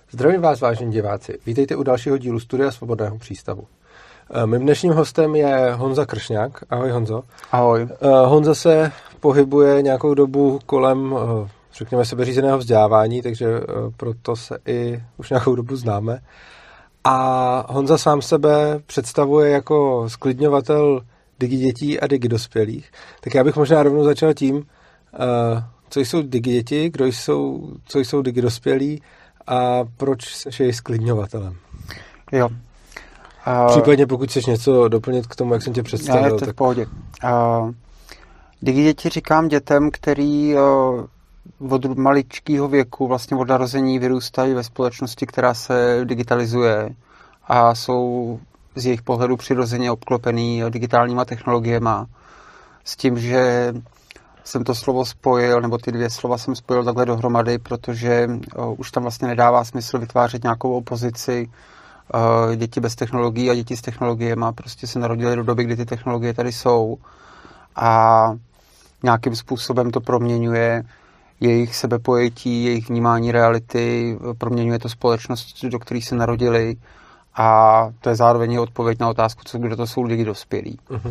Zdravím vás, vážení diváci. Vítejte u dalšího dílu Studia Svobodného přístavu. Mým dnešním hostem je Honza Kršňák. Ahoj, Honzo. Ahoj. Honza se pohybuje nějakou dobu kolem, řekněme, sebeřízeného vzdělávání, takže proto se i už nějakou dobu známe. A Honza sám sebe představuje jako sklidňovatel digidětí a digidospělých. Tak já bych možná rovnou začal tím, co jsou digiděti, co jsou digidospělí a proč jsi jejich sklidňovatelem. Jo. Případně pokud chceš něco doplnit k tomu, jak jsem tě představil. Ne, to je v pohodě. Digiděti říkám dětem, který od maličkého věku, vlastně od narození vyrůstají ve společnosti, která se digitalizuje a jsou z jejich pohledu přirozeně obklopený digitálníma technologiemi. S tím, že jsem to slovo spojil, nebo ty dvě slova jsem spojil takhle dohromady, protože už tam vlastně nedává smysl vytvářet nějakou opozici děti bez technologií a děti s technologiemi. Prostě se narodili do doby, kdy ty technologie tady jsou a nějakým způsobem to proměňuje jejich sebepojetí, jejich vnímání reality, proměňuje to společnost, do které se narodili a to je zároveň odpověď na otázku, kdo to jsou lidi dospělí. Uh-huh.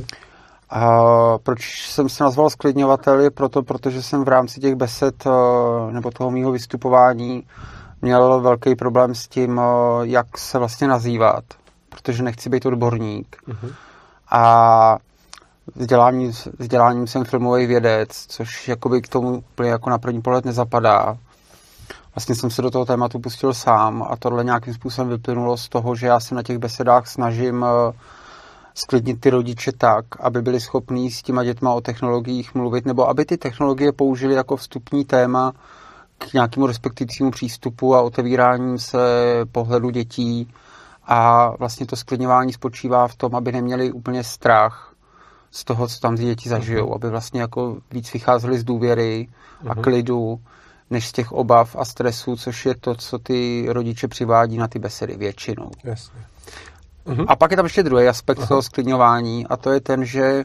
Proč jsem se nazval sklidňovatel je protože jsem v rámci těch besed nebo toho mýho vystupování měl velký problém s tím, jak se vlastně nazývat, protože nechci být odborník. Uh-huh. A vzděláním jsem filmový vědec, což jakoby k tomu úplně jako na první pohled nezapadá. Vlastně jsem se do toho tématu pustil sám a tohle nějakým způsobem vyplynulo z toho, že já se na těch besedách snažím sklidnit ty rodiče tak, aby byli schopní s těma dětma o technologiích mluvit, nebo aby ty technologie použili jako vstupní téma k nějakému respektujícímu přístupu a otevíráním se pohledu dětí. A vlastně to sklidňování spočívá v tom, aby neměli úplně strach z toho, co tam ty děti zažijou, aby vlastně jako víc vycházeli z důvěry a klidu, než z těch obav a stresů, což je to, co ty rodiče přivádí na ty besedy většinou. Jasně. A pak je tam ještě druhý aspekt toho sklidňování a to je ten, že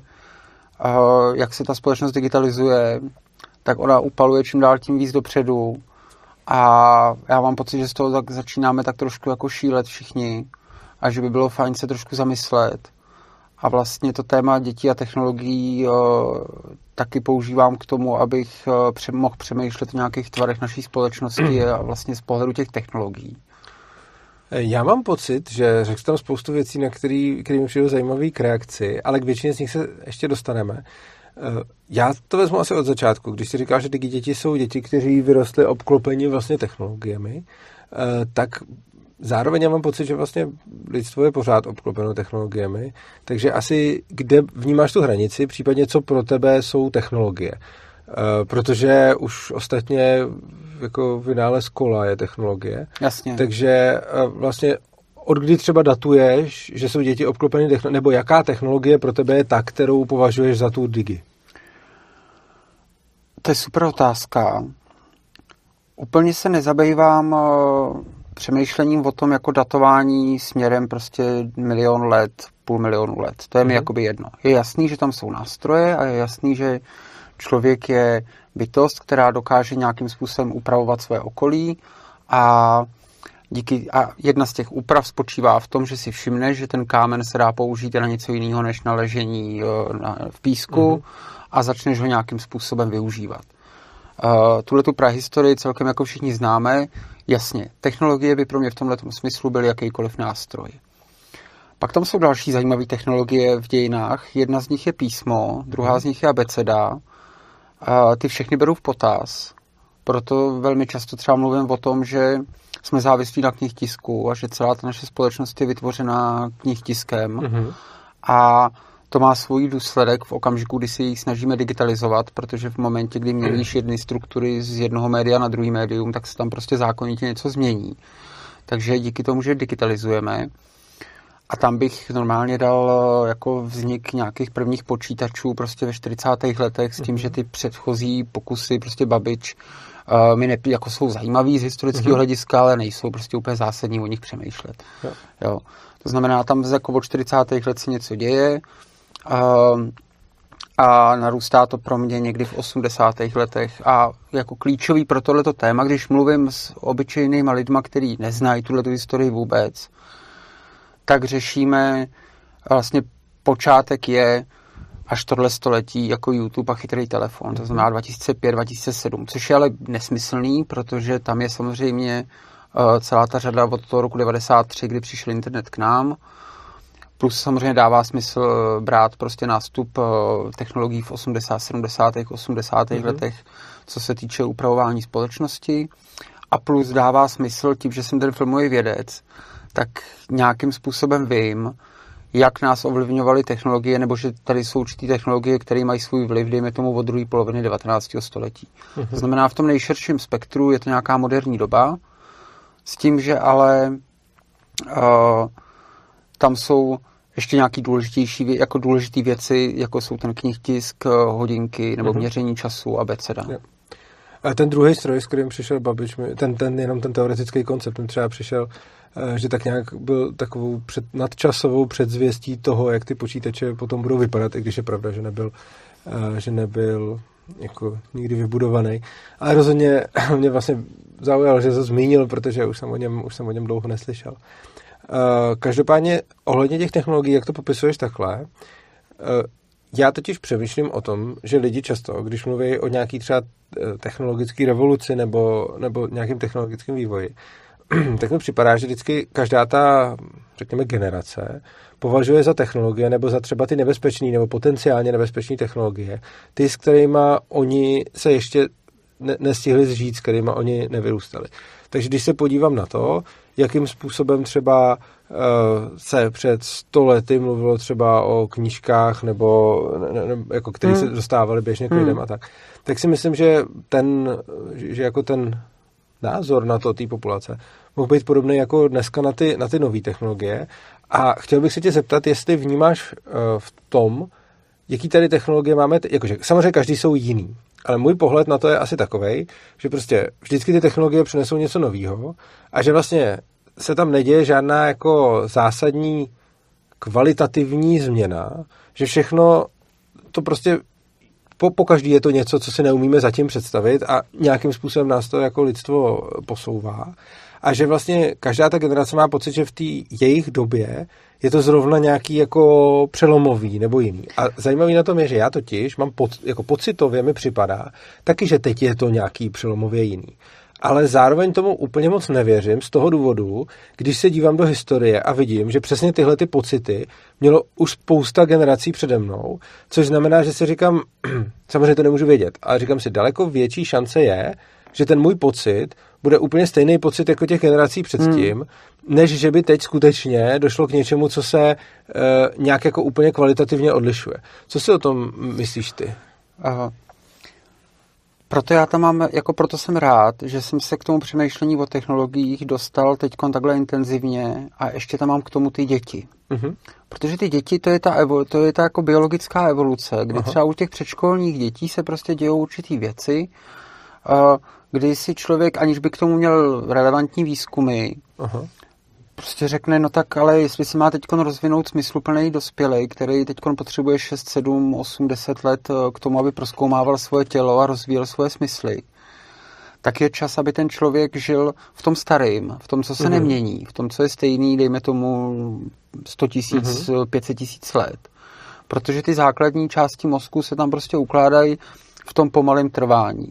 jak se ta společnost digitalizuje, tak ona upaluje čím dál tím víc dopředu a já mám pocit, že z toho tak začínáme tak trošku jako šílet všichni a že by bylo fajn se trošku zamyslet. A vlastně to téma dětí a technologií taky používám k tomu, abych mohl přemýšlet o nějakých tvarech naší společnosti a vlastně z pohledu těch technologií. Já mám pocit, že řekl tam spoustu věcí, na který mi přijde zajímavý k reakci, ale k většině z nich se ještě dostaneme. Já to vezmu asi od začátku. Když si říká, že děti jsou děti, kteří vyrostli obklopeni vlastně technologiemi, tak zároveň já mám pocit, že vlastně lidstvo je pořád obklopeno technologiemi, takže asi kde vnímáš tu hranici, případně co pro tebe jsou technologie. Protože už ostatně jako vynález kola je technologie. Jasně. Takže vlastně od kdy třeba datuješ, že jsou děti obklopeny technologiemi, nebo jaká technologie pro tebe je ta, kterou považuješ za tu digi? To je super otázka. Úplně se nezabývám přemýšlením o tom jako datování směrem prostě 1 milion let, 500 000 let. To je mi jakoby jedno. Je jasný, že tam jsou nástroje a je jasný, že člověk je bytost, která dokáže nějakým způsobem upravovat své okolí a jedna z těch úprav spočívá v tom, že si všimne, že ten kámen se dá použít na něco jiného než na ležení v písku a začneš ho nějakým způsobem využívat. Tuhletu prahistorii celkem jako všichni známe. Jasně, technologie by pro mě v tomhletom smyslu byly jakýkoliv nástroj. Pak tam jsou další zajímavé technologie v dějinách. Jedna z nich je písmo, druhá z nich je abeceda. Ty všechny beru v potaz. Proto velmi často třeba mluvím o tom, že jsme závislí na knihtisku a že celá ta naše společnost je vytvořená knihtiskem. A to má svůj důsledek v okamžiku, kdy si ji snažíme digitalizovat, protože v momentě, kdy měníš jedny struktury z jednoho média na druhý médium, tak se tam prostě zákonitě něco změní. Takže díky tomu, že digitalizujeme, a tam bych normálně dal jako vznik nějakých prvních počítačů prostě ve 40. letech s tím, že ty předchozí pokusy, prostě Babič, jako jsou zajímavý z historického hlediska, ale nejsou prostě úplně zásadní o nich přemýšlet. Jo. To znamená, tam jako od 40. let se něco děje a narůstá to pro mě někdy v 80. letech a jako klíčový pro tohleto téma, když mluvím s obyčejnýma lidma, kteří neznají tuhletu historii vůbec, tak řešíme vlastně počátek je až tohle století jako YouTube a chytrý telefon, to znamená 2005-2007, což je ale nesmyslný, protože tam je samozřejmě celá ta řada od toho roku 93, kdy přišel internet k nám, plus samozřejmě dává smysl brát prostě nástup technologií v 70. letech, co se týče upravování společnosti, a plus dává smysl tím, že jsem ten filmový vědec, tak nějakým způsobem vím, jak nás ovlivňovaly technologie, nebo že tady jsou určitý technologie, které mají svůj vliv, dejme tomu od druhé poloviny 19. století. To znamená, v tom nejširším spektru je to nějaká moderní doba, s tím, že ale tam jsou ještě nějaký důležitější, jako důležitý věci, jako jsou ten knihtisk, hodinky nebo měření času a abeceda. A ten druhý stroj, s kterým přišel Babiš, jenom ten teoretický koncept, ten třeba přišel, že tak nějak byl takovou nadčasovou předzvěstí toho, jak ty počítače potom budou vypadat, i když je pravda, že nebyl jako nikdy vybudovaný. Ale rozhodně mě vlastně zaujal, že to zmínil, protože už jsem o něm dlouho neslyšel. Každopádně ohledně těch technologií, jak to popisuješ takhle, já totiž přemýšlím o tom, že lidi často, když mluví o nějaký třeba technologické revoluci nebo nějakým technologickým vývoji, tak mi připadá, že vždycky každá ta, řekněme, generace považuje za technologie nebo za třeba ty nebezpečné nebo potenciálně nebezpečné technologie, ty, s kterými oni se ještě nestihli zžít, s kterými oni nevyrůstali. Takže když se podívám na to, jakým způsobem třeba se před 100 lety mluvilo třeba o knížkách nebo jako které se dostávaly běžně k lidem a tak si myslím, že jako ten názor na to té populace mohl být podobný jako dneska na ty nové technologie. A chtěl bych se tě zeptat, jestli vnímáš v tom, jaký tady technologie máme, jakože samozřejmě každý jsou jiný, ale můj pohled na to je asi takovej, že prostě vždycky ty technologie přinesou něco nového a že vlastně se tam neděje žádná jako zásadní kvalitativní změna, že všechno to prostě po každý je to něco, co si neumíme zatím představit a nějakým způsobem nás to jako lidstvo posouvá. A že vlastně každá ta generace má pocit, že v té jejich době je to zrovna nějaký jako přelomový nebo jiný. A zajímavý na tom je, že já totiž mám jako pocitově mi připadá taky, že teď je to nějaký přelomově jiný. Ale zároveň tomu úplně moc nevěřím z toho důvodu, když se dívám do historie a vidím, že přesně tyhle ty pocity mělo už spousta generací přede mnou, což znamená, že si říkám, samozřejmě to nemůžu vědět, ale říkám si, daleko větší šance je, že ten můj pocit bude úplně stejný pocit jako těch generací předtím, než že by teď skutečně došlo k něčemu, co se nějak jako úplně kvalitativně odlišuje. Co si o tom myslíš ty? Aha. Proto já tam mám, jako proto jsem rád, že jsem se k tomu přemýšlení o technologiích dostal teďkon takhle intenzivně a ještě tam mám k tomu ty děti. Protože ty děti, to je ta jako biologická evoluce, kdy třeba u těch předškolních dětí se prostě dějou určitý věci, kdy si člověk, aniž by k tomu měl relevantní výzkumy, prostě řekne, no tak ale jestli si má teďkon rozvinout smysluplný dospělej, který teďkon potřebuje 6, 7, 8, 10 let k tomu, aby prozkoumával svoje tělo a rozvíjel svoje smysly, tak je čas, aby ten člověk žil v tom starým, v tom, co se nemění, v tom, co je stejný, dejme tomu 100 000, 500 000 let. Protože ty základní části mozku se tam prostě ukládají v tom pomalém trvání.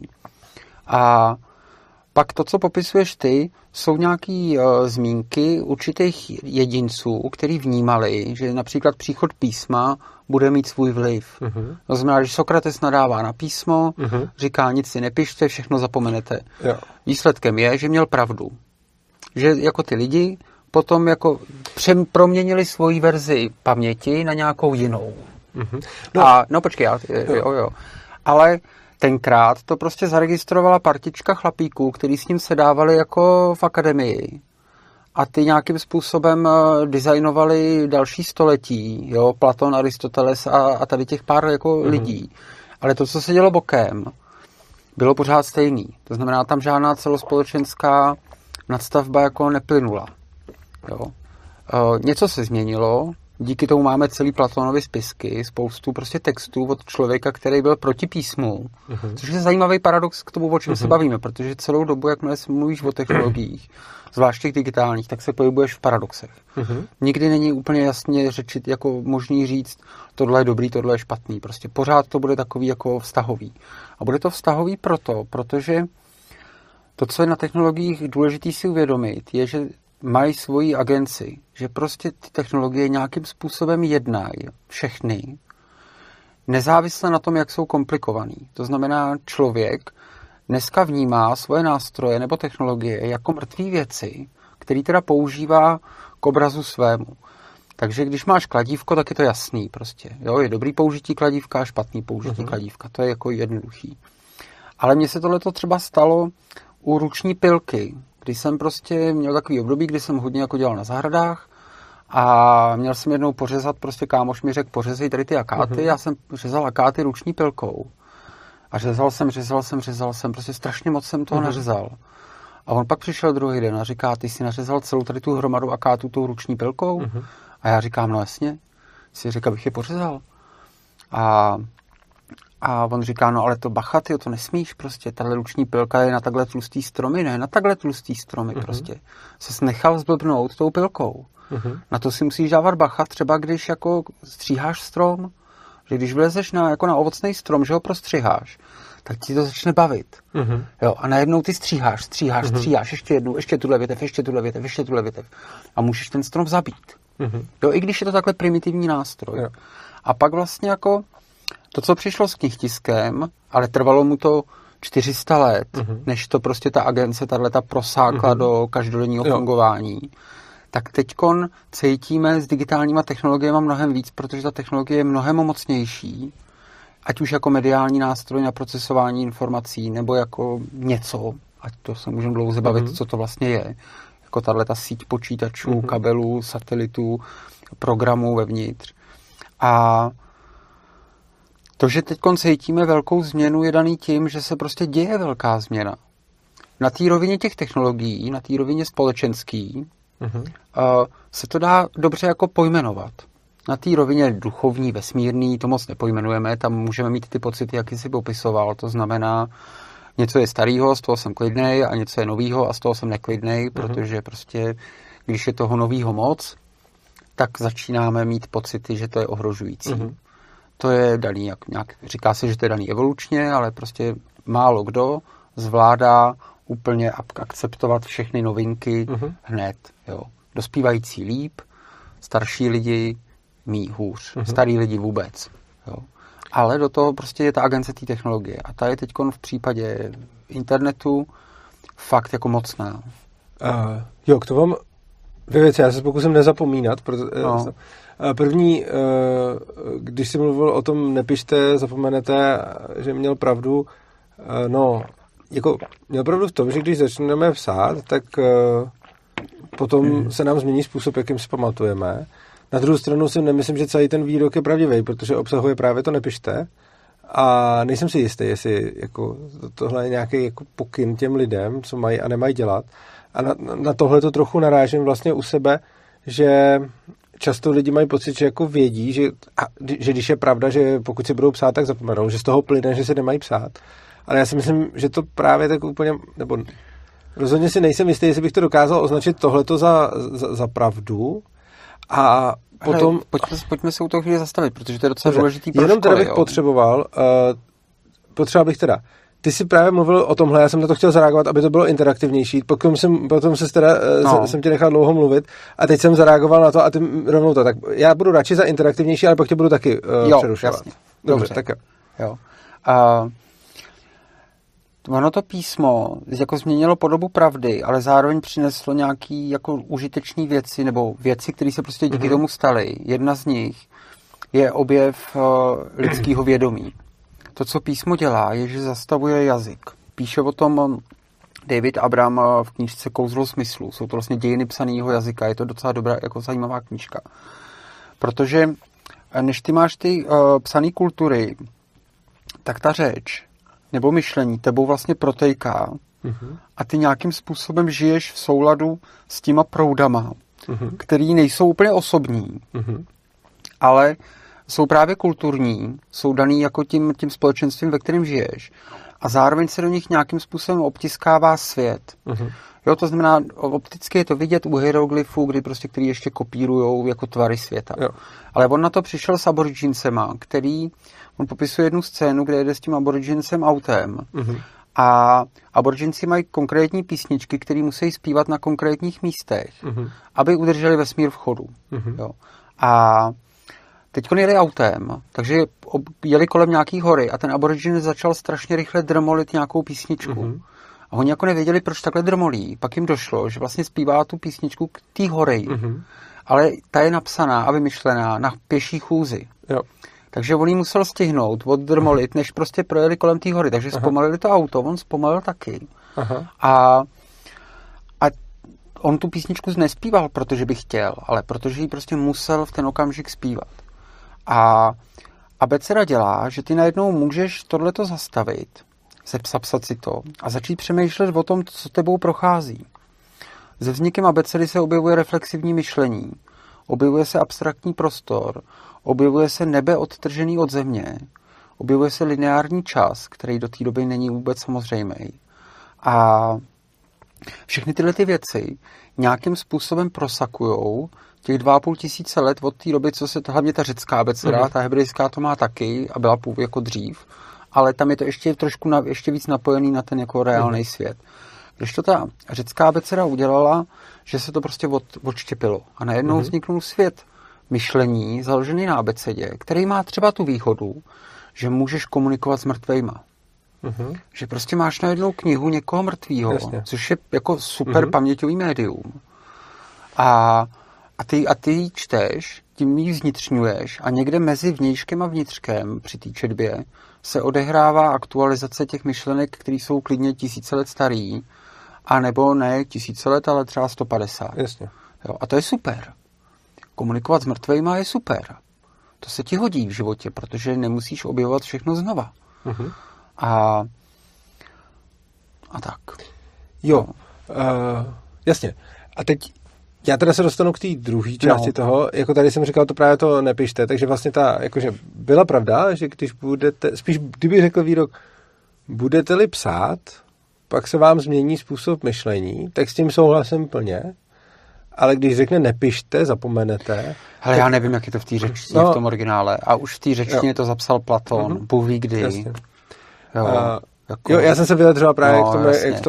A pak to, co popisuješ ty, jsou nějaké zmínky určitých jedinců, kteří vnímali, že například příchod písma bude mít svůj vliv. To znamená, že Sokrates nadává na písmo, říká, nic si nepište, všechno zapomenete. Jo. Výsledkem je, že měl pravdu. Že jako ty lidi potom jako proměnili svoji verzi paměti na nějakou jinou. Počkej, jo. Ale tenkrát to prostě zaregistrovala partička chlapíků, který s ním sedávali jako v akademii. A ty nějakým způsobem designovali další století, jo, Platon, Aristoteles a tady těch pár jako lidí. Ale to, co se dělo bokem, bylo pořád stejný. To znamená, tam žádná celospolečenská nadstavba jako neplynula. Jo. Něco se změnilo, díky tomu máme celý Platonovy spisky, spoustu prostě textů od člověka, který byl proti písmu. Což je zajímavý paradox k tomu, o čem se bavíme, protože celou dobu, jakmile mluvíš o technologiích, zvlášť těch digitálních, tak se pohybuješ v paradoxech. Nikdy není úplně jasně řečit, jako možný říct, tohle je dobrý, tohle je špatný. Prostě pořád to bude takový jako vztahový. A bude to vztahový protože to, co je na technologiích důležitý si uvědomit, je, že mají svoji agenci, že prostě ty technologie nějakým způsobem jednají všechny, nezávisle na tom, jak jsou komplikovaný. To znamená, člověk dneska vnímá svoje nástroje nebo technologie jako mrtvé věci, který teda používá k obrazu svému. Takže když máš kladívko, tak je to jasný prostě. Jo, je dobrý použití kladívka a špatný použití kladívka. To je jako jednoduchý. Ale mně se tohleto třeba stalo u ruční pilky, kdy jsem prostě měl takový období, kdy jsem hodně jako dělal na zahradách a měl jsem jednou pořezat, prostě kámoš mi řekl, pořezej tady ty akáty, já jsem řezal akáty ruční pilkou. A řezal jsem, prostě strašně moc jsem toho nařezal. A on pak přišel druhý den a říká, ty jsi nařezal celou tady tu hromadu akátů tou ruční pilkou? A já říkám, no jasně. Si říká, abych je pořezal. A on říká, no ale to bacha, tyjo, to nesmíš prostě, tahle ruční pilka je na takhle tlustý stromy, ne na takhle tlustý stromy prostě. Ses nechal zblbnout tou pilkou. Na to si musíš dávat bacha, třeba když jako stříháš strom, že když vlezeš na ovocný strom, že ho prostřiháš, tak ti to začne bavit. Jo, a najednou ty stříháš, ještě jednou, ještě tuhle větev. A můžeš ten strom zabít. Jo, i když je to takhle primitivní nástroj. Jo. A pak vlastně jako to, co přišlo s knihtiskem, ale trvalo mu to 400 let, než to prostě ta agence tato prosákla do každodenního fungování, tak teďkon cítíme s digitálníma technologiemi mnohem víc, protože ta technologie je mnohem mocnější, ať už jako mediální nástroj na procesování informací, nebo jako něco, ať to se můžeme dlouze bavit, co to vlastně je. Jako tato síť počítačů, kabelů, satelitů, programů vevnitř. A to, že teď cítíme velkou změnu, je daný tím, že se prostě děje velká změna. Na té rovině těch technologií, na té rovině společenský, se to dá dobře jako pojmenovat. Na té rovině duchovní, vesmírný, to moc nepojmenujeme, tam můžeme mít ty pocity, jak jsi popisoval, to znamená, něco je starýho, z toho jsem klidnej, a něco je novýho a z toho jsem neklidnej, protože prostě, když je toho novýho moc, tak začínáme mít pocity, že to je ohrožující. To je daný, říká se, že to je daný evolučně, ale prostě málo kdo zvládá úplně akceptovat všechny novinky hned. Jo. Dospívající líp, starší lidi hůř, starý lidi vůbec. Jo. Ale do toho prostě je ta agence té technologie. A ta je teď v případě internetu fakt jako mocná. Jo, k tomu mám dvě věci. Já se pokusím nezapomínat. První, když jsi mluvil o tom nepište, zapomenete, že měl pravdu. Měl pravdu v tom, že když začneme psát, tak potom se nám změní způsob, jakým si pamatujeme. Na druhou stranu si nemyslím, že celý ten výrok je pravdivý, protože obsahuje právě to nepište. A nejsem si jistý, jestli jako tohle je nějaký jako pokyn těm lidem, co mají a nemají dělat. A na tohle to trochu narážím vlastně u sebe, že často lidi mají pocit, že jako vědí, že když je pravda, že pokud si budou psát, tak zapomenou, že z toho plyne, že se nemají psát. Ale já si myslím, že to právě tak úplně, nebo rozhodně si nejsem jistý, jestli bych to dokázal označit tohleto za pravdu. A potom... Pojďme se u toho chvíli zastavit, protože to je docela důležitý pro jenom školy. Teda bych potřeboval bych teda, ty jsi právě mluvil o tomhle, já jsem na to chtěl zareagovat, aby to bylo interaktivnější, potom jsem tě nechal dlouho mluvit a teď jsem zareagoval na to a ty rovnou to, tak já budu radši za interaktivnější, ale pak tě budu taky přerušovat. Jasně. Dobře, tak jo. Ono to písmo jako změnilo podobu pravdy, ale zároveň přineslo nějaký jako užitečný věci, nebo věci, které se prostě díky tomu staly. Jedna z nich je objev lidského vědomí. To, co písmo dělá, je, že zastavuje jazyk. Píše o tom David Abram v knížce Kouzlo smyslu. Jsou to vlastně dějiny psaného jazyka. Je to docela dobrá, jako zajímavá knížka. Protože než ty máš ty psané kultury, tak ta řeč nebo myšlení tebou vlastně protejká a ty nějakým způsobem žiješ v souladu s těma proudama, který nejsou úplně osobní, ale jsou právě kulturní, jsou daný jako tím společenstvím, ve kterém žiješ. A zároveň se do nich nějakým způsobem obtiskává svět. Jo, to znamená, opticky je to vidět u hieroglyfů, kdy prostě, který ještě kopírujou jako tvary světa. Jo. Ale on na to přišel s aborigincema, on popisuje jednu scénu, kde jede s tím aborigincem autem. A aboriginci mají konkrétní písničky, které musí zpívat na konkrétních místech, aby udrželi vesmír v chodu. Jo. A teď jeli autem, takže jeli kolem nějaký hory a ten aborigin začal strašně rychle drmolit nějakou písničku. A oni jako nevěděli, proč takhle drmolí. Pak jim došlo, že vlastně zpívá tu písničku k té hory. Ale ta je napsaná a vymyšlená na pěší chůzi. Jo. Takže on jí musel stihnout, oddrmolit, než prostě projeli kolem té hory. Takže zpomalili to auto, on zpomalil taky. A on tu písničku nespíval, protože by chtěl, ale protože ji prostě musel v ten okamžik zpívat. A abeceda dělá, že ty najednou můžeš tohleto zastavit, zapsat si to a začít přemýšlet o tom, co tebou prochází. Se vznikem abecedy se objevuje reflexivní myšlení, objevuje se abstraktní prostor, objevuje se nebe odtržený od země, objevuje se lineární čas, který do té doby není vůbec samozřejmý. A všechny tyhle ty věci nějakým způsobem prosakujou těch 2500 let od té doby, co se to, hlavně ta řecká abeceda, ta hebrejská to má taky a byla původ jako dřív, ale tam je to ještě trošku ještě víc napojený na ten jako reálný svět. Když to ta řecká abeceda udělala, že se to prostě odštěpilo a najednou vzniknul svět myšlení založený na abecedě, který má třeba tu výhodu, že můžeš komunikovat s mrtvejma. Že prostě máš najednou knihu někoho mrtvýho, což je jako super paměťový médium. A ty ji čteš, tím ji zvnitřňuješ a někde mezi vnějškem a vnitřkem při té četbě se odehrává aktualizace těch myšlenek, které jsou klidně 1000 let starý, a nebo ne 1000 let, ale třeba 150. Jasně. Jo, a to je super. Komunikovat s mrtvejma je super. To se ti hodí v životě, protože nemusíš objevovat všechno znova. A tak. Jo, jasně. A teď já teda se dostanu k té druhé části toho, jako tady jsem říkal, to právě to nepište, takže vlastně jakože byla pravda, že když budete, spíš kdyby řekl výrok, budete-li psát, pak se vám změní způsob myšlení, tak s tím souhlasím plně, ale když řekne nepište, zapomenete. Ale já nevím, jak je to v té řečtině, v tom originále. A už v té řečtině to zapsal Platón, Bůh ví kdy. Jasně. Jo, já jsem se vyjadřoval právě k tomu,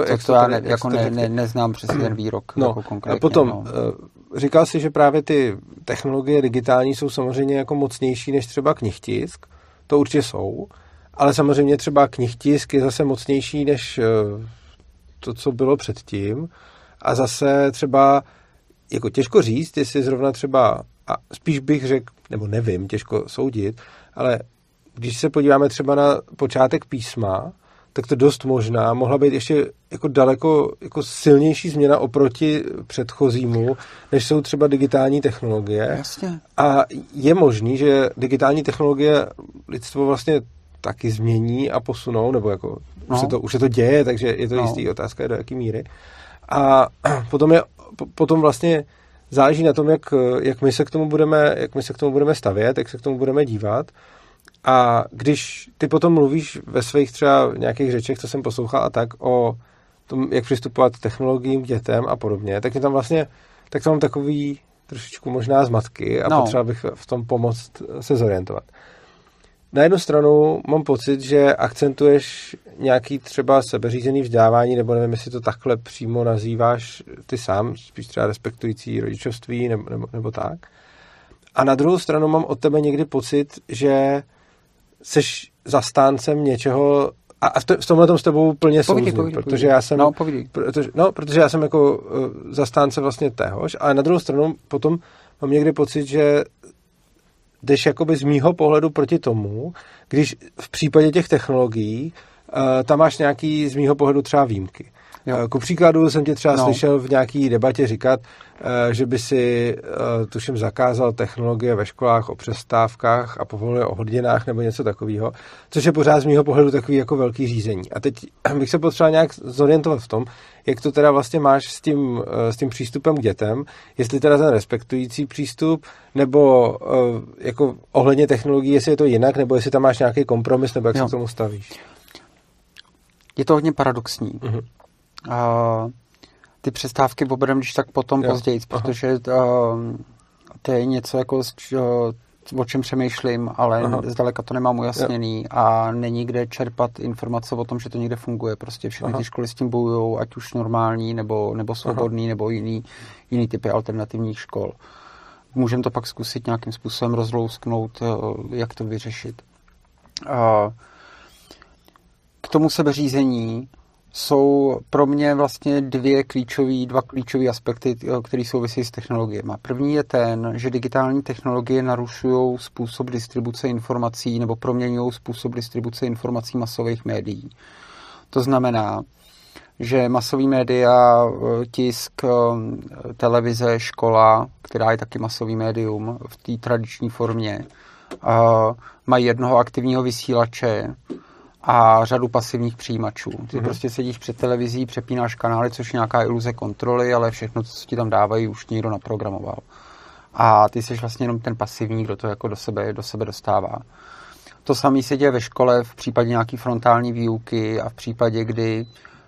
neznám přesně ten výrok. Jako konkrétně. A potom říkal si, že právě ty technologie digitální jsou samozřejmě jako mocnější než třeba knihtisk. To určitě jsou. Ale samozřejmě třeba knihtisk je zase mocnější než to, co bylo předtím. A zase třeba jako těžko říct, jestli zrovna třeba, a spíš bych řekl, nebo nevím, těžko soudit, ale když se podíváme třeba na počátek písma, tak to dost možná mohla být ještě jako daleko jako silnější změna oproti předchozímu, než jsou třeba digitální technologie. Jasně. A je možný, že digitální technologie lidstvo vlastně taky změní a posunou, nebo jako už se to děje, takže je to jistý, otázka je do jaký míry. A potom vlastně záleží na tom, jak my se k tomu budeme stavět, jak se k tomu budeme dívat. A když ty potom mluvíš ve svých třeba nějakých řečech, co jsem poslouchal a tak, o tom, jak přistupovat k technologiím, k dětem a podobně, tak tam mám takový trošičku možná zmatky a potřeba bych v tom pomoct se zorientovat. Na jednu stranu mám pocit, že akcentuješ nějaký třeba sebeřízený vzdělávání, nebo nevím, jestli to takhle přímo nazýváš ty sám, spíš třeba respektující rodičovství nebo tak. A na druhou stranu mám od tebe někdy pocit, že seš zastáncem něčeho a v tomhle tom s tebou plně souzním, protože já jsem protože já jsem jako zastánce vlastně téhož, ale na druhou stranu potom mám někdy pocit, že jdeš jakoby z mýho pohledu proti tomu, když v případě těch technologií tam máš nějaký z mýho pohledu třeba výjimky. Ku příkladu jsem tě třeba slyšel v nějaký debatě říkat, že by si, tuším, zakázal technologie ve školách o přestávkách a povolil o hodinách nebo něco takového, což je pořád z mýho pohledu takový jako velký řízení. A teď bych se potřeboval nějak zorientovat v tom, jak to teda vlastně máš s tím přístupem k dětem, jestli teda ten respektující přístup, nebo jako ohledně technologií, jestli je to jinak, nebo jestli tam máš nějaký kompromis, nebo jak se k tomu stavíš. Je to hodně paradoxní. Uh-huh. Ty přestávky oberem, když tak potom později, protože to je něco, jako, o čem přemýšlím, ale zdaleka to nemám ujasněný a není kde čerpat informace o tom, že to někde funguje. Prostě všechny ty školy s tím bojujou, ať už normální, nebo svobodný, nebo jiný typy alternativních škol. Můžeme to pak zkusit nějakým způsobem rozlousknout, jak to vyřešit. K tomu sebeřízení jsou pro mě vlastně dva klíčové aspekty, které souvisí s technologiemi. První je ten, že digitální technologie narušují způsob distribuce informací nebo proměňují způsob distribuce informací masových médií. To znamená, že masový média, tisk, televize, škola, která je taky masový médium v té tradiční formě, mají jednoho aktivního vysílače a řadu pasivních přijímačů. Ty prostě sedíš před televizí, přepínáš kanály, což je nějaká iluze kontroly, ale všechno, co ti tam dávají, už někdo naprogramoval. A ty jsi vlastně jenom ten pasivní, kdo to jako do sebe dostává. To samé se děje ve škole v případě nějaký frontální výuky a v případě, kdy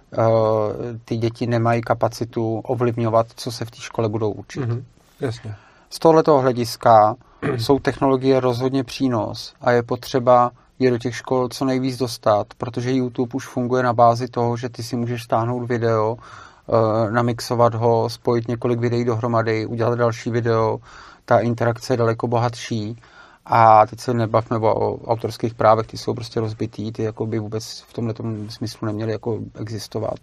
ty děti nemají kapacitu ovlivňovat, co se v té škole budou učit. Jasně. Z tohoto hlediska jsou technologie rozhodně přínos a je potřeba je do těch škol co nejvíc dostat, protože YouTube už funguje na bázi toho, že ty si můžeš stáhnout video, namixovat ho, spojit několik videí dohromady, udělat další video, ta interakce je daleko bohatší a teď se nebavme o autorských právech, ty jsou prostě rozbitý, ty jako by vůbec v tomto smyslu neměly jako existovat.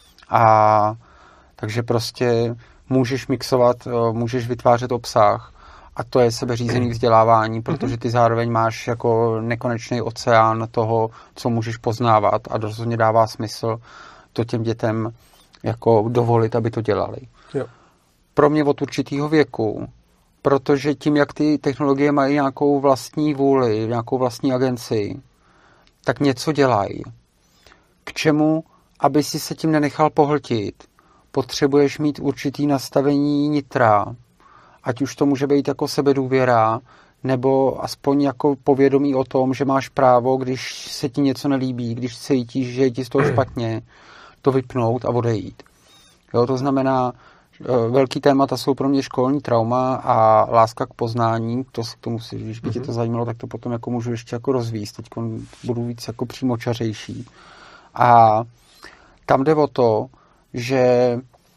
A takže prostě můžeš mixovat, můžeš vytvářet obsah, a to je sebeřízený vzdělávání, protože ty zároveň máš jako nekonečný oceán toho, co můžeš poznávat a rozhodně dává smysl to těm dětem jako dovolit, aby to dělali. Jo. Pro mě od určitého věku, protože tím, jak ty technologie mají nějakou vlastní vůli, nějakou vlastní agenci, tak něco dělají. K čemu, aby si se tím nenechal pohltit, potřebuješ mít určitý nastavení nitra, ať už to může být jako sebedůvěra, nebo aspoň jako povědomí o tom, že máš právo, když se ti něco nelíbí, když cítíš, že je ti z toho špatně, to vypnout a odejít. Jo, to znamená, velký témata jsou pro mě školní trauma a láska k poznání. To se k tomu, když by tě to zajímalo, tak to potom jako můžu ještě jako rozvíjet. Teď budu víc jako přímočařejší. A tam jde o to, že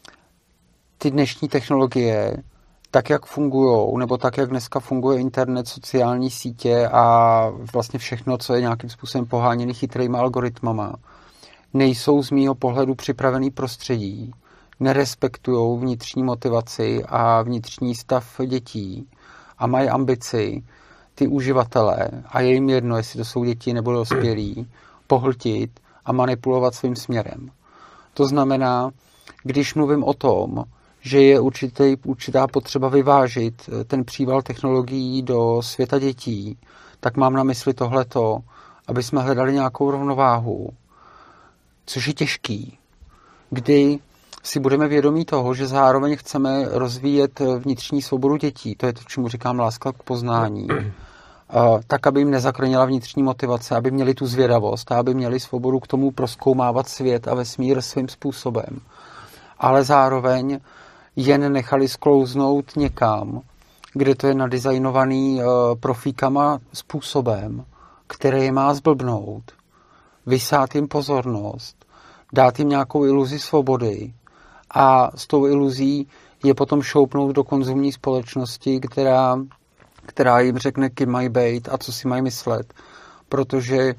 ty dnešní technologie, tak jak fungujou, nebo tak jak dneska funguje internet, sociální sítě a vlastně všechno, co je nějakým způsobem poháněný chytrýma algoritmama, nejsou z mýho pohledu připravený prostředí, nerespektujou vnitřní motivaci a vnitřní stav dětí a mají ambici ty uživatele, a je jim jedno, jestli to jsou děti nebo dospělí, pohltit a manipulovat svým směrem. To znamená, když mluvím o tom, že je určitá potřeba vyvážit ten příval technologií do světa dětí, tak mám na mysli tohleto, aby jsme hledali nějakou rovnováhu, což je těžký, kdy si budeme vědomí toho, že zároveň chceme rozvíjet vnitřní svobodu dětí, to je to, čemu říkám láska k poznání, tak, aby jim nezakrnila vnitřní motivace, aby měli tu zvědavost a aby měli svobodu k tomu prozkoumávat svět a vesmír svým způsobem. Ale zároveň jen nechali sklouznout někam, kde to je nadizajnovaný profíkama způsobem, který je má zblbnout, vysát jim pozornost, dát jim nějakou iluzi svobody a s tou iluzí je potom šoupnout do konzumní společnosti, která jim řekne, kým mají být a co si mají myslet, protože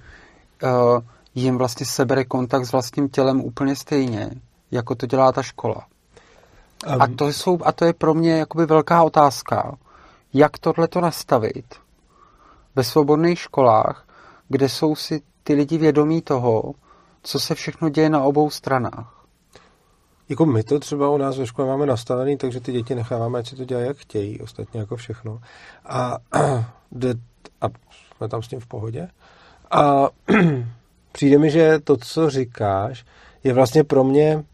jim vlastně sebere kontakt s vlastním tělem úplně stejně, jako to dělá ta škola. A to je pro mě jakoby velká otázka, jak tohleto nastavit ve svobodných školách, kde jsou si ty lidi vědomí toho, co se všechno děje na obou stranách. jako my to třeba u nás ve škole máme nastavený, takže ty děti necháváme, ať si to dělají, jak chtějí, ostatně jako všechno. A jsme tam s tím v pohodě. A přijde mi, že to, co říkáš, je vlastně pro mě,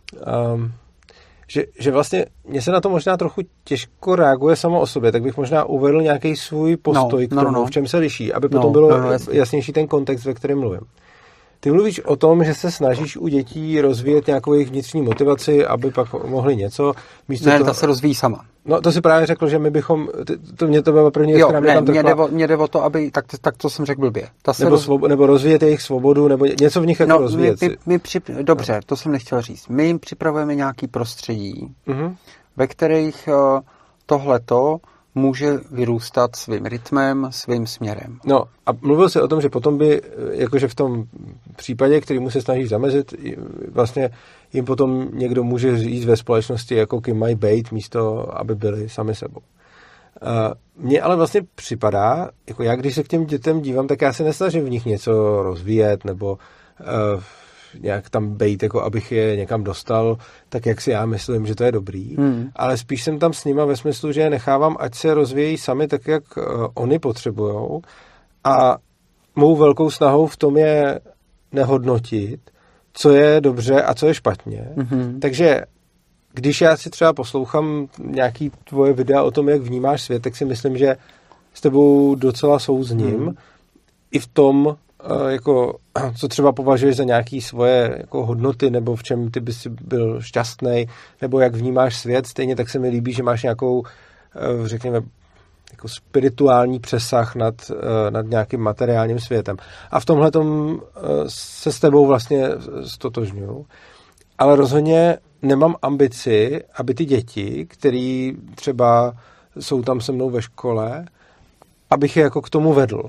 že vlastně mně se na to možná trochu těžko reaguje samo o sobě, tak bych možná uvedl nějaký svůj postoj k tomu, v čem se liší, aby potom bylo jasnější ten kontext, ve kterém mluvím. Ty mluvíš o tom, že se snažíš u dětí rozvíjet nějakou jejich vnitřní motivaci, aby pak mohli něco. Ta se rozvíjí sama. No, to si právě řekl, že my bychom, to byla první věc, která mě tam trkla. Mně jde o to, aby, tak to jsem řekl blbě. Nebo rozvíjet jejich svobodu, nebo něco v nich jako rozvíjet. Dobře, to jsem nechtěl říct. My jim připravujeme nějaký prostředí, ve kterých tohleto může vyrůstat svým rytmem, svým směrem. No a mluvil jsi o tom, že potom by, jakože v tom případě, kterýmu se snažíš zamezit, vlastně jim potom někdo může říct ve společnosti, jako kým mají bejt, místo aby byli sami sebou. Mně ale vlastně připadá, jako já, když se k těm dětem dívám, tak já se nesnažím v nich něco rozvíjet, nebo nějak tam bejt, jako abych je někam dostal, tak jak si já myslím, že to je dobrý. Ale spíš jsem tam s nima ve smyslu, že je nechávám, ať se rozvíjejí sami tak, jak oni potřebujou. A mou velkou snahou v tom je nehodnotit, co je dobře a co je špatně. Takže když já si třeba poslouchám nějaký tvoje videa o tom, jak vnímáš svět, tak si myslím, že s tebou docela souzním. I v tom, jako, co třeba považuješ za nějaký svoje jako hodnoty, nebo v čem ty bys byl šťastný, nebo jak vnímáš svět, stejně tak se mi líbí, že máš nějakou, řekněme, jako spirituální přesah nad nějakým materiálním světem. A v tomhletom se s tebou vlastně stotožňuju. Ale rozhodně nemám ambici, aby ty děti, který třeba jsou tam se mnou ve škole, abych je jako k tomu vedl.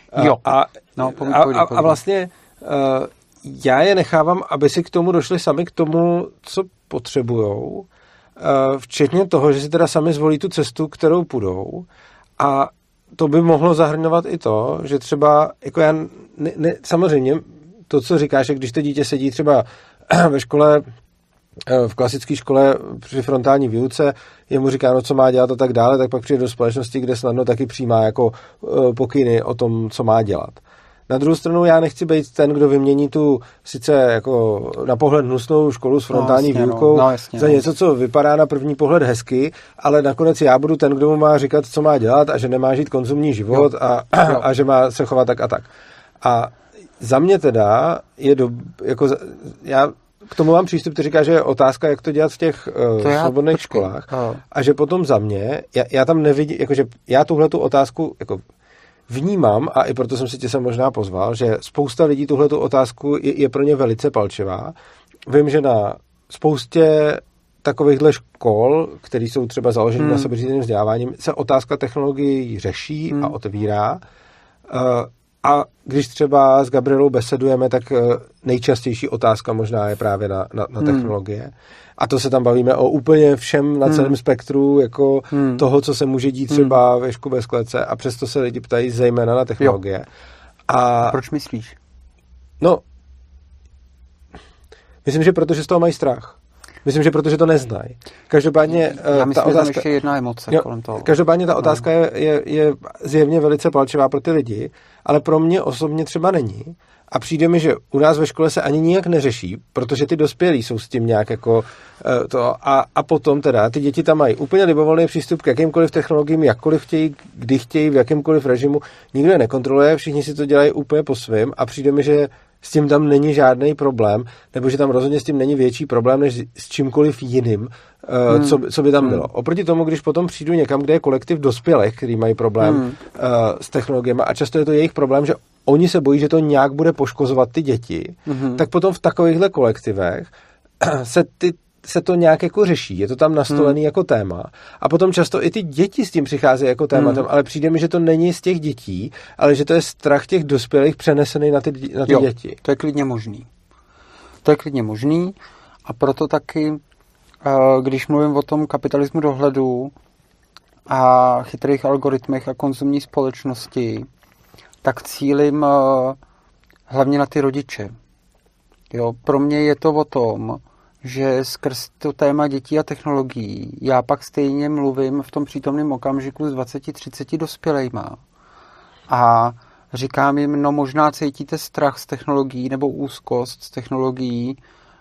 A vlastně já je nechávám, aby si k tomu došli sami, k tomu, co potřebujou, včetně toho, že si teda sami zvolí tu cestu, kterou půjdou. A to by mohlo zahrnovat i to, že třeba, jako já, samozřejmě, to, co říkáš, že když to dítě sedí třeba ve škole, v klasické škole při frontální výuce, jemu říká, no co má dělat a tak dále, tak pak přijde do společnosti, kde snadno taky přijímá jako pokyny o tom, co má dělat. Na druhou stranu já nechci být ten, kdo vymění tu sice jako na pohled hnusnou školu s frontální výukou za něco, co vypadá na první pohled hezky, ale nakonec já budu ten, kdo mu má říkat, co má dělat a že nemá žít konzumní život a že má se chovat tak a tak. A za mě teda je jako já k tomu mám přístup, ty říká, že je otázka, jak to dělat v těch svobodných školách. A že potom za mě, já tam nevidím, jakože já tuhletu otázku jako vnímám, a i proto jsem si tě sem možná pozval, že spousta lidí tuhletu otázku je pro ně velice palčivá. Vím, že na spoustě takovýchhle škol, které jsou třeba založené na sebeřízeným vzděláváním, se otázka technologií řeší a otevírá. A když třeba s Gabrielou besedujeme, tak nejčastější otázka možná je právě na technologie. A to se tam bavíme o úplně všem na celém spektru jako toho, co se může dít třeba ve Ježku bez klece, a přesto se lidi ptají zejména na technologie. A proč myslíš? No, myslím, že protože z toho mají strach. Myslím, že protože to neznají. Každopádně já myslím, ta otázka, že tam ještě jedna emoce kolem toho. Každopádně ta otázka je zjevně velice palčivá pro ty lidi, ale pro mě osobně třeba není. A přijde mi, že u nás ve škole se ani nijak neřeší, protože ty dospělí jsou s tím nějak jako to. A potom teda ty děti tam mají úplně libovolný přístup k jakýmkoliv technologiím, jakkoliv chtějí, kdy chtějí, v jakémkoliv režimu. Nikdo je nekontroluje, všichni si to dělají úplně po svém a přijde mi, že s tím tam není žádný problém, nebo že tam rozhodně s tím není větší problém, než s čímkoliv jiným, co by tam bylo. Oproti tomu, když potom přijdu někam, kde je kolektiv dospělých, který mají problém s technologiemi, a často je to jejich problém, že oni se bojí, že to nějak bude poškozovat ty děti, tak potom v takovýchhle kolektivech se to nějak jako řeší, je to tam nastolený jako téma. A potom často i ty děti s tím přicházejí jako tématem, ale přijde mi, že to není z těch dětí, ale že to je strach těch dospělých přenesený na ty děti. To je klidně možný. To je klidně možný a proto taky, když mluvím o tom kapitalismu dohledu a chytrých algoritmech a konzumní společnosti, tak cílím hlavně na ty rodiče. Jo, pro mě je to o tom, že skrz to téma dětí a technologií já pak stejně mluvím v tom přítomném okamžiku s 20-30 dospělejma. A říkám jim, no možná cítíte strach z technologií nebo úzkost z technologií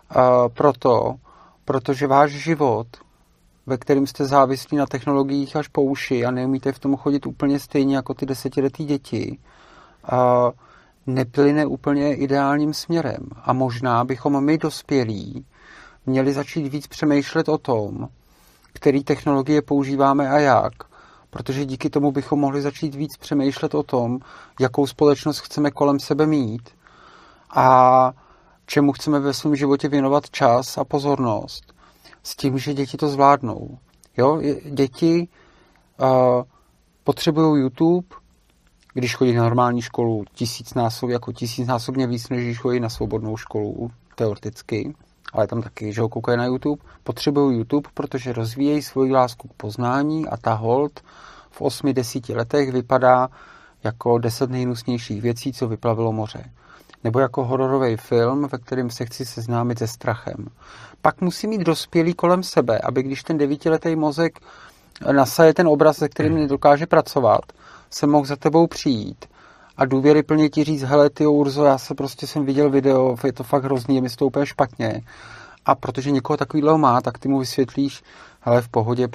protože váš život, ve kterém jste závislí na technologiích až po uši a neumíte v tom chodit úplně stejně jako ty 10letý děti, neplyne úplně ideálním směrem. A možná bychom my dospělí měli začít víc přemýšlet o tom, který technologie používáme a jak, protože díky tomu bychom mohli začít víc přemýšlet o tom, jakou společnost chceme kolem sebe mít a čemu chceme ve svém životě věnovat čas a pozornost s tím, že děti to zvládnou. Jo? Děti potřebují YouTube, když chodí na normální školu tisícnásobně víc, než když chodí na svobodnou školu, teoreticky, ale tam taky, že ho koukají na YouTube. Potřebují YouTube, protože rozvíjejí svoji lásku k poznání a ta holt v 8-10 letech vypadá jako 10 nejhnusnějších věcí, co vyplavilo moře. Nebo jako hororový film, ve kterém se chci seznámit se strachem. Pak musí mít dospělý kolem sebe, aby když ten 9letý mozek nasaje ten obraz, se kterým nedokáže pracovat, se mohl za tebou přijít a důvěryplně ti říct, hele tyjo Urzo, já jsem viděl video, je to fakt hrozný, je mi to úplně špatně. A protože někoho takovýhleho má, tak ty mu vysvětlíš, hele v pohodě,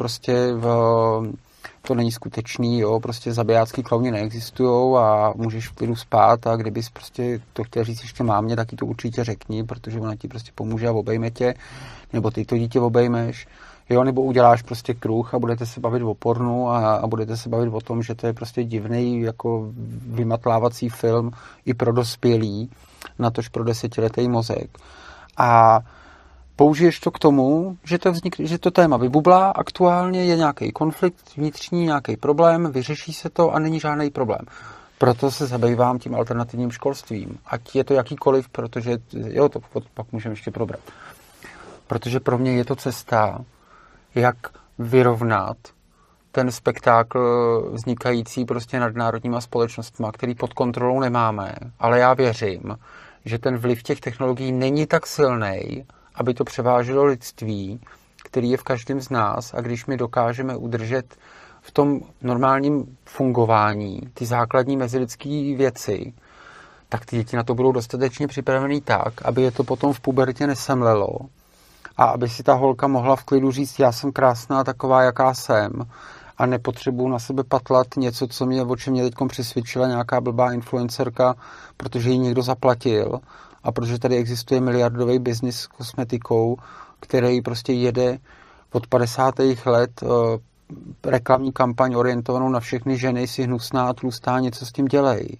to není skutečný, jo, prostě zabijácký klauni neexistujou a můžeš v klidu spát a kdybys prostě to chtěl říct ještě mámě, tak ti to určitě řekni, protože ona ti prostě pomůže a obejme tě, nebo ty to dítě obejmeš, jo, nebo uděláš prostě kruh a budete se bavit o pornu a budete se bavit o tom, že to je prostě divný jako vymatlávací film i pro dospělý, natož pro 10letý mozek. A použiješ to k tomu, že to téma vybublá, aktuálně je nějaký konflikt vnitřní, nějaký problém, vyřeší se to a není žádný problém. Proto se zabývám tím alternativním školstvím. Ať je to jakýkoliv, protože, jo, to pak můžeme ještě probrat. Protože pro mě je to cesta, jak vyrovnat ten spektákl vznikající prostě nadnárodníma společnostma, který pod kontrolou nemáme. Ale já věřím, že ten vliv těch technologií není tak silnej, aby to převáželo lidství, který je v každém z nás a když my dokážeme udržet v tom normálním fungování ty základní mezilidské věci, tak ty děti na to budou dostatečně připravený tak, aby je to potom v pubertě nesemlelo a aby si ta holka mohla v klidu říct, já jsem krásná taková, jaká jsem a nepotřebuju na sebe patlat něco, o čem mě teďkom přesvědčila nějaká blbá influencerka, protože ji někdo zaplatil a protože tady existuje miliardový biznis s kosmetikou, který prostě jede od 50. let reklamní kampaň orientovanou na všechny ženy, si hnusná a tlustá, něco s tím dělej.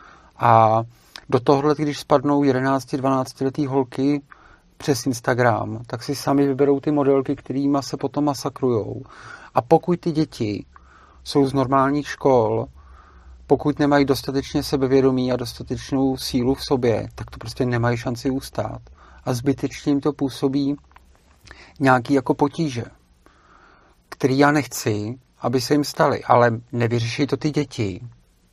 A do tohohle, když spadnou 11-12 letý holky přes Instagram, tak si sami vyberou ty modelky, kterýma se potom masakrujou. A pokud ty děti jsou z normálních škol, pokud nemají dostatečně sebevědomí a dostatečnou sílu v sobě, tak to prostě nemají šanci ustát. A zbytečně jim to působí nějaký jako potíže, který já nechci, aby se jim staly, ale nevyřeší to ty děti.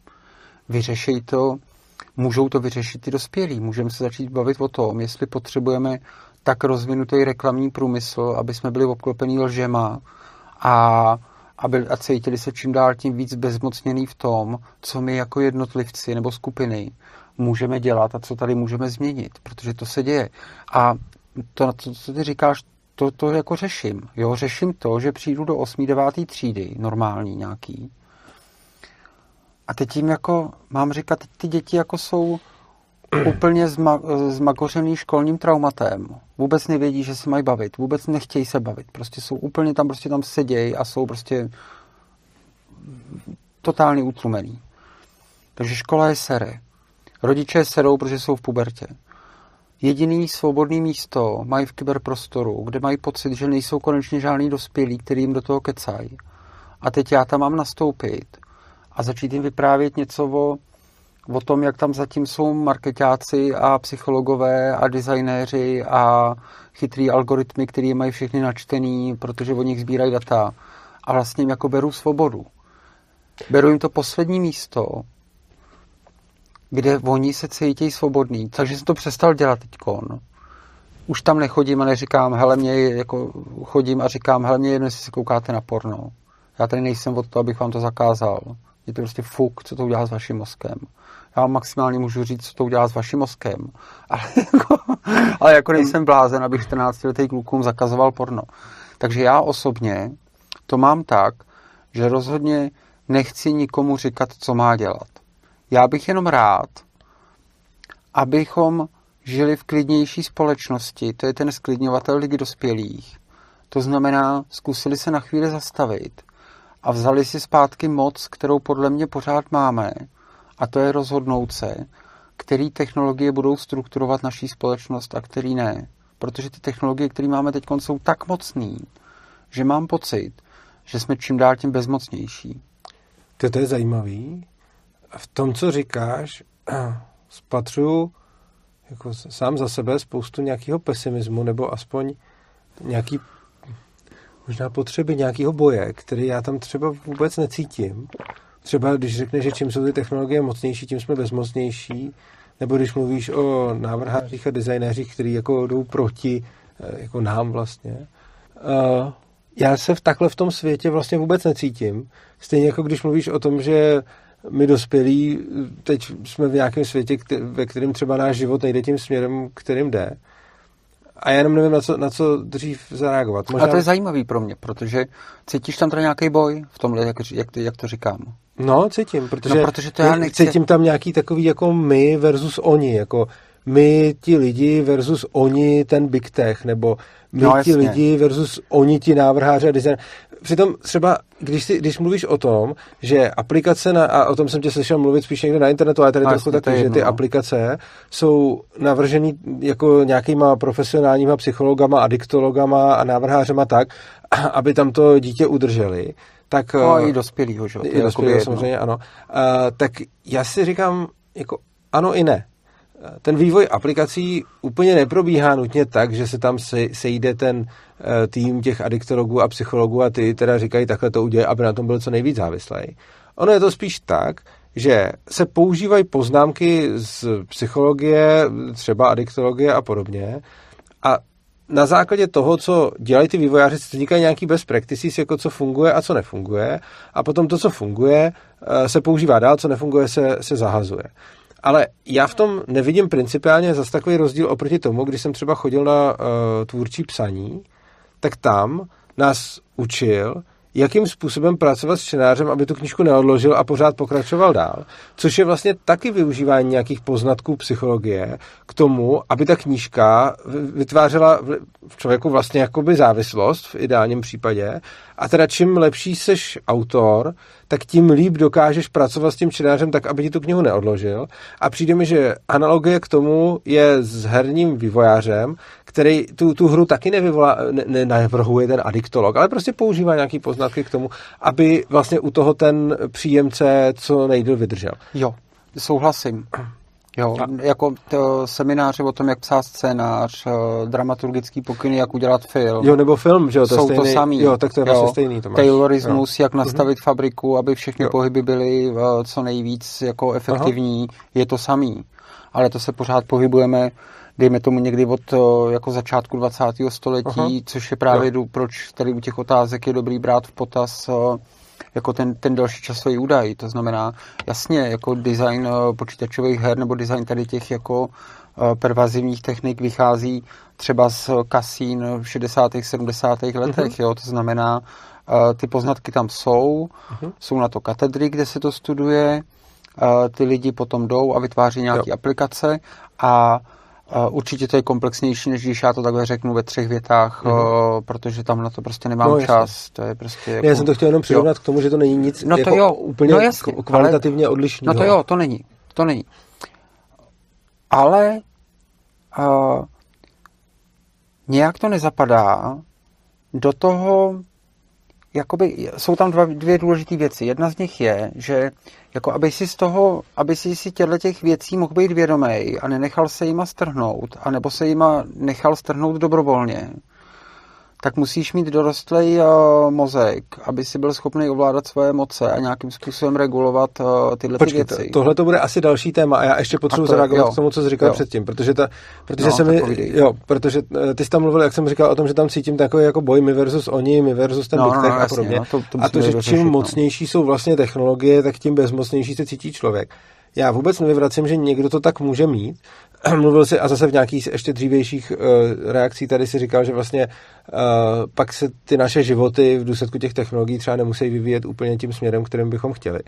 Můžou to vyřešit ty dospělí. Můžeme se začít bavit o tom, jestli potřebujeme tak rozvinutý reklamní průmysl, aby jsme byli obklopení lžema a cítili se čím dál tím víc bezmocněný v tom, co my jako jednotlivci nebo skupiny můžeme dělat a co tady můžeme změnit, protože to se děje. A to, co ty říkáš, to jako řeším. Jo, řeším to, že přijdu do 8. 9. třídy, normální nějaký. A teď jim jako, mám říkat, ty děti jako jsou úplně zmagořený školním traumatem. Vůbec nevědí, že se mají bavit. Vůbec nechtějí se bavit. Prostě jsou úplně tam sedějí a jsou prostě totálně utlumený. Takže škola je sere. Rodiče je serou, protože jsou v pubertě. Jediný svobodný místo mají v kyberprostoru, kde mají pocit, že nejsou konečně žádný dospělí, který jim do toho kecají. A teď já tam mám nastoupit a začít jim vyprávět něco o tom, jak tam zatím jsou marketáci a psychologové a designéři a chytrý algoritmy, který mají všechny načtený, protože o nich sbírají data. A vlastně jim jako beru svobodu. Beru jim to poslední místo, kde oni se cítí svobodní. Takže jsem to přestal dělat teďkon. už tam nechodím a neříkám, hele, chodím a říkám, hele, mě jedno, jestli si koukáte na porno. Já tady nejsem od toho, abych vám to zakázal. Je to prostě fuk, co to udělá s vaším mozkem. Já vám maximálně můžu říct, co to udělá s vaším mozkem. Ale jako nejsem blázen, abych 14letý klukům zakazoval porno. Takže já osobně to mám tak, že rozhodně nechci nikomu říkat, co má dělat. Já bych jenom rád, abychom žili v klidnější společnosti, to je ten sklidňovatel lidí dospělých. To znamená, zkusili se na chvíli zastavit a vzali si zpátky moc, kterou podle mě pořád máme, a to je rozhodnout se, který technologie budou strukturovat naší společnost a který ne. Protože ty technologie, které máme teď, jsou tak mocný, že mám pocit, že jsme čím dál tím bezmocnější. To je zajímavý. V tom, co říkáš, spatřuju jako sám za sebe spoustu nějakého pesimismu, nebo aspoň nějaký možná potřeby nějakého boje, který já tam třeba vůbec necítím. Třeba když řekneš, že čím jsou ty technologie mocnější, tím jsme bezmocnější, nebo když mluvíš o návrhářích a designéřích, kteří jako jdou proti jako nám vlastně. Já se takhle v tom světě vlastně vůbec necítím. Stejně jako když mluvíš o tom, že my dospělí teď jsme v nějakém světě, ve kterém třeba náš život nejde tím směrem, kterým jde. A já jenom nevím, na co dřív zareagovat. Možná... A to je zajímavý pro mě, protože cítíš tam teda nějaký boj v tomhle, jak to říkám? No, cítím, protože to já nechci... Cítím tam nějaký takový jako my versus oni, jako my ti lidi versus oni ten big tech, nebo my ti lidi versus oni ti návrháři a design. Přitom třeba, když mluvíš o tom, že aplikace, a o tom jsem tě slyšel mluvit spíš někde na internetu, ale tady trochu taky, že ty aplikace jsou navržený jako nějakýma profesionálníma psychologama, adiktologama a návrhářema tak, aby tam to dítě udrželi. Tak, no i dospělýho, že? I dospělýho, samozřejmě, ano. Tak já si říkám, jako ano i ne. Ten vývoj aplikací úplně neprobíhá nutně tak, že se tam sejde ten tým těch adiktologů a psychologů a ty teda říkají, takhle to udělej, aby na tom byl co nejvíc závislej. Ono je to spíš tak, že se používají poznámky z psychologie, třeba adiktologie a podobně, a na základě toho, co dělají ty vývojáři, se vznikají nějaký best practices, jako co funguje a co nefunguje, a potom to, co funguje, se používá dál, co nefunguje, se zahazuje. Ale já v tom nevidím principiálně zase takový rozdíl oproti tomu, když jsem třeba chodil na tvůrčí psaní, tak tam nás učil, jakým způsobem pracovat s čtenářem, aby tu knížku neodložil a pořád pokračoval dál. Což je vlastně taky využívání nějakých poznatků psychologie k tomu, aby ta knížka vytvářela v člověku vlastně jakoby závislost v ideálním případě. A teda čím lepší seš autor, tak tím líp dokážeš pracovat s tím čtenářem tak, aby ti tu knihu neodložil. A přijde mi, že analogie k tomu je s herním vývojářem, který tu hru taky nenavrhuje ten adiktolog, ale prostě používá nějaký poznatky k tomu, aby vlastně u toho ten příjemce co nejdýl vydržel. Jo, souhlasím. Jo, jako semináře o tom, jak psát scénář, dramaturgický pokyny, jak udělat film. Jo, nebo film, že jo, jsou to samý. Jo, tak to je vlastně stejný. To Taylorismus, jak nastavit fabriku, aby všechny pohyby byly co nejvíc jako efektivní, je to samý. Ale to se pořád pohybujeme, dejme tomu někdy od jako začátku 20. století, což je právě proč tady u těch otázek je dobrý brát v potaz jako ten další časový údaj. To znamená, jasně, jako design počítačových her nebo design tady těch jako pervazivních technik vychází třeba z kasín v 60. 70. letech. Jo? To znamená, ty poznatky tam jsou na to katedry, kde se to studuje, ty lidi potom jdou a vytváří nějaké aplikace a určitě to je komplexnější, než když já to takhle řeknu ve 3 větách, protože tam na to prostě nemám čas. To je prostě jako... Já jsem to chtěl jenom přirovnat k tomu, že to není nic úplně kvalitativně odlišného. No to jo, to není. Ale nějak to nezapadá do toho, jakoby, jsou tam dvě důležité věci. Jedna z nich je, že jako aby si těch věcí mohl být vědomý a nenechal se jima strhnout, anebo se jima nechal strhnout dobrovolně, tak musíš mít dorostlý mozek, aby si byl schopný ovládat svoje emoce a nějakým způsobem regulovat tyhle ty věci. Tohle to bude asi další téma a já ještě potřebuji zareagovat k tomu, co jsi říkal předtím, protože ty jsi tam mluvil, jak jsem říkal o tom, že tam cítím takový jako boj my versus oni, my versus ten big tech a podobně. A to, že čím mocnější jsou vlastně technologie, tak tím bezmocnější se cítí člověk. Já vůbec nevyvracím, že někdo to tak může mít. Mluvil si a zase v nějakých ještě dřívějších reakcí tady si říkal, že vlastně pak se ty naše životy v důsledku těch technologií třeba nemusí vyvíjet úplně tím směrem, kterým bychom chtěli.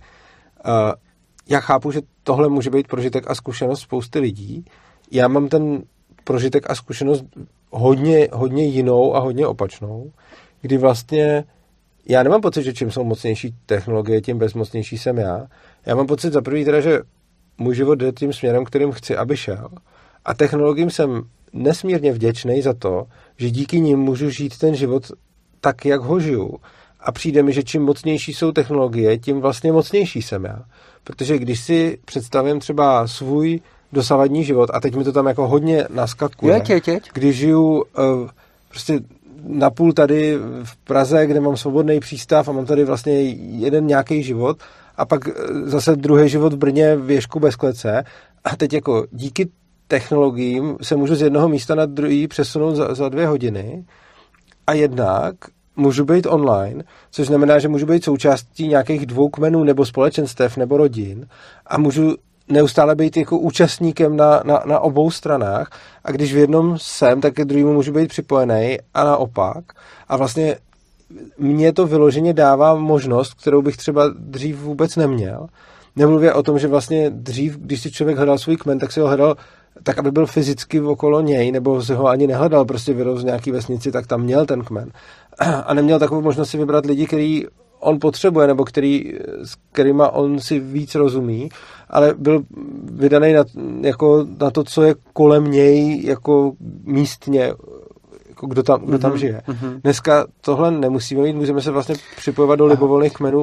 Já chápu, že tohle může být prožitek a zkušenost spousty lidí. Já mám ten prožitek a zkušenost hodně jinou a hodně opačnou, kdy vlastně já nemám pocit, že čím jsou mocnější technologie, tím bezmocnější jsem já. Já mám pocit za prvý teda, že můj život jde tím směrem, kterým chci, aby šel. A technologiím jsem nesmírně vděčný za to, že díky nim můžu žít ten život tak, jak ho žiju. A přijde mi, že čím mocnější jsou technologie, tím vlastně mocnější jsem já. Protože když si představím třeba svůj dosavadní život, a teď mi to tam jako hodně naskakuje, když žiju prostě napůl tady v Praze, kde mám svobodný přístav a mám tady vlastně jeden nějaký život a pak zase druhý život v Brně v Ježku bez klece a teď jako díky technologiím se můžu z jednoho místa na druhý přesunout za 2 hodiny a jednak můžu být online, což znamená, že můžu být součástí nějakých 2 kmenů nebo společenstev nebo rodin a můžu neustále být jako účastníkem na obou stranách a když v jednom jsem, tak ke druhému můžu být připojený a naopak. A vlastně mně to vyloženě dává možnost, kterou bych třeba dřív vůbec neměl. Nemluvě o tom, že vlastně dřív, když si člověk hledal svůj kmen, tak si ho hledal tak, aby byl fyzicky okolo něj, nebo si ho ani nehledal, prostě vyrost v nějaký vesnici, tak tam měl ten kmen. A neměl takovou možnost si vybrat lidi, který on potřebuje, nebo s kterýma on si víc rozumí, ale byl vydaný na to, co je kolem něj, jako místně, jako kdo tam žije. Dneska tohle nemusíme mít, můžeme se vlastně připojovat do libovolných kmenů.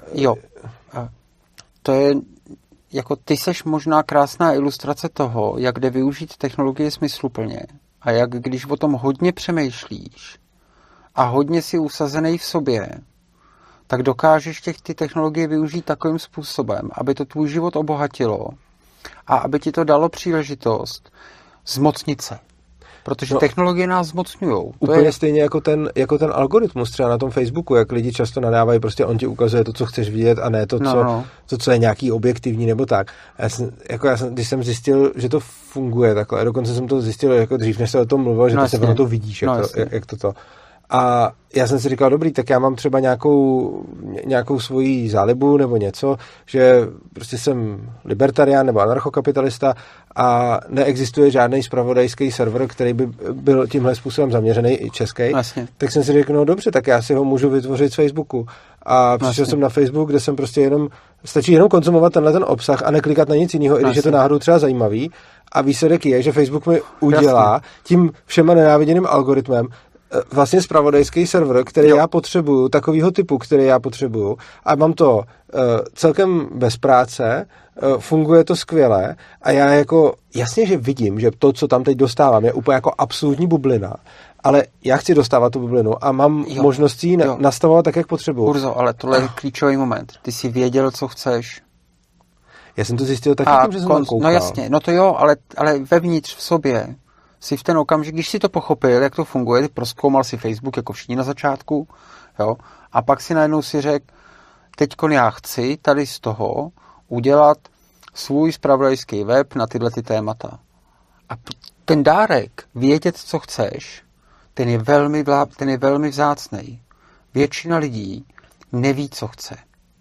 To je, jako ty seš možná krásná ilustrace toho, jak jde využít technologie smysluplně a jak když o tom hodně přemýšlíš a hodně si usazený v sobě, tak dokážeš ty technologie využít takovým způsobem, aby to tvůj život obohatilo a aby ti to dalo příležitost zmocnit se. Protože technologie nás zmocňujou. Úplně stejně jako ten algoritmus třeba na tom Facebooku, jak lidi často nadávají, prostě on ti ukazuje to, co chceš vidět a ne to, co je nějaký objektivní nebo tak. Když jsem zjistil, že to funguje takhle, dokonce jsem to zjistil jako dřív, než se o tom mluvil, že ty se to vidíš, jak to. A já jsem si říkal, dobrý, tak já mám třeba nějakou svoji zálibu nebo něco, že prostě jsem libertarián nebo anarchokapitalista a neexistuje žádný zpravodajský server, který by byl tímhle způsobem zaměřený, i český. Tak jsem si řekl, no dobře, tak já si ho můžu vytvořit z Facebooku. A přišel jsem na Facebook, kde jsem prostě stačí jenom konzumovat ten obsah a neklikat na nic jiného, i když je to náhodou třeba zajímavý. A výsledek je, že Facebook mi udělá tím všema nenáviděným algoritmem vlastně zpravodajský server, který já potřebuju, takovýho typu, který já potřebuju a mám to celkem bez práce, funguje to skvěle a já jako jasně, že vidím, že to, co tam teď dostávám, je úplně jako absolutní bublina, ale já chci dostávat tu bublinu a mám možnost ji nastavovat tak, jak potřebuju. Urzo, ale tohle je klíčový moment. Ty jsi věděl, co chceš. Já jsem to zjistil taky tím, že jsem tam koukal. No jasně, no to jo, ale vevnitř v sobě si v ten okamžik, když si to pochopil, jak to funguje, ty prozkoumal si Facebook jako všichni na začátku, jo, a pak si najednou si řekl, teďkon já chci tady z toho udělat svůj zpravodajský web na tyhle ty témata. A ten dárek, vědět, co chceš, ten je velmi vzácnej. Většina lidí neví, co chce.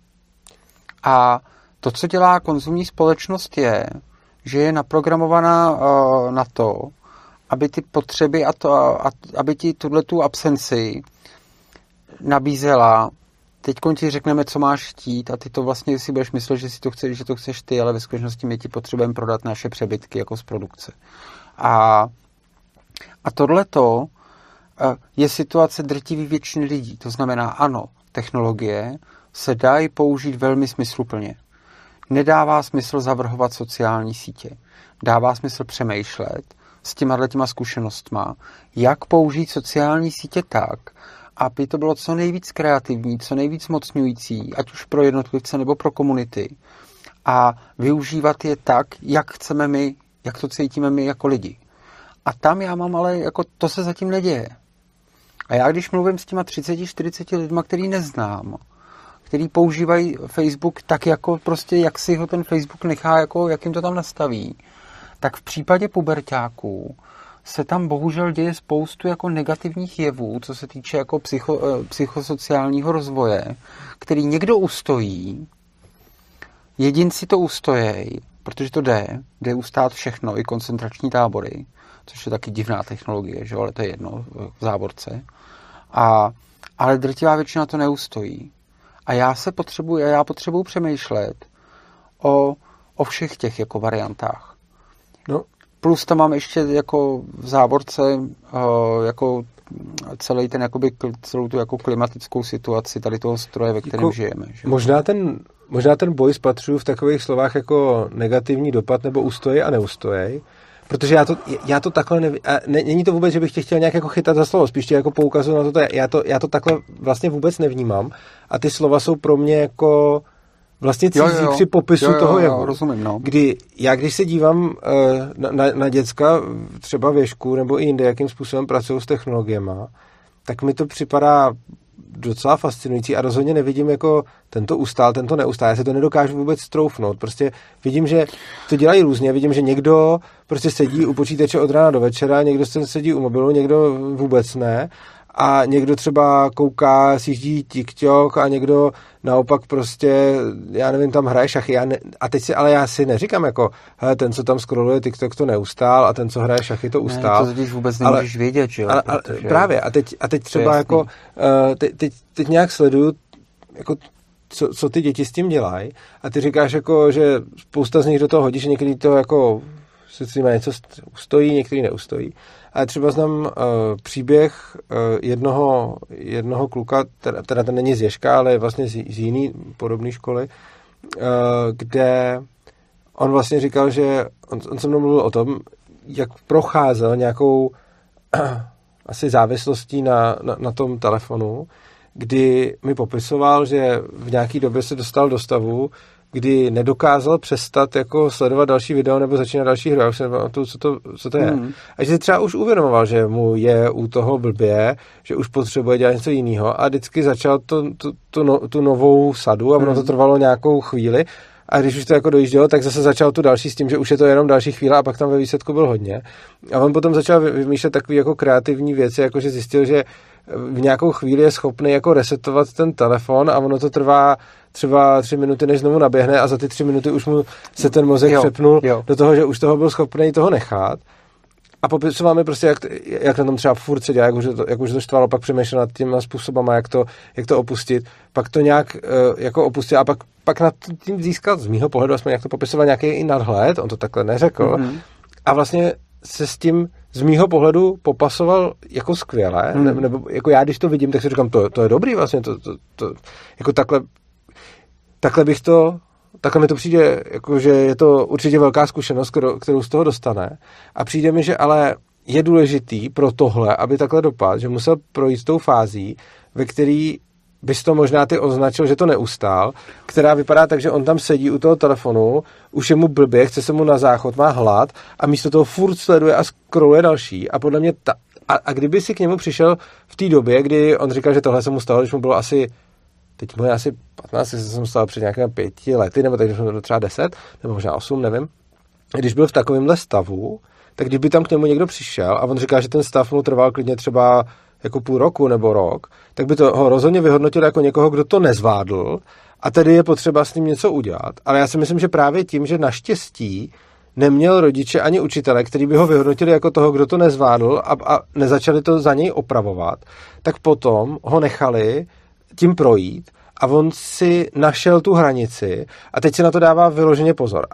A to, co dělá konzumní společnost, je, že je naprogramovaná na to, aby ty potřeby aby ti tuhletu absenci nabízela. Teďkon ti řekneme, co máš chtít a ty to vlastně si budeš myslet, že si to chceš, že to chceš ty, ale ve skutečnosti my ti potřebujeme prodat naše přebytky jako z produkce. A tohleto je situace drtivý většiny lidí. To znamená, ano, technologie se dají použít velmi smysluplně. Nedává smysl zavrhovat sociální sítě. Dává smysl přemýšlet, s těma zkušenostma, jak použít sociální sítě tak, aby to bylo co nejvíc kreativní, co nejvíc mocňující, ať už pro jednotlivce nebo pro komunity. A využívat je tak, jak chceme my, jak to cítíme my jako lidi. A tam já mám ale, jako to se zatím neděje. A já když mluvím s těma 30-40 lidma, který neznám, který používají Facebook tak jako prostě, jak si ho ten Facebook nechá, jako jak jim to tam nastaví, tak v případě puberťáků se tam bohužel děje spoustu jako negativních jevů, co se týče jako psychosociálního rozvoje, který někdo ustojí, jedinci to ustojí, protože to jde ustát všechno, i koncentrační tábory, což je taky divná technologie, že? Ale to je jedno v závorce. Ale drtivá většina to neustojí. A já potřebuji přemýšlet o všech těch jako variantách. No. Plus tam mám ještě jako v závorce jako celý ten, jakoby, celou tu jako klimatickou situaci tady toho stroje, ve kterém žijeme. Že? Možná ten boj spatřuju v takových slovách jako negativní dopad nebo ustojí a neustojej, protože já to takhle není to vůbec, že bych tě chtěl nějak jako chytat za slovo, spíš tě jako poukazuju na to, já to takhle vlastně vůbec nevnímám a ty slova jsou pro mě jako vlastně cizí při popisu toho jevu. Rozumím, no. Když se dívám na děcka třeba věšku nebo i jinde, jakým způsobem pracují s technologiema, tak mi to připadá docela fascinující a rozhodně nevidím jako tento ustál, tento neustál. Já se to nedokážu vůbec troufnout. Prostě vidím, že to dělají různě. Vidím, že někdo prostě sedí u počítače od rána do večera, někdo sedí u mobilu, někdo vůbec ne. A někdo třeba kouká, sjíždí TikTok a někdo naopak prostě, já nevím, tam hraje šachy. Ale já si neříkám jako, hele, ten, co tam scrolluje TikTok, to neustál a ten, co hraje šachy, to ustál. Ne, to když vůbec nemůžeš vědět, že jo? Právě. A teď třeba jako, teď nějak sleduju, jako, co ty děti s tím dělají a ty říkáš jako, že spousta z nich do toho hodí, že někdy to jako se s tím něco ustojí, některý neustojí. Ale třeba znám příběh jednoho kluka, teda ten není z Ježka, ale je vlastně z jiný podobné školy, kde on vlastně říkal, že on se mnou mluvil o tom, jak procházel nějakou asi závislostí na tom telefonu, kdy mi popisoval, že v nějaký době se dostal do stavu, kdy nedokázal přestat jako sledovat další video nebo začínat další hru. Já už se nepamatuju, co to je. A že si třeba už uvědomoval, že mu je u toho blbě, že už potřebuje dělat něco jiného a vždycky začal tu novou sadu a ono to trvalo nějakou chvíli a když už to jako dojíždělo, tak zase začal tu další s tím, že už je to jenom další chvíle a pak tam ve výsledku byl hodně. A on potom začal vymýšlet takové jako kreativní věci, jako že zjistil, že v nějakou chvíli je schopný jako resetovat ten telefon a ono to trvá třeba 3 minuty, než znovu naběhne a za ty 3 minuty už mu se ten mozek přepnul do toho, že už toho byl schopný toho nechat. A popisoval mi prostě, jak na tom třeba furt seděl, jak už to štvalo, pak přemýšlel nad těma způsobama, jak to opustit, pak to nějak jako opustil a pak nad tím získal z mýho pohledu, aspoň jak to popisoval, nějaký i nadhled, on to takhle neřekl, a vlastně se s tím z mýho pohledu popasoval jako skvěle, nebo jako já, když to vidím, tak si říkám, to je dobrý vlastně, to jako takhle mi to přijde, jako že je to určitě velká zkušenost, kterou z toho dostane. A přijde mi, že ale je důležitý pro tohle, aby takhle dopadl, že musel projít tou fází, ve který bys to možná ty označil, že to neustál, která vypadá tak, že on tam sedí u toho telefonu, už je mu blbě, chce se mu na záchod, má hlad a místo toho furt sleduje a scrolluje další. A podle mě a kdyby si k němu přišel v té době, kdy on říkal, že tohle se mu stalo, když mu bylo teď mu je asi 15, jsem stál před nějakými 5 lety, nebo takže jsem třeba 10, nebo možná 8, nevím. Když byl v takovémhle stavu, tak kdyby tam k němu někdo přišel a on říká, že ten stav mu trval klidně třeba jako půl roku nebo rok, tak by to ho rozhodně vyhodnotil jako někoho, kdo to nezvládl a tedy je potřeba s ním něco udělat. Ale já si myslím, že právě tím, že naštěstí neměl rodiče ani učitele, který by ho vyhodnotili jako toho, kdo to nezvládl a nezačali to za něj opravovat, tak potom ho nechali tím projít a on si našel tu hranici a teď si na to dává vyloženě pozor.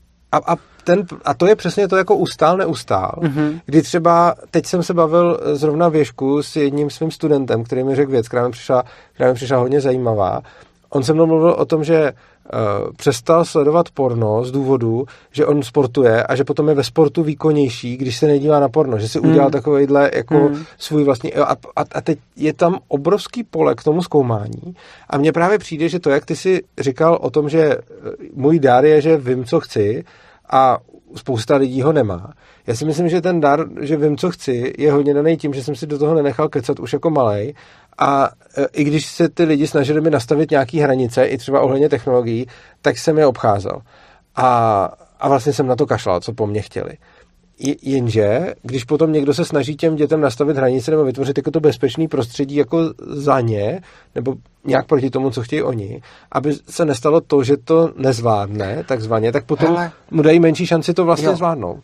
A to je přesně to jako ustál, neustál. Kdy třeba, teď jsem se bavil zrovna věšku s jedním svým studentem, který mi řekl věc, která mi přišla hodně zajímavá. on se mnou mluvil o tom, že přestal sledovat porno z důvodu, že on sportuje a že potom je ve sportu výkonnější, když se nedívá na porno, že si udělal takovejhle jako svůj vlastní... A teď je tam obrovský pole k tomu zkoumání a mně právě přijde, že to, jak ty si říkal o tom, že můj dar je, že vím, co chci a spousta lidí ho nemá. Já si myslím, že ten dar, že vím, co chci, je hodně daný tím, že jsem si do toho nenechal kecat už jako malej a i když se ty lidi snažili mi nastavit nějaký hranice, i třeba ohledně technologií, tak jsem je obcházel. A vlastně jsem na to kašlal, co po mně chtěli. Jenže, když potom někdo se snaží těm dětem nastavit hranice nebo vytvořit jako to bezpečné prostředí jako za ně, nebo nějak proti tomu, co chtějí oni, aby se nestalo to, že to nezvládne, takzvaně, tak potom mu dají menší šanci to vlastně zvládnout.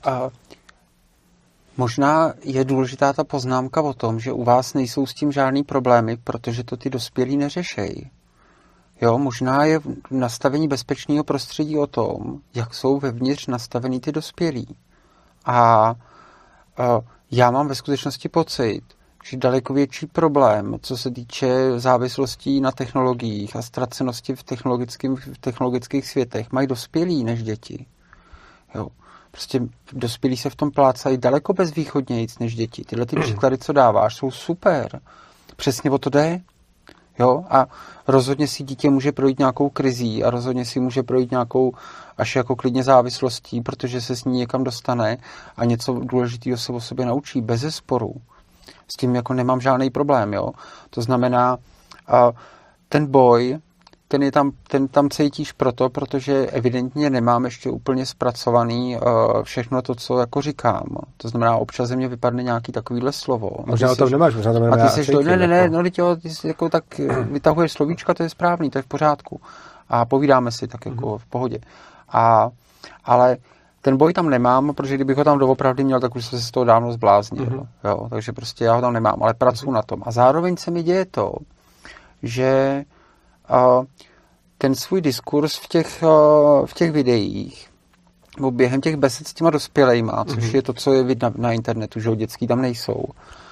Možná je důležitá ta poznámka o tom, že u vás nejsou s tím žádný problémy, protože to ty dospělí neřešejí. Jo, možná je nastavení bezpečného prostředí o tom, jak jsou vevnitř nastavení ty dospělí. A já mám ve skutečnosti pocit, že daleko větší problém, co se týče závislostí na technologiích a ztracenosti v technologických světech, mají dospělí než děti. Jo. Prostě dospělí se v tom plácají daleko bezvýchodnějc než děti. Tyhle ty příklady, co dáváš, jsou super. Přesně o to jde. Jo? A rozhodně si dítě může projít nějakou krizí a rozhodně si může projít nějakou až jako klidně závislostí, protože se s ní někam dostane a něco důležitého se o sobě naučí. Bezesporu. S tím jako nemám žádný problém. Jo? To znamená, ten boj, ten tam cítíš protože evidentně nemám ještě úplně zpracovaný všechno to, co jako říkám. To znamená, občas ze mě vypadne nějaký takovýhle slovo. Možná to nemáš, možná to nemáš. A ty jsi ty jako tak vytahuješ slovíčka, to je správný, to je v pořádku. A povídáme si tak jako v pohodě. Ale ten boj tam nemám, protože kdybych ho tam doopravdy měl, tak už se z toho dávno zbláznil. Jo, takže prostě já ho tam nemám, ale pracuji na tom. A zároveň se mi děje to, že ten svůj diskurs v těch videích nebo během těch besed s těma dospělejma, což je to, co je vidět na internetu, že dětský tam nejsou,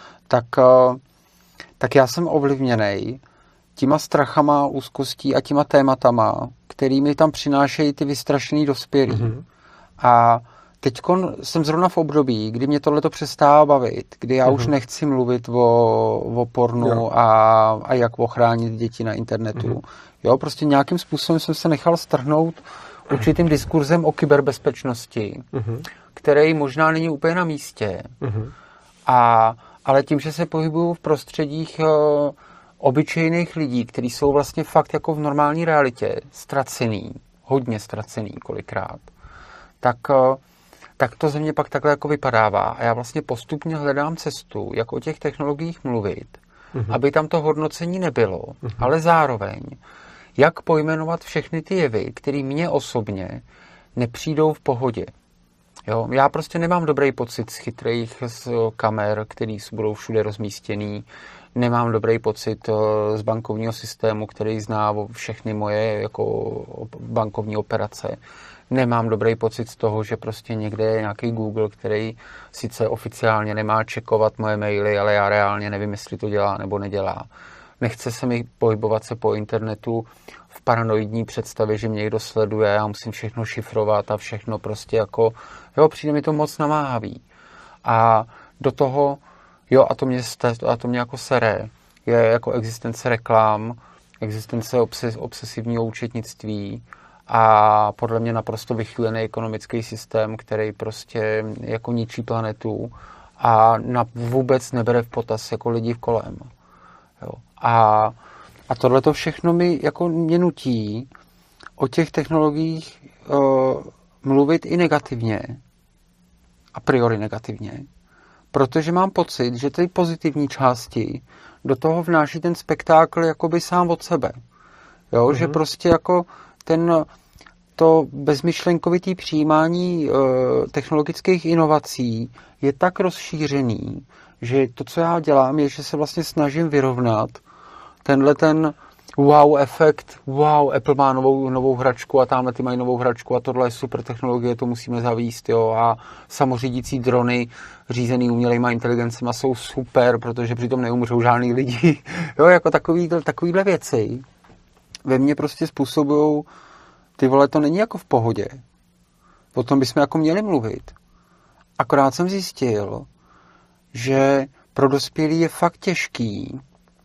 tak já jsem ovlivněnej těma strachama, úzkostí a těma tématama, kterými tam přinášejí ty vystrašený dospělí. A teďkon jsem zrovna v období, kdy mě tohleto přestává bavit, kdy já už nechci mluvit o pornu a jak ochránit děti na internetu. Jo, prostě nějakým způsobem jsem se nechal strhnout určitým diskurzem o kyberbezpečnosti, který možná není úplně na místě. Ale tím, že se pohybuju v prostředích obyčejných lidí, kteří jsou vlastně fakt jako v normální realitě ztracený, hodně ztracený kolikrát, tak to ze mě pak takhle jako vypadává. A já vlastně postupně hledám cestu, jak o těch technologiích mluvit, aby tam to hodnocení nebylo, ale zároveň jak pojmenovat všechny ty jevy, které mně osobně nepřijdou v pohodě. Jo? Já prostě nemám dobrý pocit z chytrých kamer, který budou všude rozmístěný. Nemám dobrý pocit z bankovního systému, který zná všechny moje jako bankovní operace. Nemám dobrý pocit z toho, že prostě někde je nějaký Google, který sice oficiálně nemá čekovat moje maily, ale já reálně nevím, jestli to dělá nebo nedělá. Nechce se mi pohybovat se po internetu v paranoidní představě, že mě někdo sleduje, já musím všechno šifrovat a všechno prostě jako, jo, přijde mi to moc namáhavý. A do toho, jo, a to mě jako sere, je jako existence reklam, existence obsesivního účetnictví a podle mě naprosto vychýlený ekonomický systém, který prostě jako ničí planetu a vůbec nebere v potaz jako lidi v kolem. Jo. A tohle to všechno mě nutí o těch technologiích mluvit i negativně. A priori negativně. Protože mám pocit, že ty pozitivní části do toho vnáší ten spektákl jakoby sám od sebe. Jo, že prostě jako to bezmyšlenkovitý přijímání technologických inovací je tak rozšířený, že to, co já dělám, je, že se vlastně snažím vyrovnat ten wow efekt, wow, Apple má novou hračku a tamhle ty mají novou hračku a tohle je super technologie, to musíme zavíst, jo, a samořídící drony řízený umělejma inteligencema jsou super, protože přitom neumřou žádný lidi, jo, jako takovýhle věci ve mně prostě způsobují, ty vole, to není jako v pohodě. O tom bychom jako měli mluvit. Akorát jsem zjistil, že pro dospělý je fakt těžký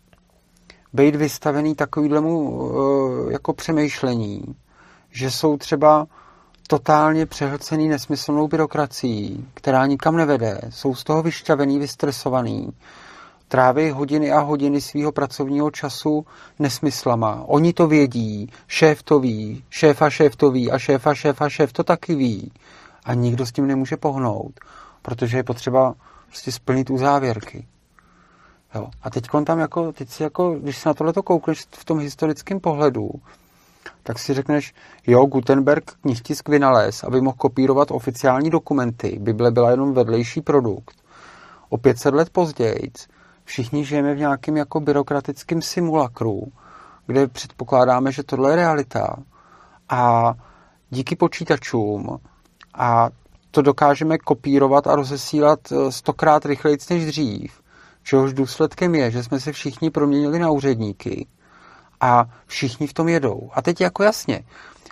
být vystavený takovýhlemu jako přemýšlení, že jsou třeba totálně přehlcený nesmyslnou byrokracií, která nikam nevede, jsou z toho vyšťavený, vystresovaný, tráví hodiny a hodiny svého pracovního času nesmyslama. Oni to vědí, šéf to ví, šéf to ví a šéf to taky ví. A nikdo s tím nemůže pohnout, protože je potřeba prostě splnit uzávěrky. Jo. A teď si když se na tohleto koukneš v tom historickém pohledu, tak si řekneš, jo, Gutenberg knihtisk vynalez, aby mohl kopírovat oficiální dokumenty. Bible byla jenom vedlejší produkt. O 500 let později všichni žijeme v nějakém jako byrokratickém simulakru, kde předpokládáme, že tohle je realita. A díky počítačům a to dokážeme kopírovat a rozesílat 100krát rychleji než dřív. Čehož důsledkem je, že jsme se všichni proměnili na úředníky a všichni v tom jedou. A teď jako jasně,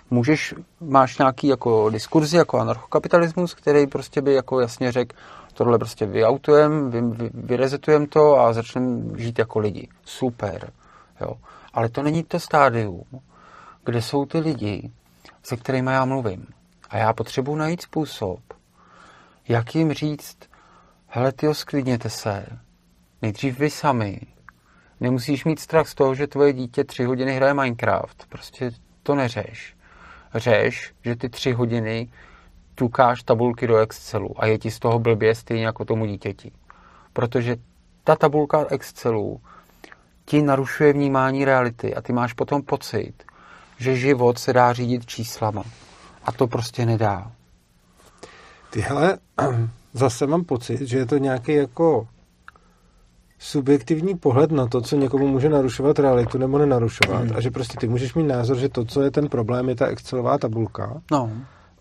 máš nějaký jako diskurzy, jako anarchokapitalismus, který prostě by jako jasně řekl, tohle prostě vyautujeme, vyrezetujeme to a začneme žít jako lidi. Super. Jo. Ale to není to stádium, kde jsou ty lidi, se kterými já mluvím. A já potřebuji najít způsob, jak jim říct, hele tyjo, sklidněte se, nejdřív vy sami. Nemusíš mít strach z toho, že tvoje dítě 3 hodiny hraje Minecraft. Prostě to neřeš. Řeš, že ty 3 hodiny tukáš tabulky do Excelu a je ti z toho blbě stejně jako tomu dítěti. Protože ta tabulka Excelu ti narušuje vnímání reality a ty máš potom pocit, že život se dá řídit číslama. A to prostě nedá. Tyhle, zase mám pocit, že je to nějaký jako subjektivní pohled na to, co někomu může narušovat realitu nebo nenarušovat. A že prostě ty můžeš mít názor, že to, co je ten problém, je ta Excelová tabulka. No.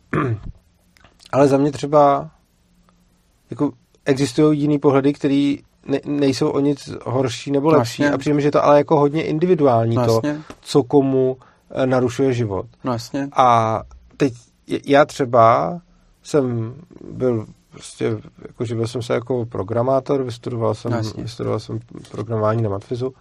Ale za mě třeba jako existují jiný pohledy, které nejsou o nic horší nebo lepší. Vlastně. A přijde mi, že je to ale jako hodně individuální Vlastně. to, co komu narušuje život. Vlastně. A teď já třeba jsem byl prostě, jako živil jsem se jako programátor, vystudoval jsem programování na matfizu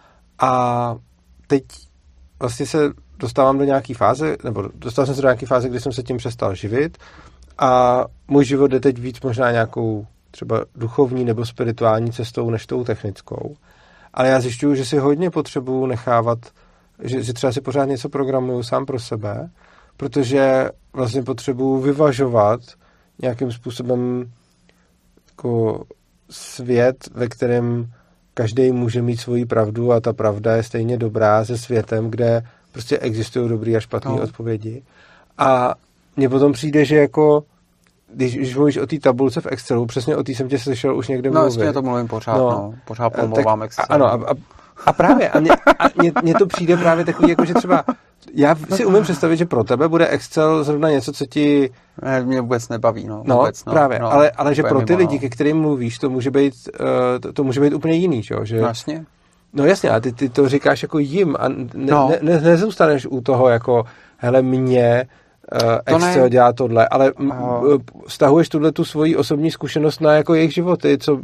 a teď vlastně se dostávám do nějaký fáze, nebo dostal jsem se do nějaké fáze, kdy jsem se tím přestal živit a můj život jde teď víc možná nějakou třeba duchovní nebo spirituální cestou než tou technickou. Ale já zjišťuju, že si hodně potřebuju nechávat, že třeba si pořád něco programuju sám pro sebe, protože vlastně potřebuju vyvažovat nějakým způsobem jako svět, ve kterém každý může mít svoji pravdu a ta pravda je stejně dobrá se světem, kde prostě existují dobrý a špatný odpovědi. A mně potom přijde, že jako když mluvíš o té tabulce v Excelu, přesně o té jsem tě slyšel už někde mluvit. No, jasně, to mluvím pořád, pořád pomlouvám Excel. Ano, a právě, mně to přijde právě takový, jako že třeba já si umím představit, že pro tebe bude Excel zrovna něco, co ti... Mě vůbec nebaví, právě, ale že pro ty lidi, ke kterým mluvíš, to může být úplně jiný, že? No, jasně. No jasně, a ty to říkáš jako jim a nezůstaneš u toho jako, hele, mě Excel dělá tohle, ale vztahuješ tu svoji osobní zkušenost na jako jejich životy, co...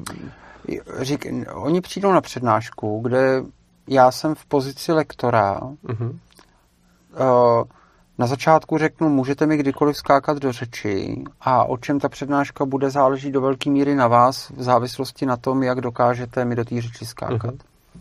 Oni přijdou na přednášku, kde já jsem v pozici lektora. Na začátku řeknu, můžete mi kdykoliv skákat do řeči a o čem ta přednáška bude, záleží do velké míry na vás v závislosti na tom, jak dokážete mi do té řeči skákat.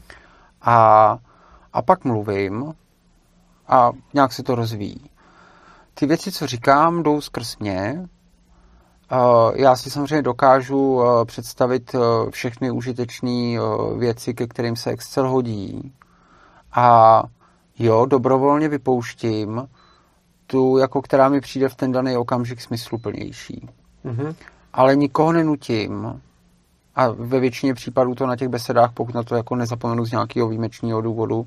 A pak mluvím a nějak se to rozvíjí. Ty věci, co říkám, jdou skrz mě. Já si samozřejmě dokážu představit všechny užitečné věci, ke kterým se Excel hodí. A jo, dobrovolně vypouštím tu, jako která mi přijde v ten daný okamžik smysluplnější. Ale nikoho nenutím. A ve většině případů to na těch besedách, pokud na to jako nezapomenu z nějakého výjimečného důvodu,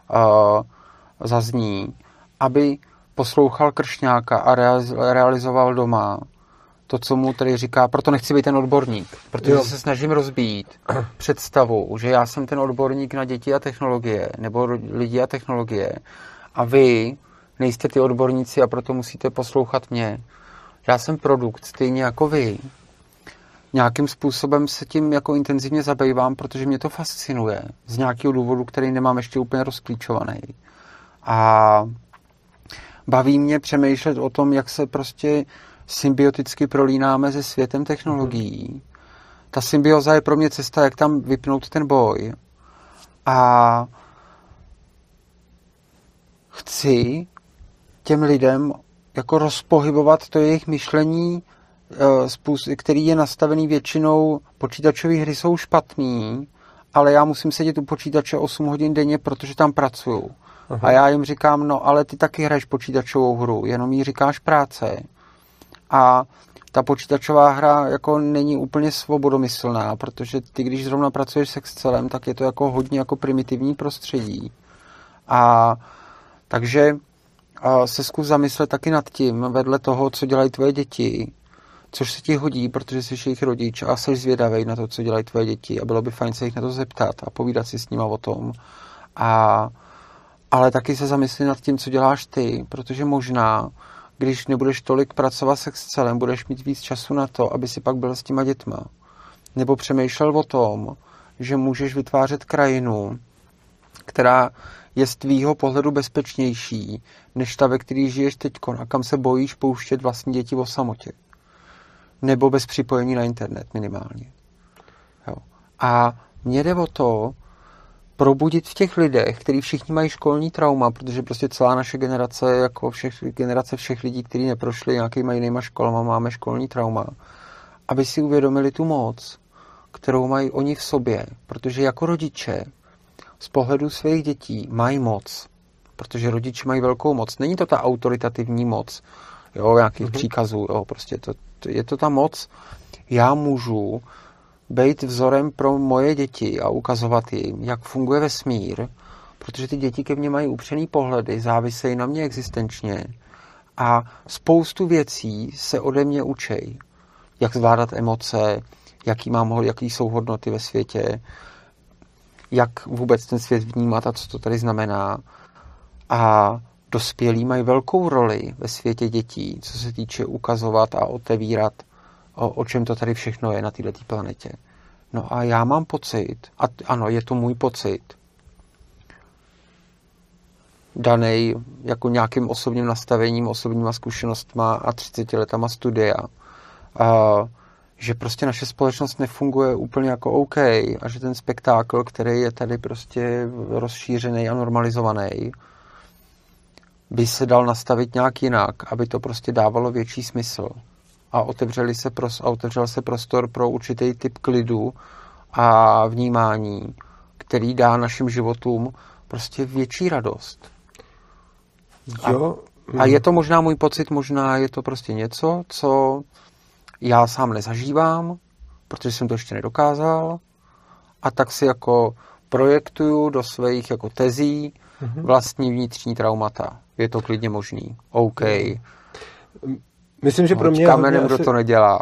zazní, aby poslouchal Kršňáka a realizoval doma to, co mu tady říká, proto nechci být ten odborník, protože se snažím rozbít představu, že já jsem ten odborník na děti a technologie, nebo lidi a technologie, A vy nejste ty odborníci a proto musíte poslouchat mě. Já jsem produkt, stejně jako vy. Nějakým způsobem se tím jako intenzivně zabývám, protože mě to fascinuje. Z nějakého důvodu, který nemám ještě úplně rozklíčovaný. A baví mě přemýšlet o tom, jak se prostě symbioticky prolínáme se světem technologií. Ta symbioza je pro mě cesta, jak tam vypnout ten boj. A chci těm lidem jako rozpohybovat to jejich myšlení, který je nastavený většinou. Počítačové hry jsou špatný, ale já musím sedět u počítače 8 hodin denně, protože tam pracuju. Aha. A já jim říkám, no ale ty taky hraješ počítačovou hru, jenom jí říkáš práce. A ta počítačová hra jako není úplně svobodomyslná, protože ty, když zrovna pracuješ s Excelem, tak je to jako hodně jako primitivní prostředí. A takže se zkus zamyslet taky nad tím, vedle toho, co dělají tvoje děti, což se ti hodí, protože jsi jejich rodič a jsi zvědavej na to, co dělají tvoje děti a bylo by fajn se jich na to zeptat a povídat si s nima o tom. Ale taky se zamyslet nad tím, co děláš ty, protože možná, když nebudeš tolik pracovat s Excelem, budeš mít víc času na to, aby si pak byl s těma dětma. Nebo přemýšlel o tom, že můžeš vytvářet krajinu, která je z tvýho pohledu bezpečnější, než ta, ve který žiješ teďkon a kam se bojíš pouštět vlastní děti o samotě. Nebo bez připojení na internet minimálně. Jo. A mně jde o to, probudit v těch lidech, kteří všichni mají školní trauma, protože prostě celá naše generace, jako generace všech lidí, kteří neprošli nějakýma jinýma školama, máme školní trauma, aby si uvědomili tu moc, kterou mají oni v sobě, protože jako rodiče z pohledu svých dětí mají moc, protože rodiče mají velkou moc. Není to ta autoritativní moc, jo, nějakých příkazů, jo, prostě je to ta moc. Já můžu být vzorem pro moje děti a ukazovat jim, jak funguje vesmír, protože ty děti ke mně mají upřený pohledy, závisejí na mě existenčně a spoustu věcí se ode mě učej. Jak zvládat emoce, jaký jsou hodnoty ve světě, jak vůbec ten svět vnímat a co to tady znamená. A dospělí mají velkou roli ve světě dětí, co se týče ukazovat a otevírat, o čem to tady všechno je na této planetě. No a já mám pocit, a ano, je to můj pocit, danej jako nějakým osobním nastavením, osobníma zkušenostma a 30 letama studia, že prostě naše společnost nefunguje úplně jako OK a že ten spektákl, který je tady prostě rozšířený a normalizovaný, by se dal nastavit nějak jinak, aby to prostě dávalo větší smysl. A otevřel se prostor pro určitý typ klidu a vnímání, který dá našim životům prostě větší radost. Jo. A je to možná můj pocit, možná je to prostě něco, co já sám nezažívám, protože jsem to ještě nedokázal, a tak si jako projektuju do svých jako tezí vlastní vnitřní traumata. Je to klidně možný. OK. Myslím, že pro mě... Kamenem, kdo to nedělá.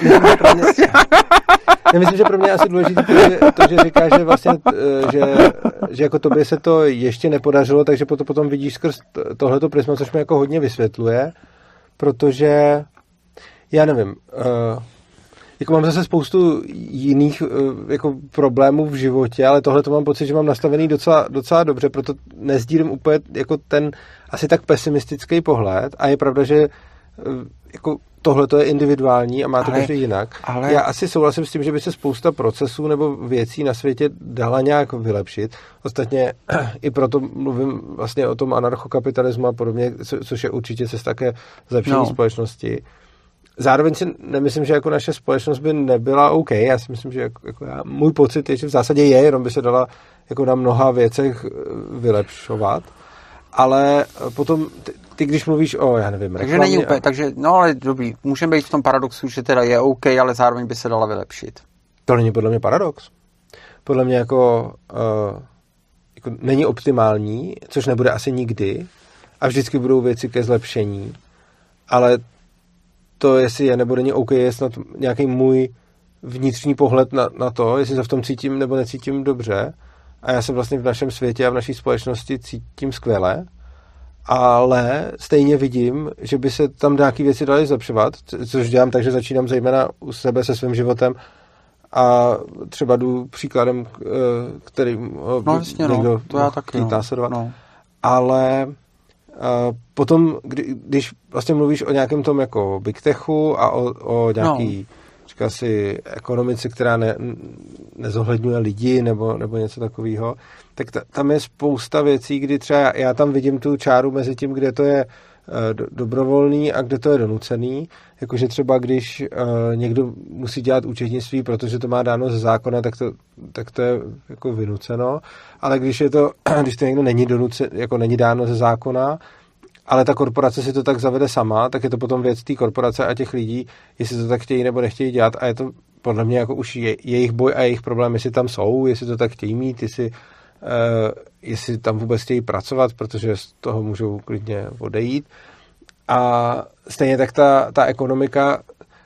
Myslím, že pro mě je asi důležité to, že říkáš, že vlastně, že jako tobě se to ještě nepodařilo, takže potom vidíš skrz tohleto prisma, což mi jako hodně vysvětluje, protože já nevím, jako mám zase spoustu jiných jako problémů v životě, ale tohle to mám pocit, že mám nastavený docela dobře, proto nezdílím úplně jako ten asi tak pesimistický pohled a je pravda, že jako tohle to je individuální a má to každý jinak. Ale... Já asi souhlasím s tím, že by se spousta procesů nebo věcí na světě dala nějak vylepšit. Ostatně i proto mluvím vlastně o tom anarchokapitalismu a podobně, což je určitě cesta ke zlepšení společnosti. Zároveň si nemyslím, že jako naše společnost by nebyla OK. Já si myslím, že můj pocit je, že v zásadě je, jenom by se dala jako na mnoha věcech vylepšovat. Ale potom ty když mluvíš o, já nevím, takže není úplně, takže, no ale dobrý, můžeme být v tom paradoxu, že teda je OK, ale zároveň by se dala vylepšit. To není podle mě paradox. Podle mě jako není optimální, což nebude asi nikdy a vždycky budou věci ke zlepšení, ale to, jestli je nebo není OK, je snad nějaký můj vnitřní pohled na to, jestli se v tom cítím nebo necítím dobře a já se vlastně v našem světě a v naší společnosti cítím skvěle ale stejně vidím, že by se tam nějaké věci daly zlepšovat, což dělám tak, že začínám zejména u sebe se svým životem a třeba jdu příkladem, kterým někdo chtít následovat. No. Ale potom, když vlastně mluvíš o nějakém tom jako big techu a o nějaký říká si ekonomice, která nezohledňuje lidi nebo něco takového, tak tam je spousta věcí, kdy třeba já tam vidím tu čáru mezi tím, kde to je dobrovolný a kde to je donucený. Jakože třeba když někdo musí dělat účetnictví, protože to má dáno ze zákona, tak to je jako vynuceno. Ale když to někdo není jako není dáno ze zákona, ale ta korporace si to tak zavede sama, tak je to potom věc té korporace a těch lidí, jestli to tak chtějí nebo nechtějí dělat, a je to podle mě jako už jejich boj a jejich problém, jestli tam jsou, jestli to tak chtějí mít, jestli tam vůbec chtějí pracovat, protože z toho můžou klidně odejít. A stejně tak ta ekonomika,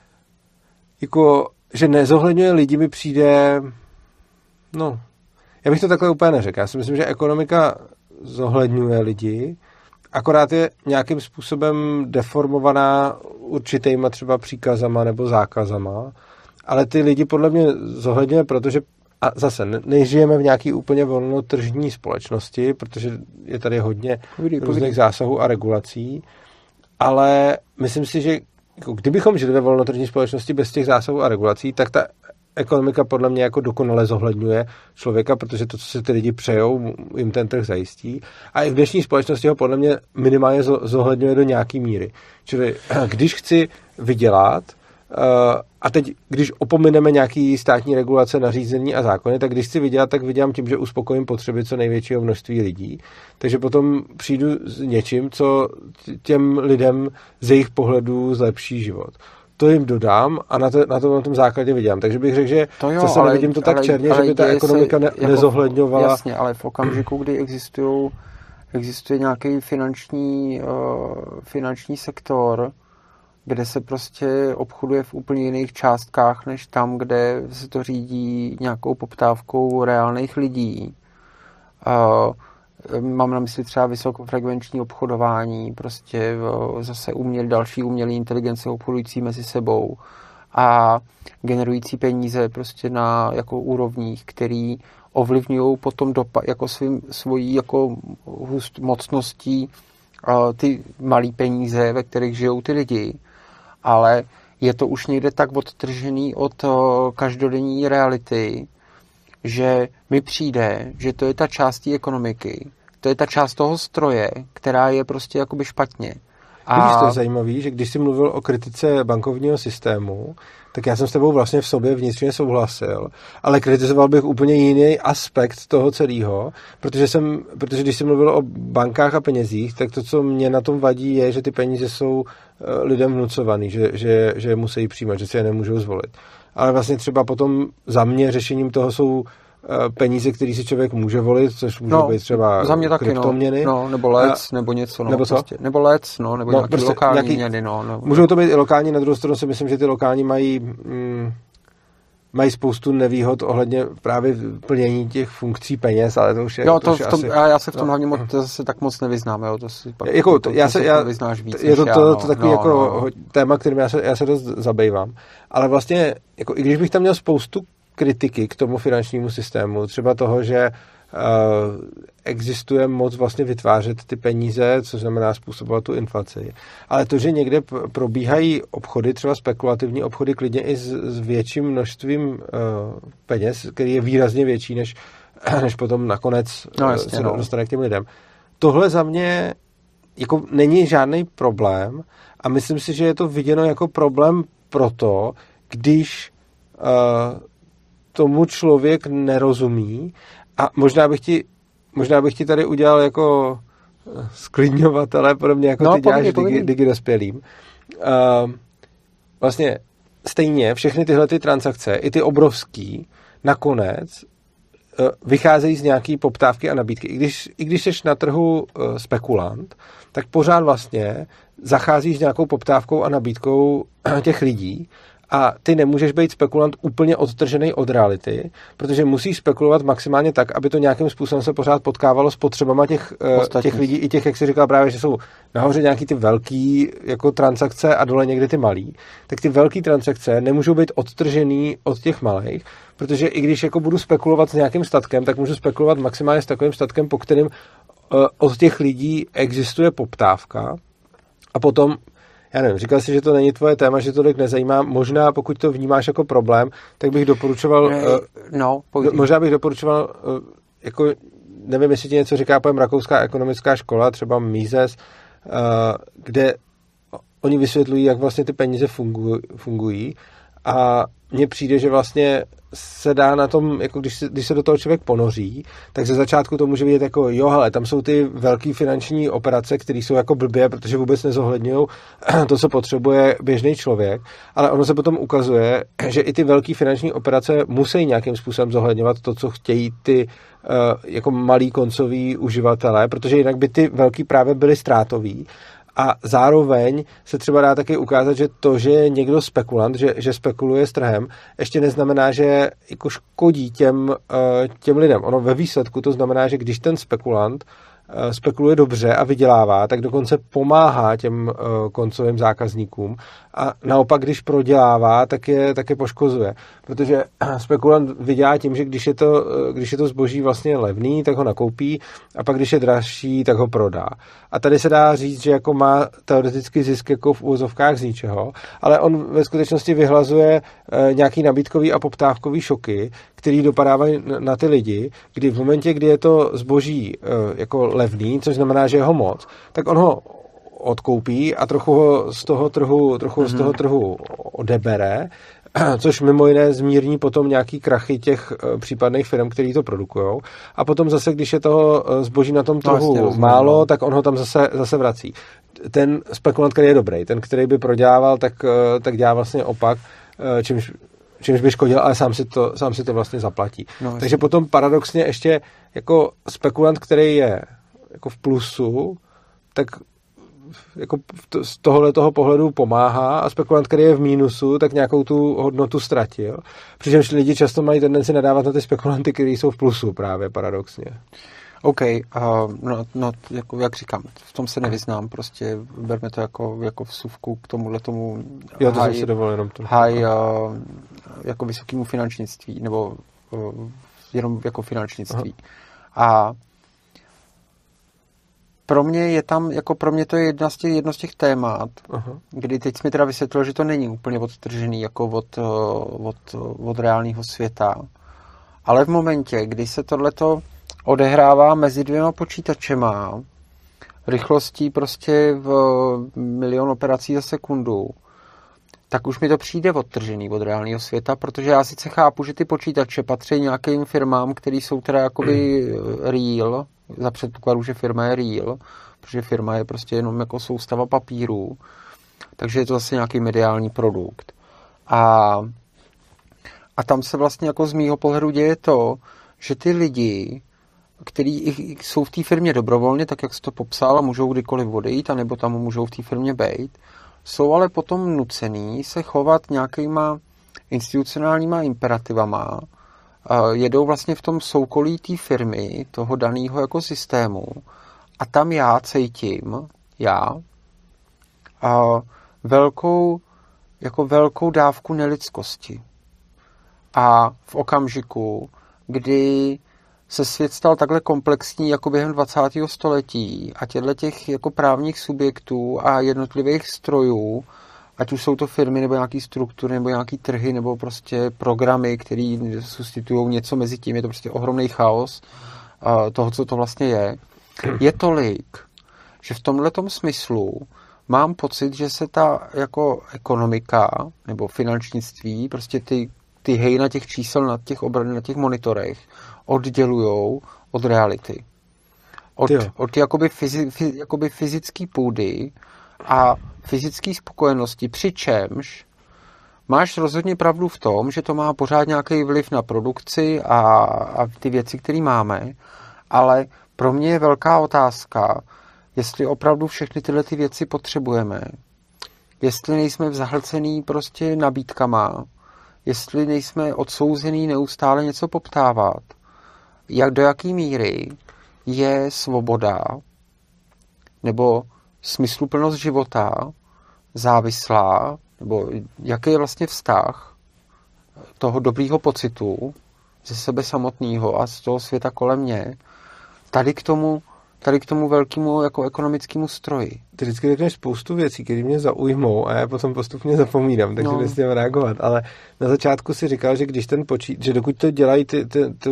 jako, že nezohledňuje lidi, mi přijde, no, já bych to takhle úplně neřekl. Já si myslím, že ekonomika zohledňuje lidi, akorát je nějakým způsobem deformovaná určitýma třeba příkazama nebo zákazama, ale ty lidi podle mě zohledňuje, protože a zase nežijeme v nějaký úplně volnotržní společnosti, protože je tady hodně různých zásahů a regulací, ale myslím si, že jako kdybychom žili ve volnotržní společnosti bez těch zásahů a regulací, tak ta ekonomika podle mě jako dokonale zohledňuje člověka, protože to, co si ty lidi přejou, jim ten trh zajistí. A i v dnešní společnosti ho podle mě minimálně zohledňuje do nějaký míry. Čili když chci vydělat, a teď, když opomineme nějaký státní regulace, nařízení a zákony, tak když chci vydělat, tak vydělám tím, že uspokojím potřeby co největšího množství lidí. Takže potom přijdu s něčím, co těm lidem z jejich pohledu zlepší život. To jim dodám a na tom základě vydělám. Takže bych řekl, že to jo, zase nevidím to tak černě, že by ta ekonomika nezohledňovala. Jasně, ale v okamžiku, kdy existuje nějaký finanční sektor, kde se prostě obchoduje v úplně jiných částkách, než tam, kde se to řídí nějakou poptávkou reálných lidí. Mám na mysli třeba vysokofrekvenční obchodování, prostě zase další umělé inteligence obchodující mezi sebou a generující peníze prostě na jako úrovních, který ovlivňují potom jako svojí jako mocností ty malý peníze, ve kterých žijou ty lidi. Ale je to už někde tak odtržený od každodenní reality, že mi přijde, že to je ta část té ekonomiky, to je ta část toho stroje, která je prostě jakoby špatně. Víš, to je zajímavý, že když jsi mluvil o kritice bankovního systému, tak já jsem s tebou vlastně v sobě vnitřně souhlasil, ale kritizoval bych úplně jiný aspekt toho celého, protože když jsi mluvil o bankách a penězích, tak to, co mě na tom vadí, je, že ty peníze jsou lidem vnucovaný, že je musí přijímat, že si je nemůžou zvolit. Ale vlastně třeba potom za mě řešením toho jsou peníze, které si člověk může volit, což může být třeba za mě taky, kryptoměny. Nebo lec, nebo něco. Nebo co? Prostě, nebo lec, nebo nějaký prostě lokální měny. Můžou to být i lokální, na druhou stranu si myslím, že ty lokální mají spoustu nevýhod ohledně právě plnění těch funkcí peněz, ale to už je... Já se v tom hlavně zase tak moc nevyznám, jo, to si pak vyznáš víc. Je to takový téma, kterým já se dost zabývám. Ale vlastně, jako, i když bych tam měl spoustu kritiky k tomu finančnímu systému, třeba toho, že existuje moc vlastně vytvářet ty peníze, což znamená způsobovat tu inflaci. Ale to, že někde probíhají obchody, třeba spekulativní obchody, klidně i s větším množstvím peněz, který je výrazně větší, než potom nakonec se dostane k těm lidem. Tohle za mě jako není žádný problém a myslím si, že je to viděno jako problém proto, když tomu člověk nerozumí a možná bych ti tady udělal jako sklidňovatele, podobně jako ty děláš digi dospělým. Vlastně stejně všechny tyhle ty transakce, i ty obrovský, nakonec vycházejí z nějaký poptávky a nabídky. I když jsi na trhu spekulant, tak pořád vlastně zacházíš s nějakou poptávkou a nabídkou těch lidí a ty nemůžeš být spekulant úplně odtržený od reality, protože musíš spekulovat maximálně tak, aby to nějakým způsobem se pořád potkávalo s potřebama těch lidí, i těch, jak jsi říkal právě, že jsou nahoře nějaký ty velký jako transakce a dole někdy ty malý, tak ty velký transakce nemůžou být odtržený od těch malých, protože i když jako budu spekulovat s nějakým statkem, tak můžu spekulovat maximálně s takovým statkem, po kterým od těch lidí existuje poptávka a potom já nevím, říkal jsi, že to není tvoje téma, že to tolik nezajímá. Možná, pokud to vnímáš jako problém, tak bych doporučoval... možná bych doporučoval, jako, nevím, jestli ti něco říká pojem Rakouská ekonomická škola, třeba Mises, kde oni vysvětlují, jak vlastně ty peníze fungují a mně přijde, že vlastně se dá na tom, jako když se do toho člověk ponoří, tak ze začátku to může vidět jako, jo, hele, tam jsou ty velké finanční operace, které jsou jako blbě, protože vůbec nezohledňují to, co potřebuje běžný člověk, ale ono se potom ukazuje, že i ty velké finanční operace musí nějakým způsobem zohledňovat to, co chtějí ty jako malí koncoví uživatelé, protože jinak by ty velký právě byly ztrátový. A zároveň se třeba dá taky ukázat, že to, že je někdo spekulant, že spekuluje s trhem, ještě neznamená, že jako škodí těm lidem. Ono ve výsledku to znamená, že když ten spekulant spekuluje dobře a vydělává, tak dokonce pomáhá těm koncovým zákazníkům a naopak, když prodělává, tak je poškozuje. Protože spekulant vydělá tím, že když je to zboží vlastně levný, tak ho nakoupí a pak, když je dražší, tak ho prodá. A tady se dá říct, že jako má teoretický zisk jako v úvozovkách z ničeho, ale on ve skutečnosti vyhlazuje nějaký nabídkový a poptávkový šoky, který dopadávají na ty lidi, kdy v momentě, kdy je to zboží jako levný, což znamená, že je ho moc, tak on ho odkoupí a trochu ho z toho trhu odebere, což mimo jiné zmírní potom nějaký krachy těch případných firm, který to produkujou. A potom zase, když je toho zboží na tom trhu málo, tak on ho tam zase vrací. Ten spekulant, který je dobrý, ten, který by prodělával, tak dělá vlastně opak, čímž by škodil, ale sám si to vlastně zaplatí. No, takže potom paradoxně ještě jako spekulant, který je jako v plusu, tak jako z tohoto pohledu pomáhá a spekulant, který je v mínusu, tak nějakou tu hodnotu ztratil. Přičemž lidi často mají tendenci nadávat na ty spekulanty, kteří jsou v plusu právě paradoxně. OK, jako jak říkám, v tom se nevyznám, prostě berme to jako vsuvku k tomu jo, to jsem si dovolil jenom to. Jako vysokému finančnictví, nebo jenom jako finančnictví. Aha. A pro mě to je jedno z těch témat, kdy teď jsi mi teda vysvětlil, že to není úplně odtržený jako od reálného světa. Ale v momentě, kdy se tohleto odehrává mezi dvěma počítačema, rychlostí prostě v 1 milion operací za sekundu, tak už mi to přijde odtržený od reálného světa, protože já sice chápu, že ty počítače patří nějakým firmám, které jsou teda jakoby real, za předpokladu, že firma je real, protože firma je prostě jenom jako soustava papírů, takže je to zase nějaký mediální produkt. A tam se vlastně jako z mýho pohledu děje to, že ty lidi, kteří jsou v té firmě dobrovolně, tak jak jsi to popsal, a můžou kdykoliv odejít, anebo tam můžou v té firmě být, jsou ale potom nucený se chovat nějakýma institucionálníma imperativama, jedou vlastně v tom soukolí té firmy, toho daného jako systému, a tam já cítím, velkou dávku nelidskosti. A v okamžiku, kdy se svět stal takhle komplexní jako během 20. století a těch jako právních subjektů a jednotlivých strojů, ať už jsou to firmy nebo nějaký struktury nebo nějaký trhy nebo prostě programy, které substituují něco mezi tím, je to prostě ohromný chaos toho, co to vlastně je tolik, že v tomhletom smyslu mám pocit, že se ta jako ekonomika nebo finančnictví, prostě ty hejna těch čísel na těch monitorech oddělujou od reality. Od jakoby fyzické půdy a fyzické spokojenosti, přičemž máš rozhodně pravdu v tom, že to má pořád nějaký vliv na produkci a ty věci, které máme, ale pro mě je velká otázka, jestli opravdu všechny tyhle ty věci potřebujeme. jestli nejsme zahlcený prostě nabídkama, jestli nejsme odsouzený neustále něco poptávat, jak do jaký míry je svoboda nebo smysluplnost života závislá, nebo jaký je vlastně vztah toho dobrýho pocitu ze sebe samotného a z toho světa kolem mě, tady k tomu velkému jako ekonomickému stroji. Ty vždycky řekneš spoustu věcí, které mě zaujmou a já potom postupně zapomínám, takže nesmím reagovat, ale na začátku si říkal, že když že dokud to dělají ty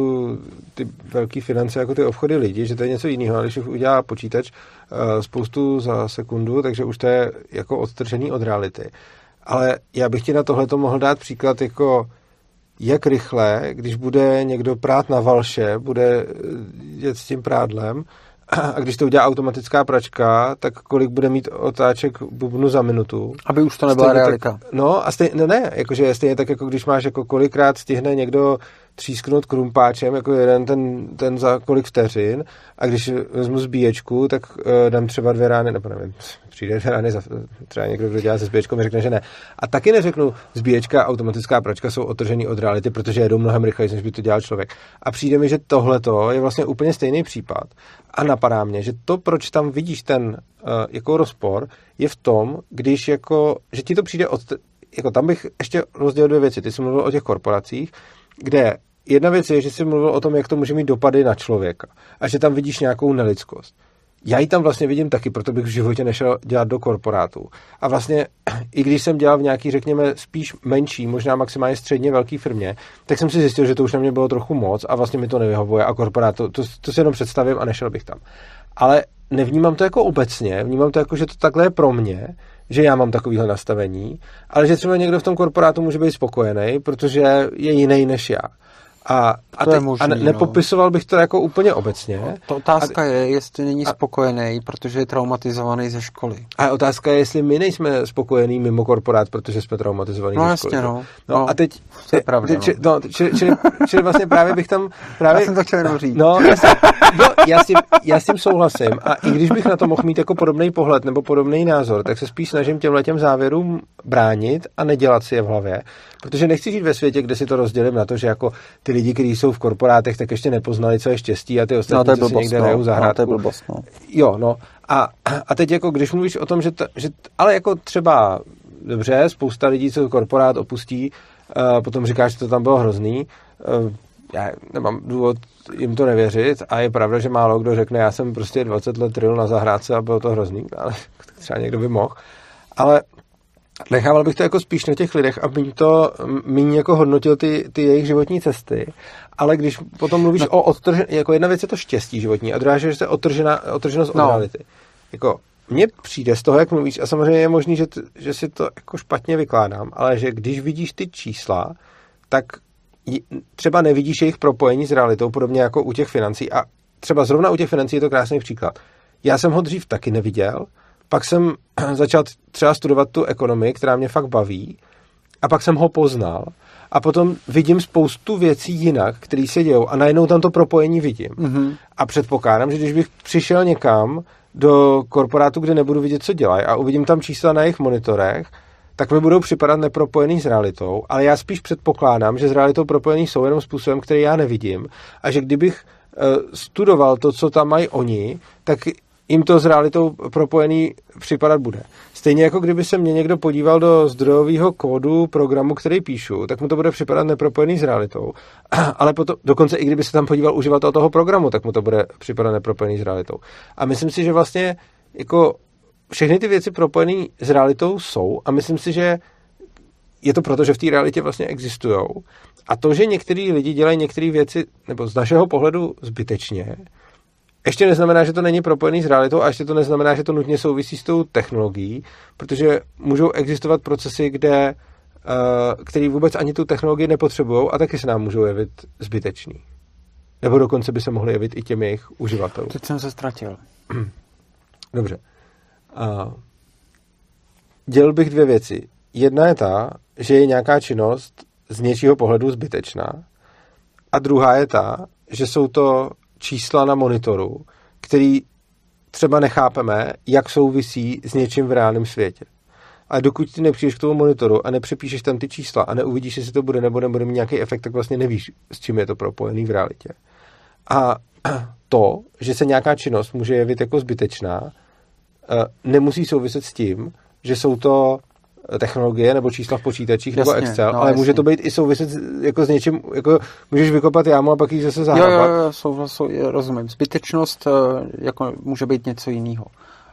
velké finance jako ty obchody lidi, že to je něco jiného, ale když udělá počítač spoustu za sekundu, takže už to je jako odtržený od reality. Ale já bych ti na tohleto mohl dát příklad jako jak rychle, když bude někdo prát na valše, bude jet s tím prádlem, a když to udělá automatická pračka, tak kolik bude mít otáček bubnu za minutu. Aby už to nebyla realita. Jakože stejně tak, jako když máš, jako kolikrát stihne někdo třísknout krumpáčem, jako jeden ten za kolik vteřin, a když vezmu zbíječku, tak dám třeba 2 rány, nebo nevím, přijde 2 rány, třeba někdo, kdo dělá se zbíječkou, mi řekne, že ne. A taky neřeknu, zbíječka a automatická pračka jsou odtržený od reality, protože jedou mnohem rychleji, než by to dělal člověk. A přijde mi, že tohleto je vlastně úplně stejný případ. A napadá mě, že to, proč tam vidíš ten jako rozpor, je v tom, když jako, že ti to přijde jako tam bych ještě rozdělil 2 věci. Ty jsi mluvil o těch korporacích, kde jedna věc je, že jsi mluvil o tom, jak to může mít dopady na člověka a že tam vidíš nějakou nelidskost. Já ji tam vlastně vidím taky, proto bych v životě nešel dělat do korporátů. A vlastně, i když jsem dělal v nějaký, řekněme, spíš menší, možná maximálně středně velký firmě, tak jsem si zjistil, že to už na mě bylo trochu moc a vlastně mi to nevyhovuje a korporát, to si jenom představím a nešel bych tam. Ale nevnímám to jako obecně, vnímám to jako, že to takhle je pro mě, že já mám takovýhle nastavení, ale že třeba někdo v tom korporátu může být spokojený, protože je jiný než já. A nepopisoval bych to jako úplně obecně. To otázka je, jestli není spokojený, protože je traumatizovaný ze školy. A otázka je, jestli my nejsme spokojení mimo korporát, protože jsme traumatizovaní ze školy. No, a teď... To je pravda. Čili vlastně právě bych tam... Já jsem to chtěl jenom říct. Já s tím souhlasím. A i když bych na to mohl mít jako podobný pohled nebo podobný názor, tak se spíš snažím těmhletěm závěrům bránit a nedělat si je v hlavě. Protože nechci žít ve světě, kde si to rozdělím na to, že jako ty lidi, kteří jsou v korporátech, tak ještě nepoznali, co je štěstí, a ty ostatní, co si někde hrajou zahrádku. To je blbost, no. Jo, no. A teď jako, když mluvíš o tom, že ale jako třeba, dobře, spousta lidí, co korporát opustí, potom říkáš, že to tam bylo hrozný. Já nemám důvod jim to nevěřit a je pravda, že málo kdo řekne, já jsem prostě 20 let ril na zahrádce a bylo to hrozný, ale třeba někdo by mohl. Ale nechával bych to jako spíš na těch lidech, aby míň jako hodnotil ty jejich životní cesty. Ale když potom mluvíš o odtržení, jako jedna věc je to štěstí životní a druhá, že je odtrženost od reality. Jako mně přijde z toho, jak mluvíš, a samozřejmě je možný, že si to jako špatně vykládám, ale že když vidíš ty čísla, tak třeba nevidíš jejich propojení s realitou, podobně jako u těch financí. A třeba zrovna u těch financí je to krásný příklad. Já jsem ho dřív taky neviděl, pak jsem začal třeba studovat tu ekonomii, která mě fakt baví, a pak jsem ho poznal. A potom vidím spoustu věcí jinak, které se dějou, a najednou tam to propojení vidím. Mm-hmm. A předpokládám, že když bych přišel někam do korporátu, kde nebudu vidět, co dělají, a uvidím tam čísla na jejich monitorech, tak mi budou připadat nepropojený s realitou, ale já spíš předpokládám, že s realitou propojený jsou jenom způsobem, který já nevidím, a že kdybych studoval to, co tam mají oni, tak jim to s realitou propojený připadat bude. Stejně jako kdyby se mě někdo podíval do zdrojového kódu programu, který píšu, tak mu to bude připadat nepropojený s realitou. Ale potom, dokonce i kdyby se tam podíval uživatel toho programu, tak mu to bude připadat nepropojený s realitou. A myslím si, že vlastně jako všechny ty věci propojené s realitou jsou, a myslím si, že je to proto, že v té realitě vlastně existujou. A to, že některý lidi dělají některé věci, nebo z našeho pohledu zbytečně, ještě neznamená, že to není propojený s realitou, a ještě to neznamená, že to nutně souvisí s tou technologií, protože můžou existovat procesy, který vůbec ani tu technologii nepotřebují, a taky se nám můžou jevit zbytečný. Nebo dokonce by se mohly jevit i těm jejich uživatelům. Teď jsem se ztratil. Dobře. Dělal bych 2 věci. Jedna je ta, že je nějaká činnost z něčího pohledu zbytečná, a druhá je ta, že jsou to čísla na monitoru, který třeba nechápeme, jak souvisí s něčím v reálném světě. A dokud ty nepřijdeš k tomu monitoru a nepřepíšeš tam ty čísla a neuvidíš, jestli to bude nebo nebude mít nějaký efekt, tak vlastně nevíš, s čím je to propojený v realitě. A to, že se nějaká činnost může jevit jako zbytečná, nemusí souviset s tím, že jsou to technologie nebo čísla v počítačích nebo Excel, ale jasně. Může to být i souviset jako s něčím, jako můžeš vykopat jámu a pak ji zase zahrabat. Jo, rozumím. Zbytečnost jako může být něco jiného.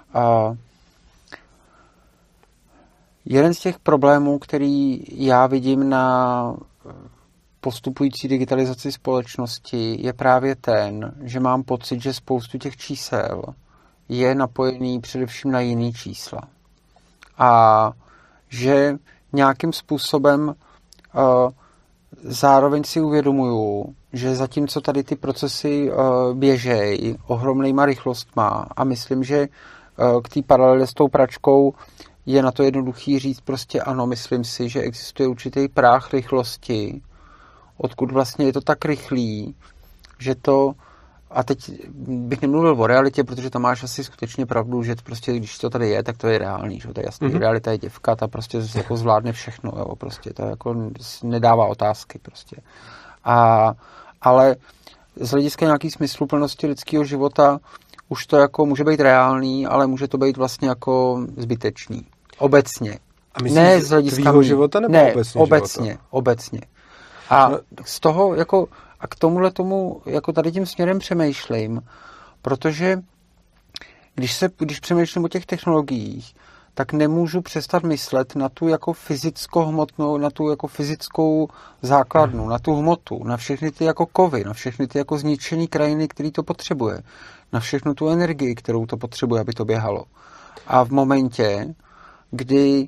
Jeden z těch problémů, který já vidím na postupující digitalizaci společnosti, je právě ten, že mám pocit, že spoustu těch čísel je napojený především na jiný čísla. A že nějakým způsobem zároveň si uvědomuju, že zatímco tady ty procesy běžejí ohromnýma rychlostma a myslím, že k té paralele s tou pračkou je na to jednoduchý říct prostě ano, myslím si, že existuje určitý práh rychlosti, odkud vlastně je to tak rychlý, že to, a teď bych nemluvil o realitě, protože tam máš asi skutečně pravdu, že prostě, když to tady je, tak to je reálný, že to je jasný. Mm-hmm. Realita je děvka, ta prostě jako zvládne všechno, jo, prostě to jako nedává otázky prostě. Ale z hlediska nějaký smysluplnosti lidského života už to jako může být reálný, ale může to být vlastně jako zbytečný. Obecně. A myslíš, ne z hlediska tvýho života nebo ne, obecně? Obecně. A z toho jako a k tomuhle tomu jako tady tím směrem přemýšlím, protože když přemýšlím o těch technologiích, tak nemůžu přestat myslet na tu jako fyzicko-hmotnou, na tu jako fyzickou základnu, na tu hmotu, na všechny ty jako kovy, na všechny ty jako zničený krajiny, který to potřebuje, na všechnu tu energii, kterou to potřebuje, aby to běhalo. A v momentě, kdy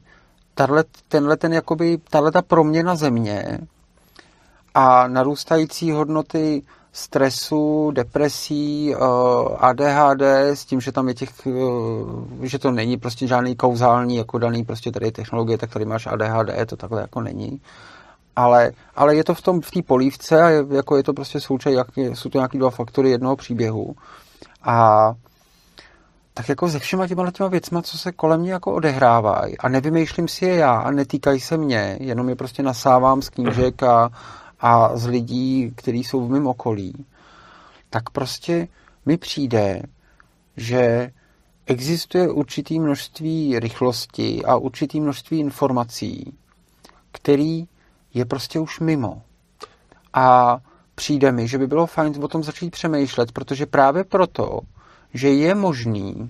tahleta proměna země a narůstající hodnoty stresu, depresí, ADHD, s tím, že tam je že to není prostě žádný kauzální, jako daný prostě tady technologie, tak tady máš ADHD, to takhle jako není. Ale je to v té polívce a jako je to prostě součást, jsou to nějaký dva faktory jednoho příběhu. A tak jako se všema těma věcma, co se kolem mě jako odehrávají a nevymýšlím si je já a netýkají se mě, jenom je prostě nasávám z knížek a z lidí, kteří jsou v mém okolí, tak prostě mi přijde, že existuje určitý množství rychlosti a určitý množství informací, který je prostě už mimo. A přijde mi, že by bylo fajn o tom začít přemýšlet, protože právě proto, že je možný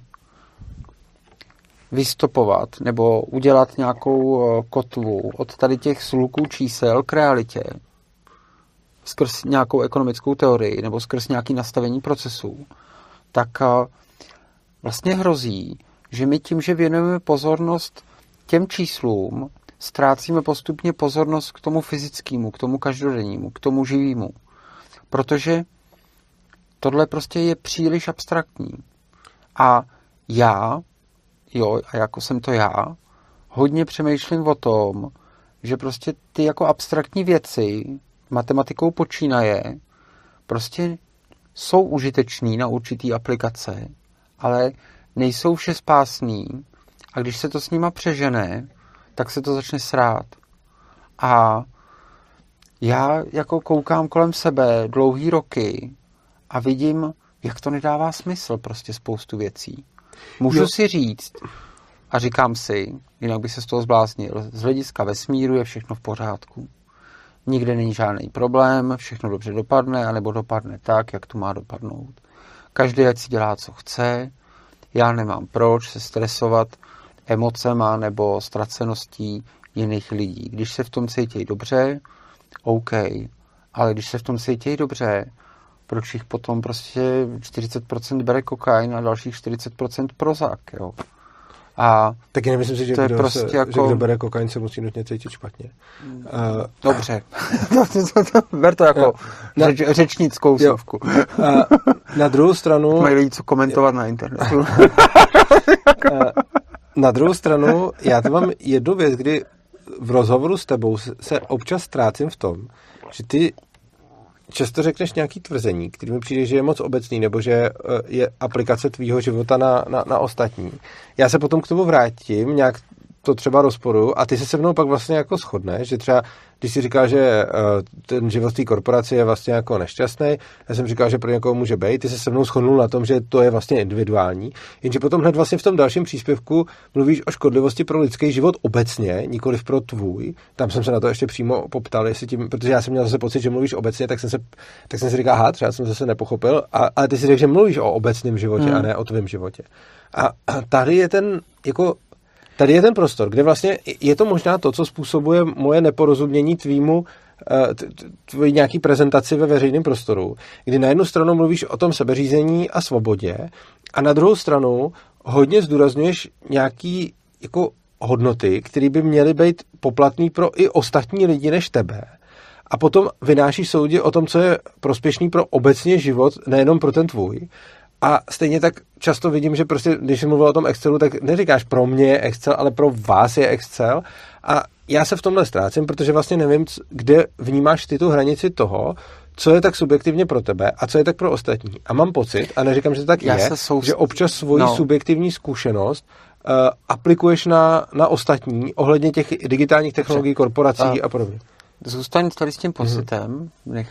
vystopovat nebo udělat nějakou kotvu od tady těch sluků čísel k realitě skrz nějakou ekonomickou teorii nebo skrz nějaké nastavení procesů, tak vlastně hrozí, že my tím, že věnujeme pozornost těm číslům, ztrácíme postupně pozornost k tomu fyzickému, k tomu každodennímu, k tomu živému. Protože tohle prostě je příliš abstraktní. A já, a jako jsem to já, hodně přemýšlím o tom, že prostě ty jako abstraktní věci, matematikou počínaje, prostě jsou užitečný na určitý aplikace, ale nejsou všespásný a když se to s nima přežene, tak se to začne srát. A já jako koukám kolem sebe dlouhý roky a vidím, jak to nedává smysl prostě spoustu věcí. Můžu si říct a říkám si, jinak bych se z toho zbláznil, z hlediska vesmíru je všechno v pořádku. Nikde není žádný problém, všechno dobře dopadne, anebo dopadne tak, jak to má dopadnout. Každý ať si dělá, co chce, já nemám proč se stresovat emocema nebo ztraceností jiných lidí. Když se v tom cítí dobře, OK, ale když se v tom cítí dobře, proč jich potom prostě 40% bere kokain a dalších 40% Prozac, jo. A taky nemyslím si, že kdo, prostě že kdo bere kokain, se musí nutně cítit špatně. Dobře. Ber to jako řečnickou slovku. Na druhou stranu... Mají lidi co komentovat na internetu. Na druhou stranu, já tam mám jednu věc, kdy v rozhovoru s tebou se občas ztrácím v tom, že ty často řekneš nějaký tvrzení, který mi přijde, že je moc obecný, nebo že je aplikace tvýho života na ostatní. Já se potom k tomu vrátím, nějak to třeba rozporuju a ty se mnou pak vlastně jako shodneš, že třeba, když si říkal, že ten život v té korporaci je vlastně jako nešťastný, já jsem říkal, že pro někoho může být, ty se mnou shodnul na tom, že to je vlastně individuální, jenže potom hned vlastně v tom dalším příspěvku mluvíš o škodlivosti pro lidský život obecně, nikoliv pro tvůj. Tam jsem se na to ještě přímo poptal, jestli tím, protože já jsem měl zase pocit, že mluvíš obecně, tak jsem si říkal, aha, třeba jsem zase nepochopil, ale ty si řekl, že mluvíš o obecném životě a ne o tvém životě. A tady je ten prostor, kde vlastně je to možná to, co způsobuje moje neporozumění tvojí nějaký prezentaci ve veřejném prostoru, kdy na jednu stranu mluvíš o tom sebeřízení a svobodě a na druhou stranu hodně zdůrazňuješ nějaký jako hodnoty, které by měly být poplatný pro i ostatní lidi než tebe. A potom vynášíš soudě o tom, co je prospěšný pro obecně život, nejenom pro ten tvůj. A stejně tak často vidím, že prostě, když jsem mluvil o tom Excelu, tak neříkáš pro mě je Excel, ale pro vás je Excel. A já se v tomhle ztrácím, protože vlastně nevím, kde vnímáš ty tu hranici toho, co je tak subjektivně pro tebe a co je tak pro ostatní. A mám pocit, a neříkám, že to tak že občas svoji subjektivní zkušenost aplikuješ na ostatní ohledně těch digitálních technologií, korporací a podobně. Zůstaň tady s tím pocitem,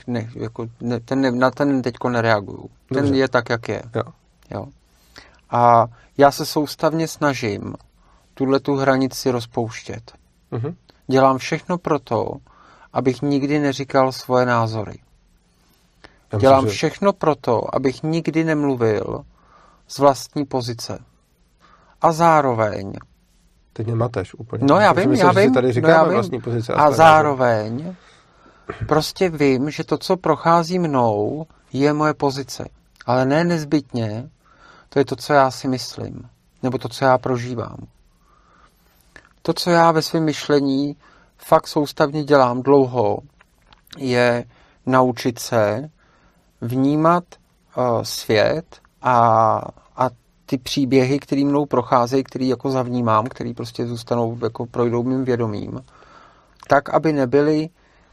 na ten teďko nereaguju. Ten Dobře. Je tak, jak je. Jo. A já se soustavně snažím tu hranici rozpouštět. Dělám všechno proto, abych nikdy neříkal svoje názory. Dělám všechno proto, abych nikdy nemluvil z vlastní pozice. A zároveň... Teď mě mateš úplně. No já vím. Tady říkáme vlastní pozice. A zároveň prostě vím, že to, co prochází mnou, je moje pozice. Ale ne nezbytně, to je to, co já si myslím. Nebo to, co já prožívám. To, co já ve svém myšlení fakt soustavně dělám dlouho, je naučit se vnímat svět a ty příběhy, které mnou procházejí, které jako zavnímám, které prostě zůstanou, jako projdou mým vědomím, tak, aby nebyly,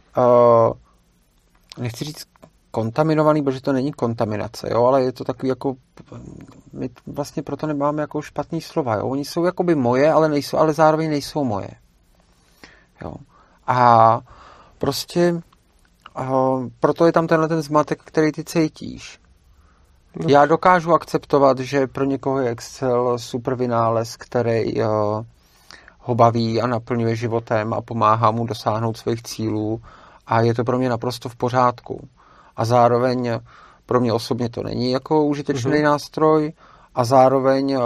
nechci říct kontaminovaný, protože to není kontaminace, jo, ale je to takový jako, my vlastně proto nemáme jako špatný slova, jo, oni jsou jakoby moje, ale zároveň nejsou moje, jo, a prostě proto je tam tenhle ten zmatek, který ty cítíš. Já dokážu akceptovat, že pro někoho je Excel super vynález, který ho baví a naplňuje životem a pomáhá mu dosáhnout svých cílů a je to pro mě naprosto v pořádku. A zároveň pro mě osobně to není jako užitečný nástroj a zároveň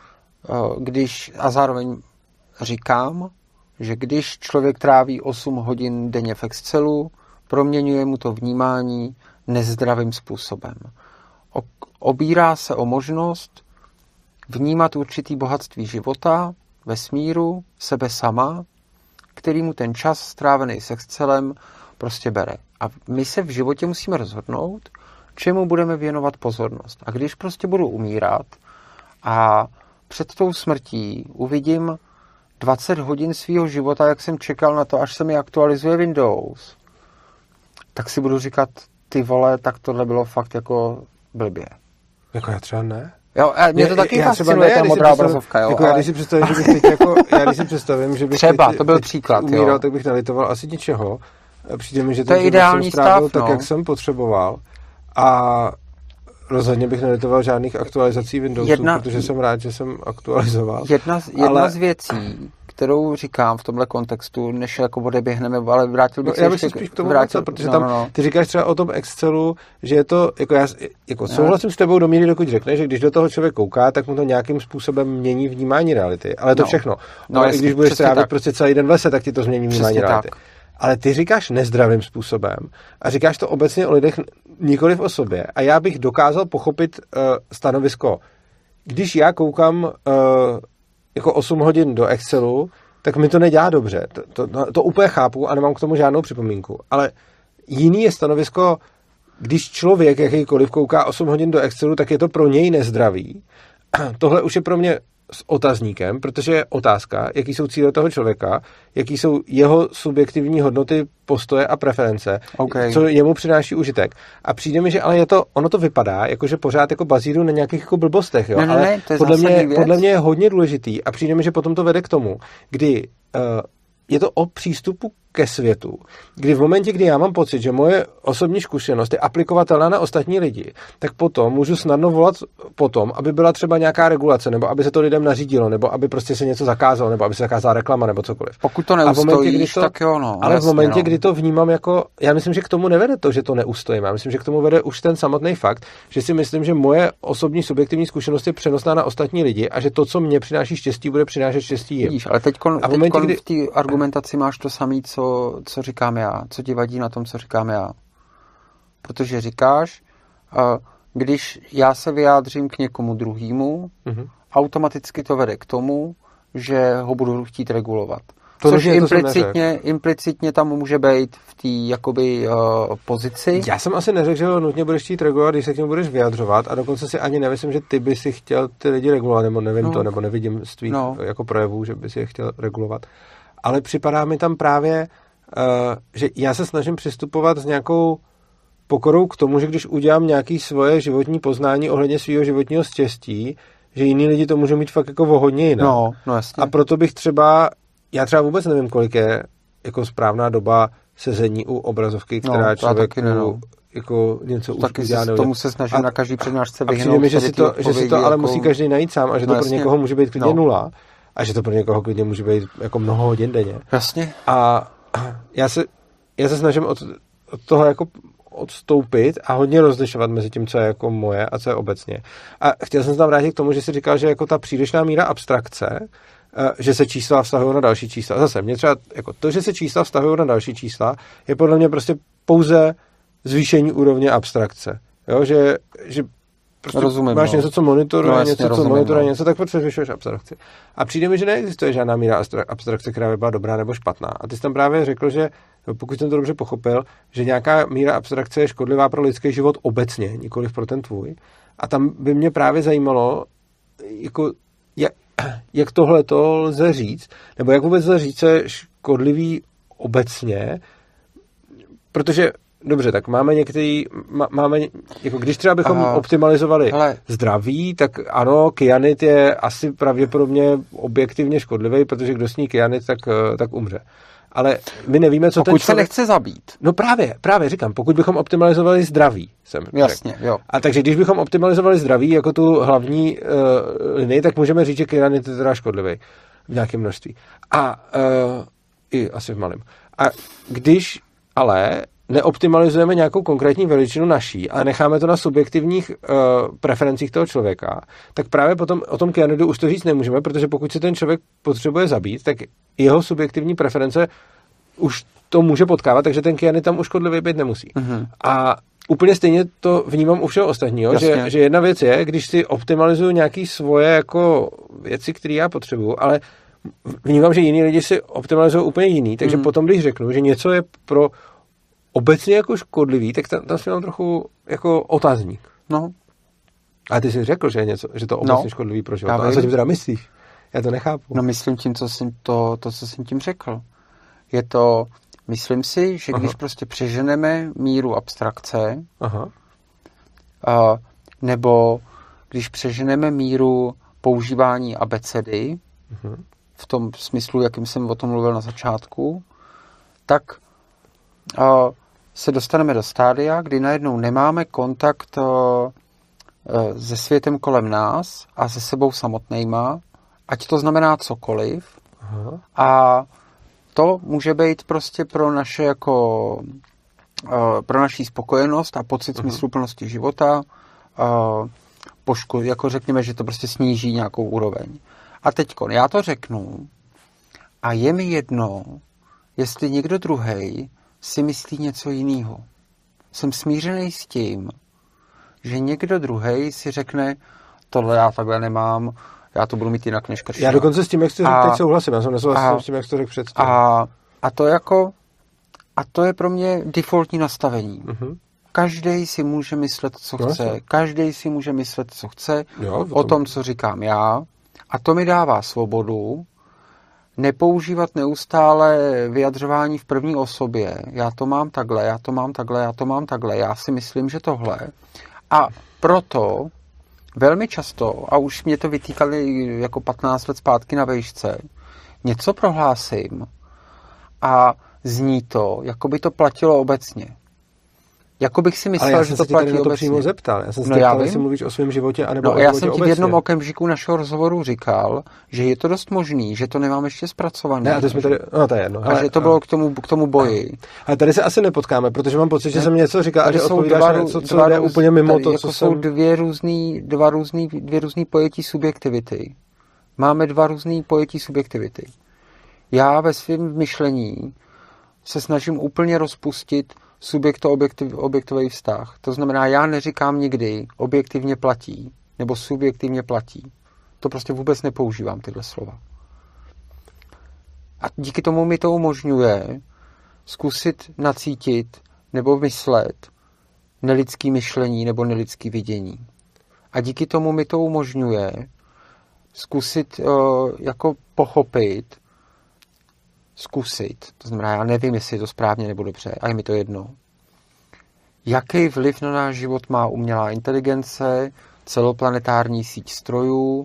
zároveň říkám, že když člověk tráví 8 hodin denně v Excelu, proměňuje mu to vnímání nezdravým způsobem. Obírá se o možnost vnímat určitý bohatství života, vesmíru, sebe sama, který mu ten čas strávený s Excelem prostě bere. A my se v životě musíme rozhodnout, čemu budeme věnovat pozornost. A když prostě budu umírat a před tou smrtí uvidím 20 hodin svýho života, jak jsem čekal na to, až se mi aktualizuje Windows, tak si budu říkat, ty vole, tak tohle bylo fakt jako blbě. Jako já třeba ne. Jo, mě to taky fascinuje, ta modrá obrazovka, jo. Jako ale... já když si představím, že bych třeba, to byl příklad, umíral, jo. tak bych nelitoval asi ničeho. Přijde mi, že to je ideální stav, tak, jak jsem potřeboval. A rozhodně bych nelitoval žádných aktualizací Windowsu, protože jsem rád, že jsem aktualizoval. Jedna z věcí, kterou říkám v tomhle kontextu, než jako odeběhneme, ale vrátil bych se já bych se spíš k tomu vrátil, protože ty říkáš třeba o tom Excelu, že je to, jako souhlasím s tebou do míry, dokud řekne, že když do toho člověk kouká, tak mu to nějakým způsobem mění vnímání reality. Ale to všechno. Ale i když budeš strávit prostě celý den v lese, tak ti to změní vnímání reality. Ale ty říkáš nezdravým způsobem a říkáš to obecně o lidech, nikoliv o sobě. A já bych dokázal pochopit stanovisko. Když já koukám jako 8 hodin do Excelu, tak mi to nedělá dobře. To úplně chápu a nemám k tomu žádnou připomínku. Ale jiný je stanovisko, když člověk jakýkoliv kouká 8 hodin do Excelu, tak je to pro něj nezdravý. Tohle už je pro mě s otazníkem, protože je otázka, jaký jsou cíle toho člověka, jaký jsou jeho subjektivní hodnoty, postoje a preference, co jemu přináší užitek. A přijde mi, že ale ono to vypadá, jakože pořád jako bazíru na nějakých jako blbostech, jo? Ale podle mě je hodně důležitý a přijde mi, že potom to vede k tomu, kdy je to o přístupu ke světu, kdy v momentě, kdy já mám pocit, že moje osobní zkušenost je aplikovatelná na ostatní lidi, tak potom můžu snadno volat potom, aby byla třeba nějaká regulace, nebo aby se to lidem nařídilo, nebo aby prostě se něco zakázalo, nebo aby se zakázala reklama, nebo cokoliv. Pokud to neustojíš, tak jo, no. Ale jasně, v momentě, kdy to vnímám jako, já myslím, že k tomu nevede to, že to neustojím. Já myslím, že k tomu vede už ten samotný fakt, že si myslím, že moje osobní subjektivní zkušenost je přenosná na ostatní lidi a že to, co mě přináší štěstí, bude přinášet štěstí jim. Vidíš, ale teď v té argumentaci máš to samé, co říkám já, co ti vadí na tom, co říkám já. Protože říkáš, když já se vyjádřím k někomu druhému, automaticky to vede k tomu, že ho budu chtít regulovat. Což implicitně tam může být v té jakoby pozici. Já jsem asi neřekl, že ho nutně budeš chtít regulovat, když se k němu budeš vyjadřovat, a dokonce si ani nemyslím, že ty by si chtěl ty lidi regulovat, nebo nevím to, nebo nevidím z tvých jako projevů, že by si je chtěl regulovat. Ale připadá mi tam právě, že já se snažím přistupovat s nějakou pokorou k tomu, že když udělám nějaké svoje životní poznání ohledně svého životního štěstí, že jiní lidi to můžou mít fakt jako o hodně jinak. No jasně. A proto bych já třeba vůbec nevím, kolik je jako správná doba sezení u obrazovky, která člověku jako něco už udělá. Taky tomu se snažím na každý přednášce vyhnout. A přijde mi, že si to ale musí každý najít sám a že to pro někoho může být klidně 0 a že to pro někoho klidně může být jako mnoho hodin denně. Jasně. A já se snažím od toho jako odstoupit a hodně rozlišovat mezi tím, co je jako moje a co je obecně. A chtěl jsem se tam vrátit k tomu, že jsi říkal, že jako ta přílišná míra abstrakce, že se čísla vztahují na další čísla. Zase, mě třeba jako to, že se čísla vztahují na další čísla, je podle mě prostě pouze zvýšení úrovně abstrakce. Jo, že prostě rozumím, máš něco, co monitoruje, něco, co monitoruje, něco, tak prostě zvyšuješ abstrakci. A přijde mi, že neexistuje žádná míra abstrakce, která by byla dobrá nebo špatná. A ty jsi tam právě řekl, že pokud jsem to dobře pochopil, že nějaká míra abstrakce je škodlivá pro lidský život obecně, nikoliv pro ten tvůj. A tam by mě právě zajímalo, jako, jak tohle to lze říct, nebo jak vůbec lze říct, je škodlivý obecně, protože dobře, tak máme jako když třeba bychom optimalizovali zdraví, tak ano, kyanid je asi pravděpodobně objektivně škodlivý, protože kdo sní kyanid, tak umře. Ale my nevíme, co pokud se nechce zabít. No právě říkám, pokud bychom optimalizovali zdraví, jasně, jo. A takže když bychom optimalizovali zdraví jako tu hlavní linii, tak můžeme říct, že kyanid je teda škodlivý v nějakém množství. A i asi v malém. A když ale neoptimalizujeme nějakou konkrétní veličinu naší a necháme to na subjektivních preferencích toho člověka, tak právě potom o tom kyanidu už to říct nemůžeme, protože pokud se ten člověk potřebuje zabít, tak jeho subjektivní preference už to může potkávat, takže ten kyanid tam už škodlivý být nemusí. A úplně stejně to vnímám u všeho ostatního, že jedna věc je, když si optimalizuju nějaké svoje jako věci, které já potřebuju, ale vnímám, že jiní lidi si optimalizují úplně jiný, takže potom, když řeknu, že něco je pro obecně jako škodlivý, tak tam si mám trochu jako otazník. No. A ty jsi řekl, že je něco, že to obecně škodlivý pro život. A co tím teda myslíš? Já to nechápu. No myslím tím, co jsem tím řekl. Myslím si, že když prostě přeženeme míru abstrakce, nebo když přeženeme míru používání abecedy, v tom smyslu, jakým jsem o tom mluvil na začátku, tak se dostaneme do stádia, kdy najednou nemáme kontakt se světem kolem nás a se sebou samotnejma, ať to znamená cokoliv. A to může být prostě pro naše jako pro naší spokojenost a pocit smysluplnosti života jako řekněme, že to prostě sníží nějakou úroveň. A teďko, já to řeknu a je mi jedno, jestli někdo druhej si myslí něco jiného. Jsem smířený s tím, že někdo druhej si řekne, tohle já takhle nemám, já to budu mít jinak než Kršina. Já dokonce s tím, jak jsi řekl, teď souhlasím. Já jsem nesouhlasil s tím, jak jsi to řekl předtím. A to je pro mě defaultní nastavení. Každý si může myslet, co chce. Každý si může myslet, co chce o tom, co říkám já. A to mi dává svobodu nepoužívat neustále vyjadřování v první osobě. Já to mám takhle, já to mám takhle, já to mám takhle, já si myslím, že tohle. A proto velmi často, a už mě to vytýkali jako 15 let zpátky na vejšce, něco prohlásím a zní to, jako by to platilo obecně. Jako bych si myslel, že to platí obecně. Ale já jsem se to přímo zeptal. Já jsem se ptal, jestli mluvíš o svém životě, anebo o životě já jsem ti obecně. V jednom okamžiku našeho rozhovoru říkal, že je to dost možný, že to nemám ještě zpracované. Ne, a to jsme tady, to je jedno. A že to bylo k tomu boji. Ale tady se asi nepotkáme, protože mám pocit, že jsem něco říkal a že odpovídáš na něco, co jde úplně mimo to, co jsou dvě různý pojetí subjektivity. Máme dva různý pojetí subjektivity. Já ve svém myšlení se snažím úplně rozpustit subjektový vztah. To znamená, já neříkám nikdy objektivně platí nebo subjektivně platí. To prostě vůbec nepoužívám, tyhle slova. A díky tomu mi to umožňuje zkusit nacítit nebo myslet nelidský myšlení nebo nelidský vidění. A díky tomu mi to umožňuje zkusit jako pochopit, to znamená, já nevím, jestli je to správně nebo dobře, a je mi to jedno. Jaký vliv na náš život má umělá inteligence, celoplanetární síť strojů,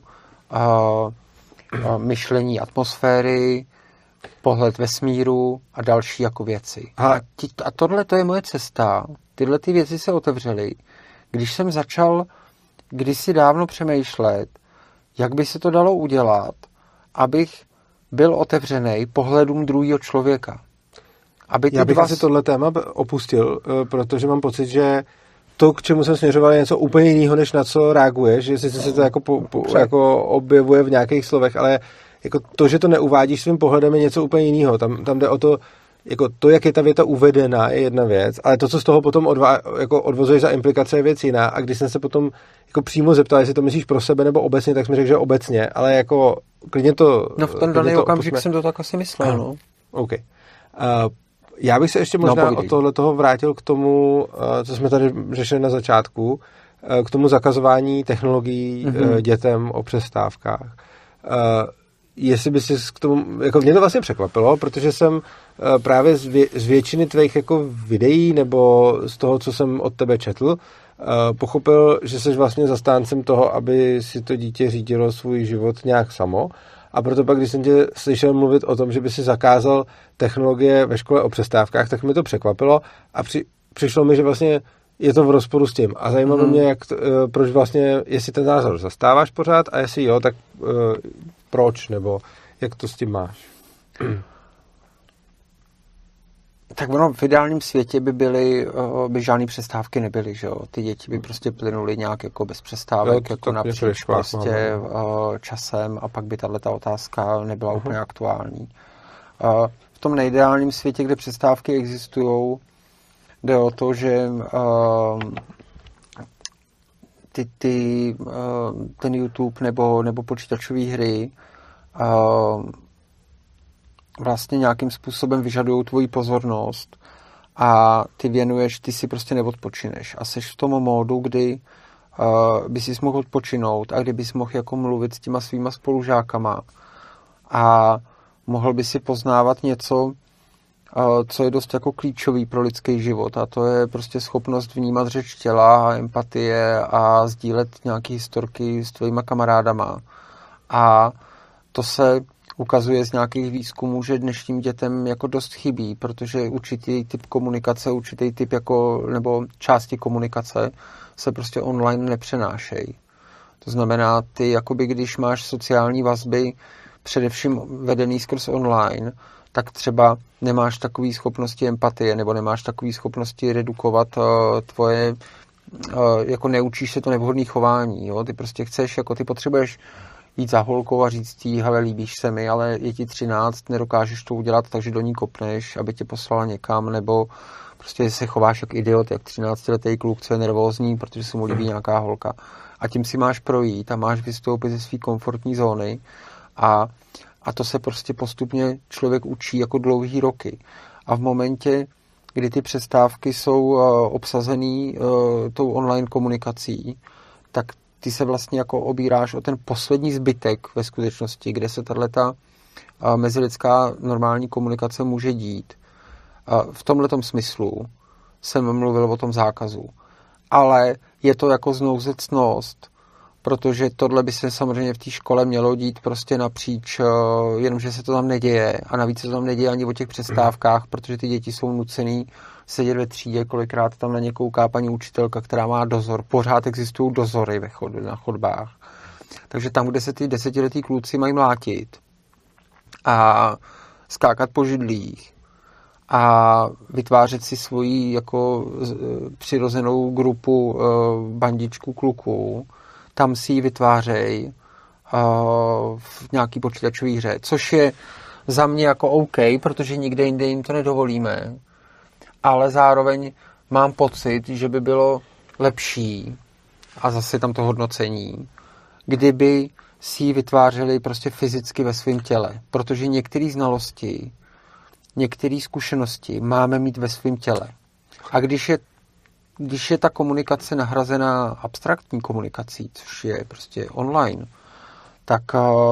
myšlení atmosféry, pohled vesmíru a další jako věci. A tohle to je moje cesta. Tyhle ty věci se otevřely, když jsem začal kdysi dávno přemýšlet, jak by se to dalo udělat, abych byl otevřený pohledům druhého člověka. Já bych asi tohle téma opustil, protože mám pocit, že to, k čemu jsem směřoval, je něco úplně jiného, než na co reaguješ, že sice se to jako objevuje v nějakých slovech, ale jako to, že to neuvádíš svým pohledem, je něco úplně jiného. Tam jde o to, jako to, jak je ta věta uvedena, je jedna věc, ale to, co z toho potom odvozuješ za implikace, je věc jiná. A když jsem se potom jako přímo zeptal, jestli to myslíš pro sebe nebo obecně, tak jsem řekl, že obecně, ale jako klidně to... No v ten daný okamžik jsem to tak asi myslel, no. OK. Já bych se ještě možná od tohletoho vrátil k tomu, co jsme tady řešili na začátku, k tomu zakazování technologií dětem o přestávkách. Jestli by si k tomu, jako mě to vlastně překvapilo, protože jsem právě z většiny tvých jako videí nebo z toho, co jsem od tebe četl, pochopil, že jsi vlastně zastáncem toho, aby si to dítě řídilo svůj život nějak samo. A proto pak, když jsem tě slyšel mluvit o tom, že by si zakázal technologie ve škole o přestávkách, tak mi to překvapilo a přišlo mi, že vlastně je to v rozporu s tím. A zajímalo mě, proč vlastně, jestli ten názor zastáváš pořád a jestli jo, tak proč, nebo jak to s tím máš? Tak ono v ideálním světě by žádný přestávky nebyly, že jo? Ty děti by prostě plynuly nějak jako bez přestávek, jako napříč prostě časem a pak by tato otázka nebyla úplně aktuální. V tom neideálním světě, kde přestávky existují, jde o to, že ten YouTube nebo počítačové hry vlastně nějakým způsobem vyžadují tvoji pozornost a ty si prostě neodpočineš a seš v tom módu, kdy by si mohl odpočinout a kdy bys mohl jako mluvit s těma svýma spolužákama a mohl by si poznávat něco, co je dost jako klíčový pro lidský život a to je prostě schopnost vnímat řeč těla a empatie a sdílet nějaké historky s tvojima kamarádama. A to se ukazuje z nějakých výzkumů, že dnešním dětem jako dost chybí, protože určitý typ komunikace, určitý typ jako, nebo části komunikace se prostě online nepřenášejí. To znamená, ty jakoby když máš sociální vazby především vedený skrz online, tak třeba nemáš takové schopnosti empatie nebo nemáš takové schopnosti redukovat tvoje, jako neučíš se to nevhodné chování. Jo? Ty prostě chceš, jako ty potřebuješ jít za holkou a říct jí, hele, líbíš se mi, ale je ti 13, nedokážeš to udělat, takže do ní kopneš, aby tě poslala někam, nebo prostě se chováš jak idiot, jak 13letý kluk, co je nervózní, protože se mu líbí nějaká holka. A tím si máš projít a máš vystoupit ze své komfortní zóny a to se prostě postupně člověk učí jako dlouhý roky. A v momentě, kdy ty přestávky jsou obsazený tou online komunikací, tak ty se vlastně jako obíráš o ten poslední zbytek ve skutečnosti, kde se tato mezilidská normální komunikace může dít. V tomhletom smyslu jsem mluvil o tom zákazu. Ale je to jako znouzecnost, protože tohle by se samozřejmě v té škole mělo dít prostě napříč, jenomže se to tam neděje a navíc se to tam neděje ani o těch přestávkách, protože ty děti jsou nucený sedět ve třídě, kolikrát tam na ně kouká paní učitelka, která má dozor. Pořád existují dozory na chodbách. Takže tam, kde se ty 10letí kluci mají mlátit a skákat po židlích a vytvářet si svoji jako přirozenou grupu bandičku kluků, tam si ji vytvářejí v nějaký počítačové hře, což je za mě jako OK, protože nikde jinde jim to nedovolíme, ale zároveň mám pocit, že by bylo lepší, a zase tam to hodnocení, kdyby si ji vytvářeli prostě fyzicky ve svém těle, protože některé znalosti, některé zkušenosti máme mít ve svém těle. A když je ta komunikace nahrazená abstraktní komunikací, což je prostě online, tak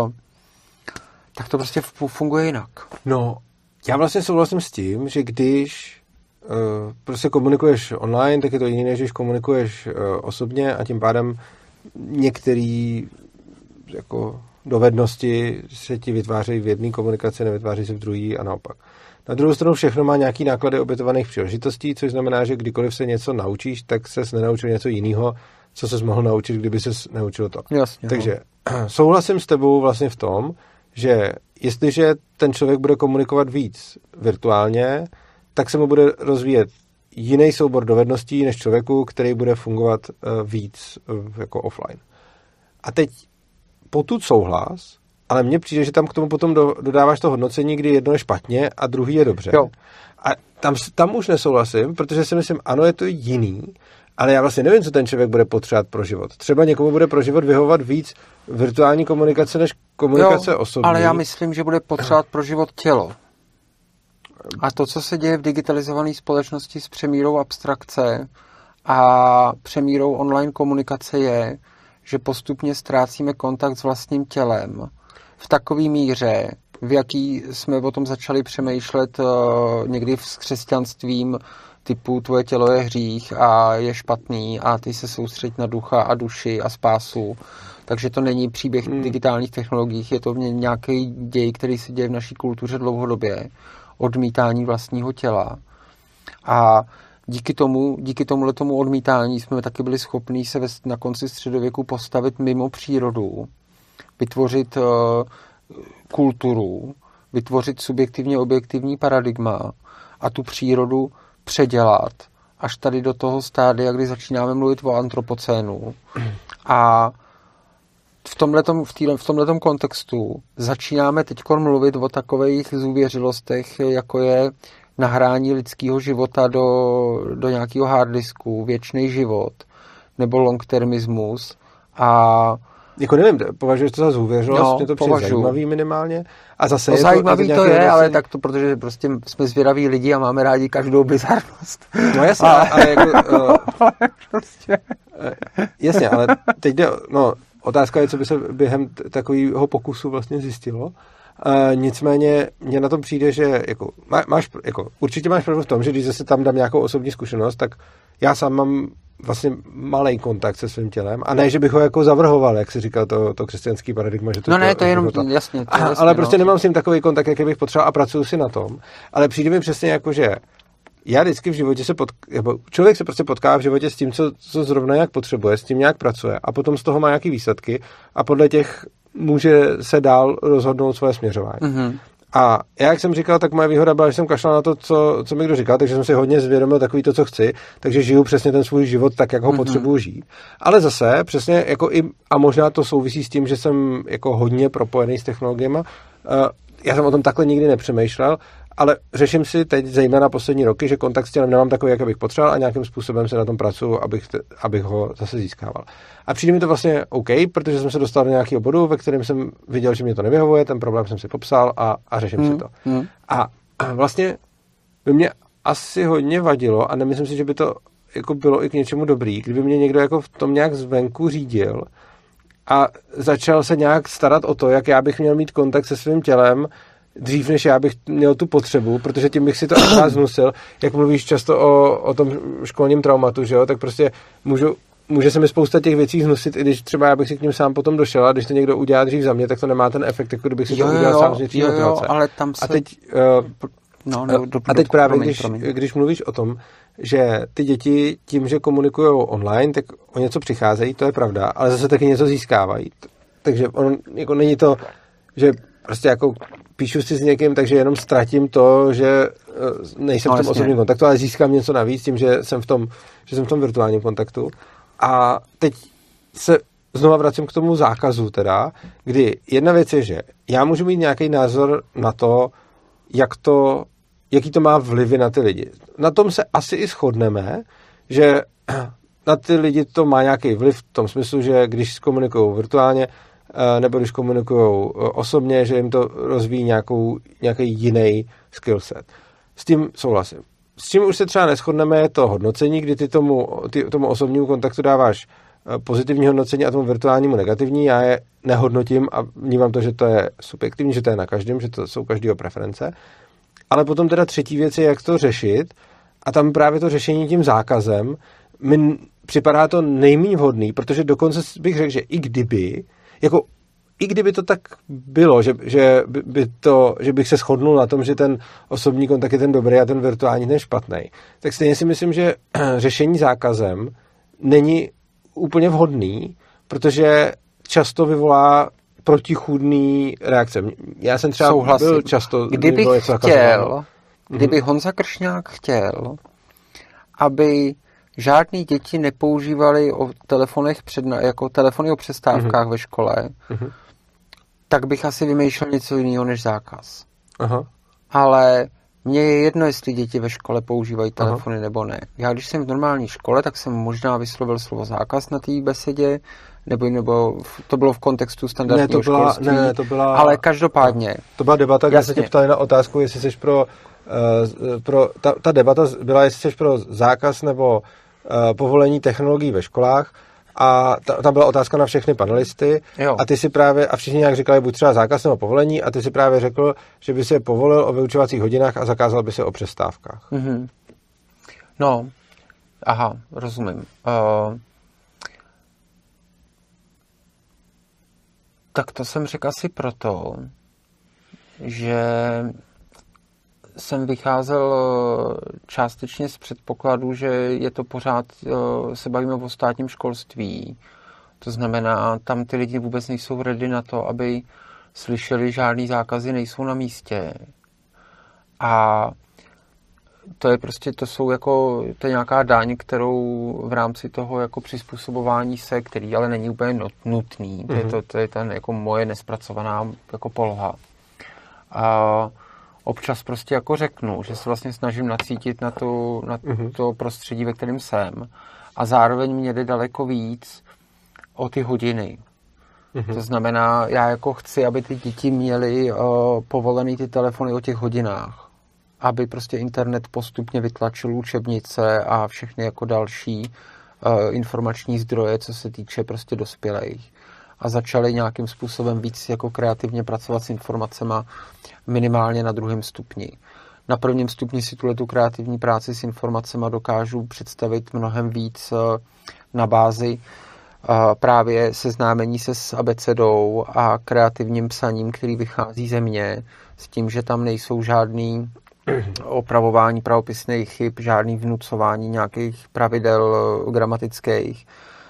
to prostě funguje jinak. No, já vlastně souhlasím s tím, že když prostě komunikuješ online, tak je to jiné, než když komunikuješ osobně a tím pádem některé jako dovednosti se ti vytvářejí v jedné komunikaci, nevytváří se v druhé a naopak. Na druhou stranu všechno má nějaký náklady obětovaných příležitostí, což znamená, že kdykoliv se něco naučíš, tak ses nenaučil něco jiného, co ses mohl naučit, kdyby ses naučil to. Jasně, takže souhlasím s tebou vlastně v tom, že jestliže ten člověk bude komunikovat víc virtuálně, tak se mu bude rozvíjet jiný soubor dovedností než člověku, který bude fungovat víc jako offline. A teď potud souhlas, ale mně přijde, že tam k tomu potom dodáváš to hodnocení, kdy jedno je špatně a druhý je dobře. Jo. A tam už nesouhlasím, protože si myslím, ano, je to jiný, ale já vlastně nevím, co ten člověk bude potřebovat pro život. Třeba někomu bude pro život vyhovovat víc virtuální komunikace než komunikace osobní. Ale já myslím, že bude potřebovat pro život tělo. A to, co se děje v digitalizované společnosti s přemírou abstrakce a přemírou online komunikace je, že postupně ztrácíme kontakt s vlastním tělem v takové míře, v jaký jsme o tom začali přemýšlet někdy s křesťanstvím typu tvoje tělo je hřích a je špatný a ty se soustřeď na ducha a duši a spásu. Takže to není příběh digitálních technologií, je to nějaký děj, který se děje v naší kultuře dlouhodobě. Odmítání vlastního těla. A díky tomuhletomu odmítání jsme taky byli schopní se na konci středověku postavit mimo přírodu, vytvořit kulturu, vytvořit subjektivně objektivní paradigma a tu přírodu předělat až tady do toho stádia, kdy začínáme mluvit o antropocénu. A v tomhletom kontextu začínáme teď mluvit o takových zůvěřilostech, jako je nahrání lidského života do nějakého harddisku, věčný život, nebo longtermismus a jako nevím, považuješ to za zůvěřilost, mě to přijde zajímavý minimálně. A zase no zajímavý to je, ale tak to, protože prostě jsme zvědaví lidi a máme rádi každou bizarnost. No jasně, ale jako... jasně, ale teď jde, otázka je, co by se během takového pokusu vlastně zjistilo. Nicméně mně na tom přijde, že určitě máš pravdu v tom, že když zase tam dám nějakou osobní zkušenost, tak já sám mám vlastně malej kontakt se svým tělem a ne, že bych ho jako zavrhoval, jak si říkal to křesťanský paradigma, že to to je jenom jasně. Ale prostě nemám s ním takový kontakt, jaký bych potřeboval a pracuji si na tom, ale přijde mi přesně jako, že já vždycky v životě člověk se prostě potká v životě s tím, co zrovna jak potřebuje, s tím nějak pracuje a potom z toho má nějaký výsledky a podle těch může se dál rozhodnout svoje směřování. Mm-hmm. A já, jak jsem říkal, tak moje výhoda byla, že jsem kašlal na to, co mi kdo říkal, takže jsem si hodně zvědomil takový to, co chci, takže žiju přesně ten svůj život tak, jak ho potřebuji žít. Ale zase přesně jako a možná to souvisí s tím, že jsem jako hodně propojený s technologiemi. Já jsem o tom takhle nikdy nepřemýšlel, ale řeším si teď zejména poslední roky, že kontakt s tělem nemám takový, jak bych potřeboval a nějakým způsobem se na tom pracuji, abych ho zase získával. A přijde mi to vlastně OK, protože jsem se dostal do nějakého bodu, ve kterém jsem viděl, že mě to nevyhovuje, ten problém jsem si popsal a řeším si to. A vlastně by mě asi hodně vadilo a nemyslím si, že by to jako bylo i k něčemu dobrý, kdyby mě někdo jako v tom nějak zvenku řídil a začal se nějak starat o to, jak já bych měl mít kontakt se svým tělem dřív, než já bych měl tu potřebu, protože tím bych si to akorát znusil. Jak mluvíš často o tom školním traumatu, že jo, tak prostě může se mi spousta těch věcí znusit, i když třeba já bych si k ním sám potom došel, a když to někdo udělá dřív za mě, tak to nemá ten efekt, jako kdybych si to udělal sám z něčí motivace. Ale tam se... A teď právě, když mluvíš o tom, že ty děti tím, že komunikují online, tak o něco přicházejí, to je pravda, ale zase taky něco získávají. Takže on, jako není to, že prostě jako píšu si s někým, takže jenom ztratím to, že nejsem v tom osobním kontaktu, ale získám něco navíc tím, že jsem v tom virtuálním kontaktu. A teď se znova vracím k tomu zákazu teda, kdy jedna věc je, že já můžu mít nějaký názor na to, jaký to má vlivy na ty lidi. Na tom se asi i shodneme, že na ty lidi to má nějaký vliv v tom smyslu, že když komunikují virtuálně nebo když komunikují osobně, že jim to rozvíjí nějaký jiný skillset. S tím souhlasím. S čím už se třeba neshodneme, je to hodnocení, kdy ty tomu osobnímu kontaktu dáváš pozitivní hodnocení a tomu virtuálnímu negativní. Já je nehodnotím a vnímám to, že to je subjektivní, že to je na každém, že to jsou každého preference. Ale potom teda třetí věc je, jak to řešit, a tam právě to řešení tím zákazem mi připadá to nejméně vhodný, protože dokonce bych řekl, že i kdyby to tak bylo, že bych se shodnul na tom, že ten osobní kontakt je ten dobrý a ten virtuální ten špatný, tak stejně si myslím, že řešení zákazem není úplně vhodný, protože často vyvolá protichůdný reakce. Já jsem třeba byl často... Kdyby Honza Kršňák chtěl, aby žádný děti nepoužívali o telefonech jako telefony o přestávkách ve škole, tak bych asi vymýšlel něco jiného než zákaz. Aha. Ale mně je jedno, jestli děti ve škole používají telefony nebo ne. Já když jsem v normální škole, tak jsem možná vyslovil slovo zákaz na té besedě, nebo to bylo v kontextu standardního školství. Ale každopádně. To byla debata, kde se tě ptali na otázku, jestli jsi ta debata byla, jestli jsi pro zákaz nebo povolení technologií ve školách, a tam byla otázka na všechny panelisty. Jo. A ty si právě, a všichni nějak říkali buď třeba zákaz nebo povolení, a ty si právě řekl, že by se povolil o vyučovacích hodinách a zakázal by se o přestávkách. Mm-hmm. No, aha, rozumím. Tak to jsem řekl asi proto, že jsem vycházel částečně z předpokladu, že je to pořád, se bavíme o státním školství. To znamená, tam ty lidi vůbec nejsou ready na to, aby slyšeli, žádný zákazy nejsou na místě. A to je prostě, to je nějaká daň, kterou v rámci toho jako přizpůsobování se, který ale není úplně nutný. Mm-hmm. To je ten jako moje nespracovaná jako poloha. A občas prostě jako řeknu, že se vlastně snažím nacítit na to prostředí, ve kterém jsem. A zároveň mě jde daleko víc o ty hodiny. Mm-hmm. To znamená, já jako chci, aby ty děti měly povolený ty telefony o těch hodinách. Aby prostě internet postupně vytlačil učebnice a všechny jako další informační zdroje, co se týče prostě dospělých. A začali nějakým způsobem víc jako kreativně pracovat s informacema minimálně na druhém stupni. Na prvním stupni si tu kreativní práci s informacema dokážu představit mnohem víc na bázi právě seznámení se s abecedou a kreativním psaním, který vychází ze mě, s tím, že tam nejsou žádný opravování pravopisných chyb, žádný vnucování nějakých pravidel gramatických.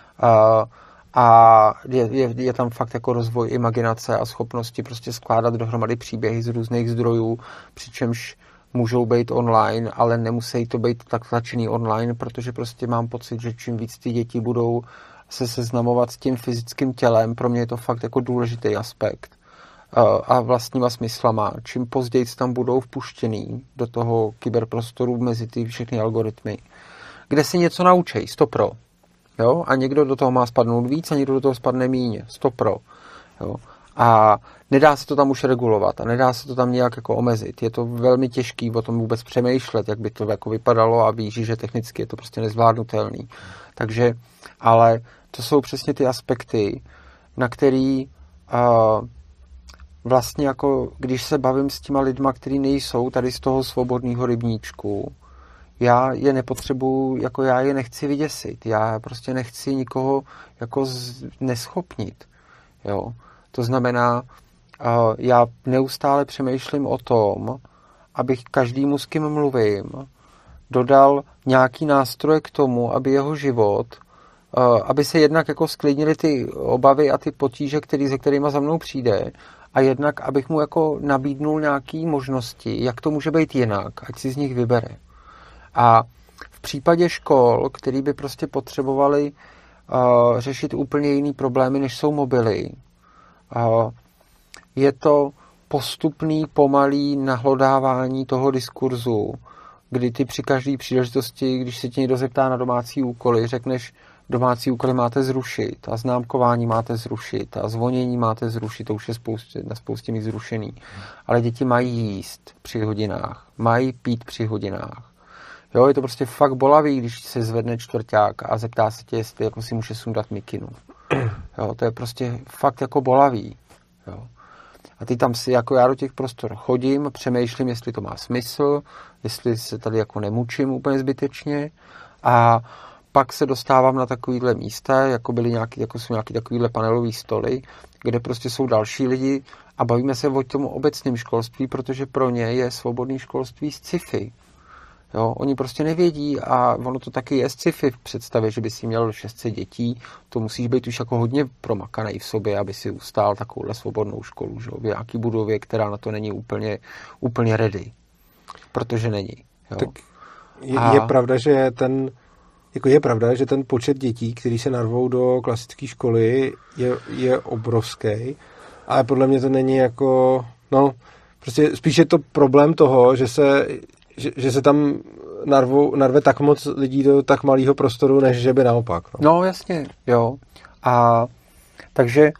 A je tam fakt jako rozvoj imaginace a schopnosti prostě skládat dohromady příběhy z různých zdrojů, přičemž můžou být online, ale nemusí to být tak tlačený online, protože prostě mám pocit, že čím víc ty děti budou se seznamovat s tím fyzickým tělem, pro mě je to fakt jako důležitý aspekt a vlastníma smyslama. Čím později tam budou vpuštěný do toho kyberprostoru mezi ty všechny algoritmy, kde si něco naučí, 100%. Jo? A někdo do toho má spadnout víc a někdo do toho spadne míň, 100%. Jo? A nedá se to tam už regulovat a nedá se to tam nějak jako omezit. Je to velmi těžký o tom vůbec přemýšlet, jak by to jako vypadalo, a víš, že technicky je to prostě nezvládnutelný. Takže, ale to jsou přesně ty aspekty, na který vlastně jako, když se bavím s těma lidma, kteří nejsou tady z toho svobodného rybníčku, já je nepotřebuju, jako já je nechci vyděsit, já prostě nechci nikoho jako neschopnit, jo. To znamená, já neustále přemýšlím o tom, abych každému, s kým mluvím, dodal nějaký nástroje k tomu, aby jeho život, aby se jednak jako sklidnily ty obavy a ty potíže, se kterýma za mnou přijde, a jednak, abych mu jako nabídnul nějaké možnosti, jak to může být jinak, ať si z nich vybere. A v případě škol, který by prostě potřebovali řešit úplně jiný problémy, než jsou mobily, je to postupný, pomalý nahlodávání toho diskurzu, kdy ty při každé příležitosti, když se tě někdo zeptá na domácí úkoly, řekneš, domácí úkoly máte zrušit a známkování máte zrušit a zvonění máte zrušit, to už je na spoustě míst zrušený. Ale děti mají jíst při hodinách, mají pít při hodinách. Jo, je to prostě fakt bolavý, když se zvedne čtvrťák a zeptá se tě, jestli jako si může sundat mikinu. Jo, to je prostě fakt jako bolavý. Jo. A ty tam si, jako já do těch prostor chodím, přemýšlím, jestli to má smysl, jestli se tady jako nemučím úplně zbytečně, a pak se dostávám na takovýhle místa, jako jsou nějaký takovýhle panelový stoly, kde prostě jsou další lidi a bavíme se o tom obecném školství, protože pro ně je svobodné školství sci-fi. Jo, oni prostě nevědí a ono to taky je sci-fi v představě, že by si měl 600 dětí, to musíš být už jako hodně promakanej v sobě, aby si ustál takovouhle svobodnou školu, že? V nějaký budově, která na to není úplně ready. Protože není. Jo. Tak je pravda, že ten počet dětí, který se narvou do klasické školy, je obrovský, ale podle mě to není jako, prostě spíš je to problém toho, že se tam narve tak moc lidí do tak malého prostoru, než že by naopak. No jasně, jo. A takže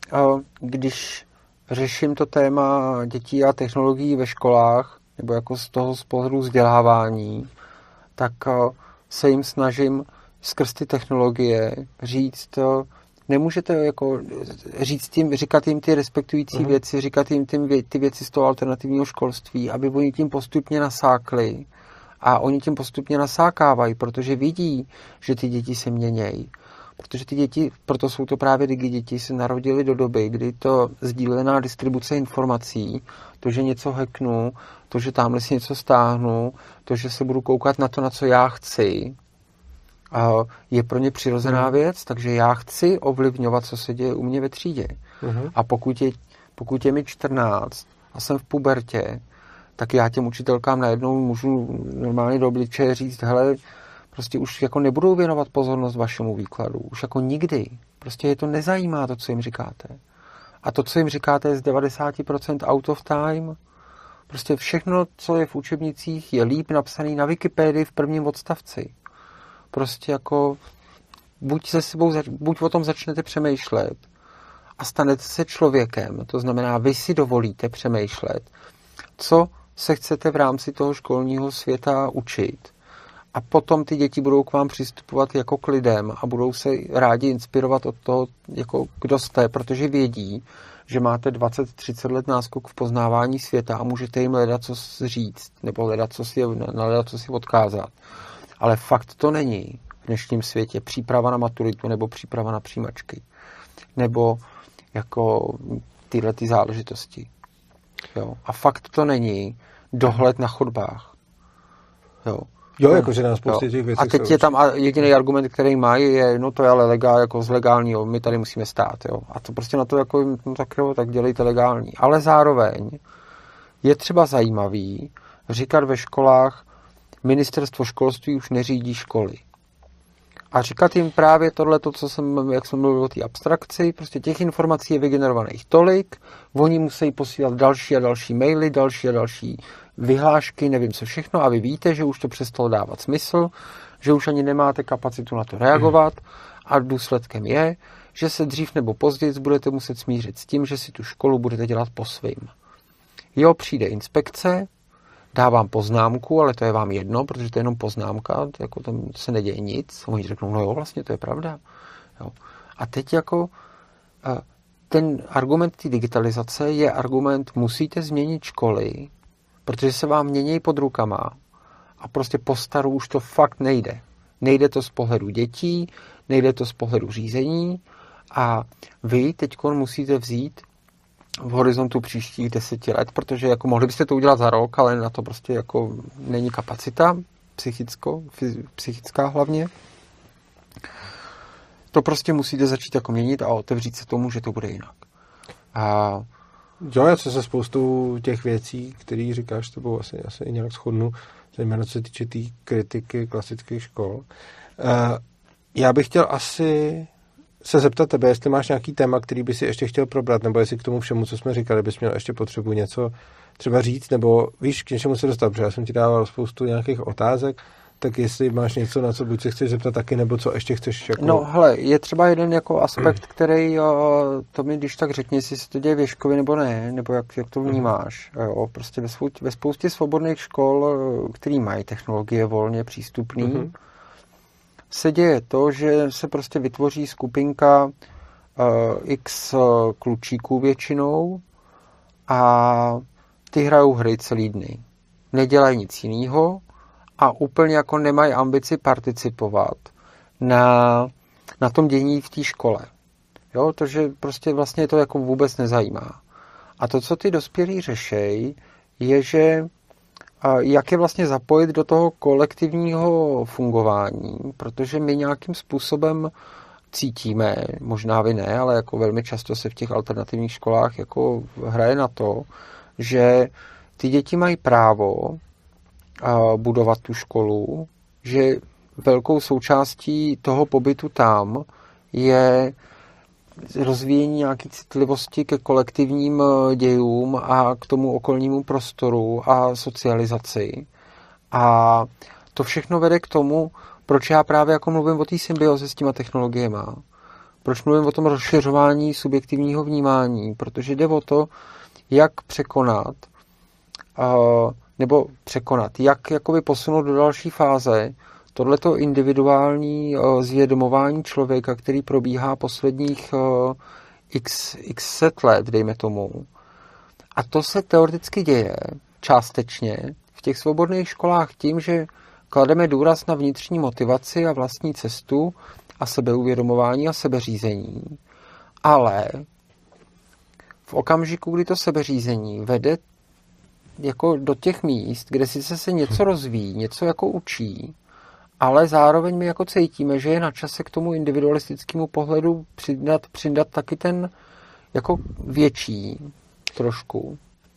když řeším to téma dětí a technologií ve školách, nebo jako z pohledu vzdělávání, tak se jim snažím skrz ty technologie říct, nemůžete jako říkat jim ty respektující věci, říkat jim ty věci z toho alternativního školství, aby oni tím postupně nasákli, a oni tím postupně nasákávají, protože vidí, že ty děti se měnějí. Protože ty děti, proto jsou to právě děti, se narodily do doby, kdy to sdílená distribuce informací, to, že něco hacknu, to, že tamhle si něco stáhnu, to, že se budu koukat na to, na co já chci, je pro ně přirozená věc, takže já chci ovlivňovat, co se děje u mě ve třídě. A pokud je mi 14 a jsem v pubertě, tak já těm učitelkám najednou můžu normálně do obličeje říct, hele, prostě už jako nebudou věnovat pozornost vašemu výkladu. Už jako nikdy. Prostě je to nezajímá to, co jim říkáte. A to, co jim říkáte, je z 90% out of time. Prostě všechno, co je v učebnicích, je líp napsaný na Wikipedii v prvním odstavci. Prostě jako buď o tom začnete přemýšlet a stanete se člověkem, to znamená, vy si dovolíte přemýšlet, co se chcete v rámci toho školního světa učit. A potom ty děti budou k vám přistupovat jako k lidem a budou se rádi inspirovat od toho, jako kdo jste, protože vědí, že máte 20-30 let náskok v poznávání světa a můžete jim hledat co říct, nebo hledat co si odkázat. Ale fakt to není v dnešním světě příprava na maturitu nebo příprava na přijímačky. Nebo jako tyhle ty záležitosti. Jo. A fakt to není dohled na chodbách. Jo, jakože na spoustě těch věcí. A teď je tam jediný argument, který mají, je, no to je ale jako z legálního, my tady musíme stát. Jo. A to prostě na to jako, tak dělejte legální. Ale zároveň je třeba zajímavý říkat ve školách, ministerstvo školství už neřídí školy. A říkat jim právě tohleto, jak jsem mluvil o té abstrakci, prostě těch informací je vygenerovaných tolik, oni musí posílat další a další maily, další a další vyhlášky, nevím co všechno, a vy víte, že už to přestalo dávat smysl, že už ani nemáte kapacitu na to reagovat, a důsledkem je, že se dřív nebo později budete muset smířit s tím, že si tu školu budete dělat po svým. Jo, přijde inspekce, dá vám poznámku, ale to je vám jedno, protože to je jenom poznámka, to jako tam se neděje nic. A oni řeknou, no jo, vlastně to je pravda. Jo. A teď jako ten argument té digitalizace je argument, musíte změnit školy, protože se vám mění pod rukama a prostě po staru už to fakt nejde. Nejde to z pohledu dětí, nejde to z pohledu řízení a vy teď musíte vzít v horizontu příštích 10 let, protože jako mohli byste to udělat za rok, ale na to prostě jako není kapacita psychická hlavně. To prostě musíte začít jako měnit a otevřít se tomu, že to bude jinak. A jo, já se spoustu těch věcí, které říkáš, s tebou asi i nějak shodnu, zejména co se týče té kritiky klasických škol. Já bych chtěl asi se zeptat tebe, jestli máš nějaký téma, který by si ještě chtěl probrat, nebo jestli k tomu všemu, co jsme říkali, bys měl ještě potřebu něco třeba říct, nebo víš, k něčemu se dostat, protože já jsem ti dával spoustu nějakých otázek, tak jestli máš něco, na co buď se chceš zeptat taky, nebo co ještě chceš jako... No hele, je třeba jeden jako aspekt, který, to mi když tak řekni, jestli se to děje v Ježkově nebo ne, nebo jak to vnímáš. Jo, prostě ve spoustě svobodných škol, který mají technologie volně přístupný, se děje to, že se prostě vytvoří skupinka x klučíků většinou a ty hrajou hry celý dny. Nedělají nic jiného a úplně jako nemají ambici participovat na tom dění v té škole. Jo, protože prostě vlastně to jako vůbec nezajímá. A to, co ty dospělí řešejí, je, že jak je vlastně zapojit do toho kolektivního fungování, protože my nějakým způsobem cítíme, možná vy ne, ale jako velmi často se v těch alternativních školách jako hraje na to, že ty děti mají právo budovat tu školu, že velkou součástí toho pobytu tam je rozvíjení nějaké citlivosti ke kolektivním dějům a k tomu okolnímu prostoru a socializaci. A to všechno vede k tomu, proč já právě jako mluvím o té symbioze s těma technologiema. Proč mluvím o tom rozšiřování subjektivního vnímání, protože jde o to, jak překonat, jak jakoby posunout do další fáze tohleto individuální zvědomování člověka, který probíhá posledních x set let, dejme tomu. A to se teoreticky děje částečně v těch svobodných školách tím, že klademe důraz na vnitřní motivaci a vlastní cestu a sebeuvědomování a sebeřízení. Ale v okamžiku, kdy to sebeřízení vede jako do těch míst, kde sice se něco rozvíjí, něco jako učí, ale zároveň my jako cítíme, že je na čase k tomu individualistickému pohledu přidat taky ten jako větší trošku.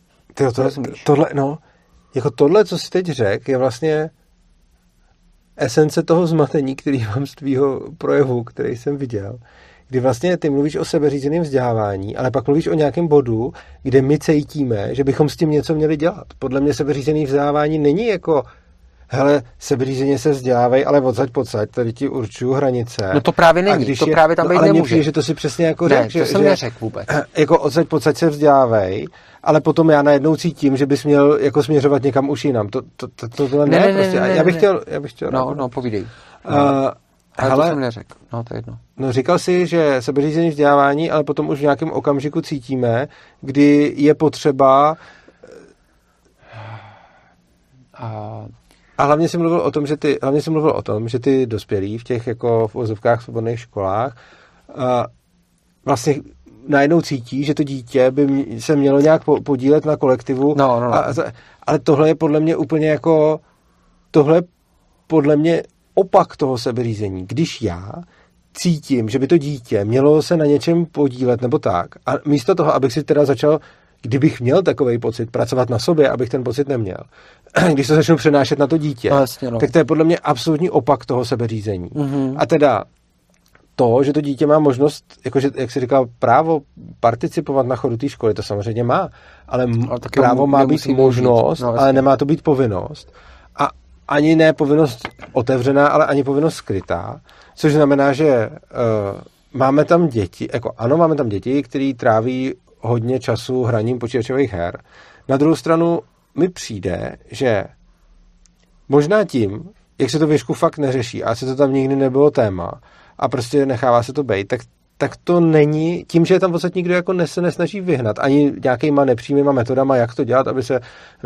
Tohle, co jsi teď řekl, je vlastně esence toho zmatení, který mám z tvýho projevu, který jsem viděl, kdy vlastně ty mluvíš o sebeřízeném vzdělávání, ale pak mluvíš o nějakém bodu, kde my cítíme, že bychom s tím něco měli dělat. Podle mě sebeřízené vzdělávání není jako hele, sebeřízeně se vzdělávají, ale odsaď pocať, tady ti určuju hranice. No to právě není, to právě tam být ale nemůže. Ale že to si přesně jako řekl. Ne, to jsem neřekl vůbec. Jako odsaď pocať se vzdělávají, ale potom já najednou cítím, že bys měl jako směřovat někam už jinam. Tohle ne, prostě. Já bych chtěl. No, povídej. Ale to jsem neřekl. No, to je jedno. No, říkal jsi, že sebeřízené vzdělávání, ale potom už v nějakém okamžiku cítíme, kdy je potřeba a hlavně jsem mluvil o tom, že ty dospělí v těch jako v uvozovkách svobodných školách vlastně najednou cítí, že to dítě by se mělo nějak podílet na kolektivu. No. Ale tohle je podle mě úplně jako opak toho sebeřízení. Když já cítím, že by to dítě mělo se na něčem podílet nebo tak, a místo toho, abych si teda začal, kdybych měl takovej pocit, pracovat na sobě, abych ten pocit neměl, když to začnu přenášet na to dítě, tak to je podle mě absolutní opak toho sebeřízení. Mm-hmm. A teda to, že to dítě má možnost, jakože, jak jsi říkal, právo participovat na chodu té školy, to samozřejmě má, ale právo má být možnost, ale nemá to být povinnost. A ani ne povinnost otevřená, ale ani povinnost skrytá, což znamená, že máme tam děti, máme tam děti, který tráví hodně času hraním počítačových her. Na druhou stranu mi přijde, že možná tím, jak se to v Ježku fakt neřeší a se to tam nikdy nebylo téma a prostě nechává se to bejt, tak tak to není, tím, že je tam v podstatě nikdo jako se nesnaží vyhnat, ani nějakýma nepřímýma metodama, jak to dělat, aby se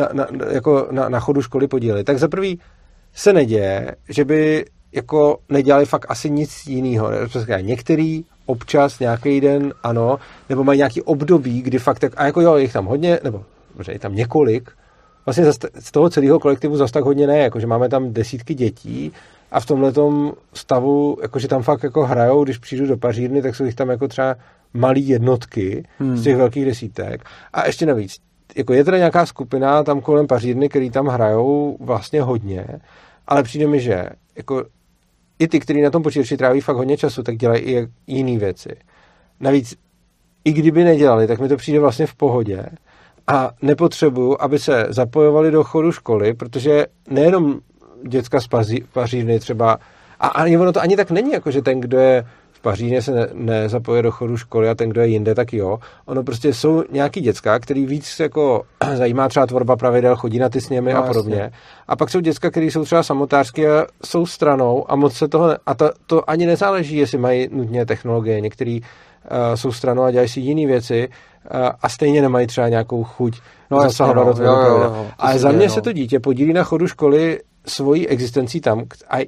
na chodu školy podíleli. Tak za prvý se neděje, že by jako nedělali fakt asi nic jiného. Některý občas, nějaký den, ano, nebo mají nějaký období, kdy fakt tak, a jako jo, jich tam hodně, nebo možná je tam několik, vlastně z toho celého kolektivu zas tak hodně ne, jakože máme tam desítky dětí a v tomhletom stavu, jakože tam fakt jako hrajou, když přijdu do pařírny, tak jsou jich tam jako třeba malý jednotky z těch velkých desítek. A ještě navíc, jako je teda nějaká skupina tam kolem pařírny, který tam hrajou vlastně hodně, ale přijde mi, že jako i ty, kteří na tom počítači tráví fakt hodně času, tak dělají i jiné věci. Navíc, i kdyby nedělali, tak mi to přijde vlastně v pohodě a nepotřebuju, aby se zapojovali do chodu školy, protože nejenom děcka z pařírny třeba, a ono to ani tak není, jako že ten, kdo je v pařířně, se nezapoje do chodu školy a ten, kdo je jinde, tak jo. Ono prostě jsou nějaký děcka, který víc jako zajímá třeba tvorba pravidel, chodí na ty sněmy a podobně. Jasně. A pak jsou děcka, který jsou třeba samotářský a jsou stranou a moc se toho, a to ani nezáleží, jestli mají nutně technologie. Některý jsou stranou a dělají si jiné věci a stejně nemají třeba nějakou chuť zasahovat do tvorby pravidel. Ale za mě se to dítě podílí na chodu školy svojí existencí tam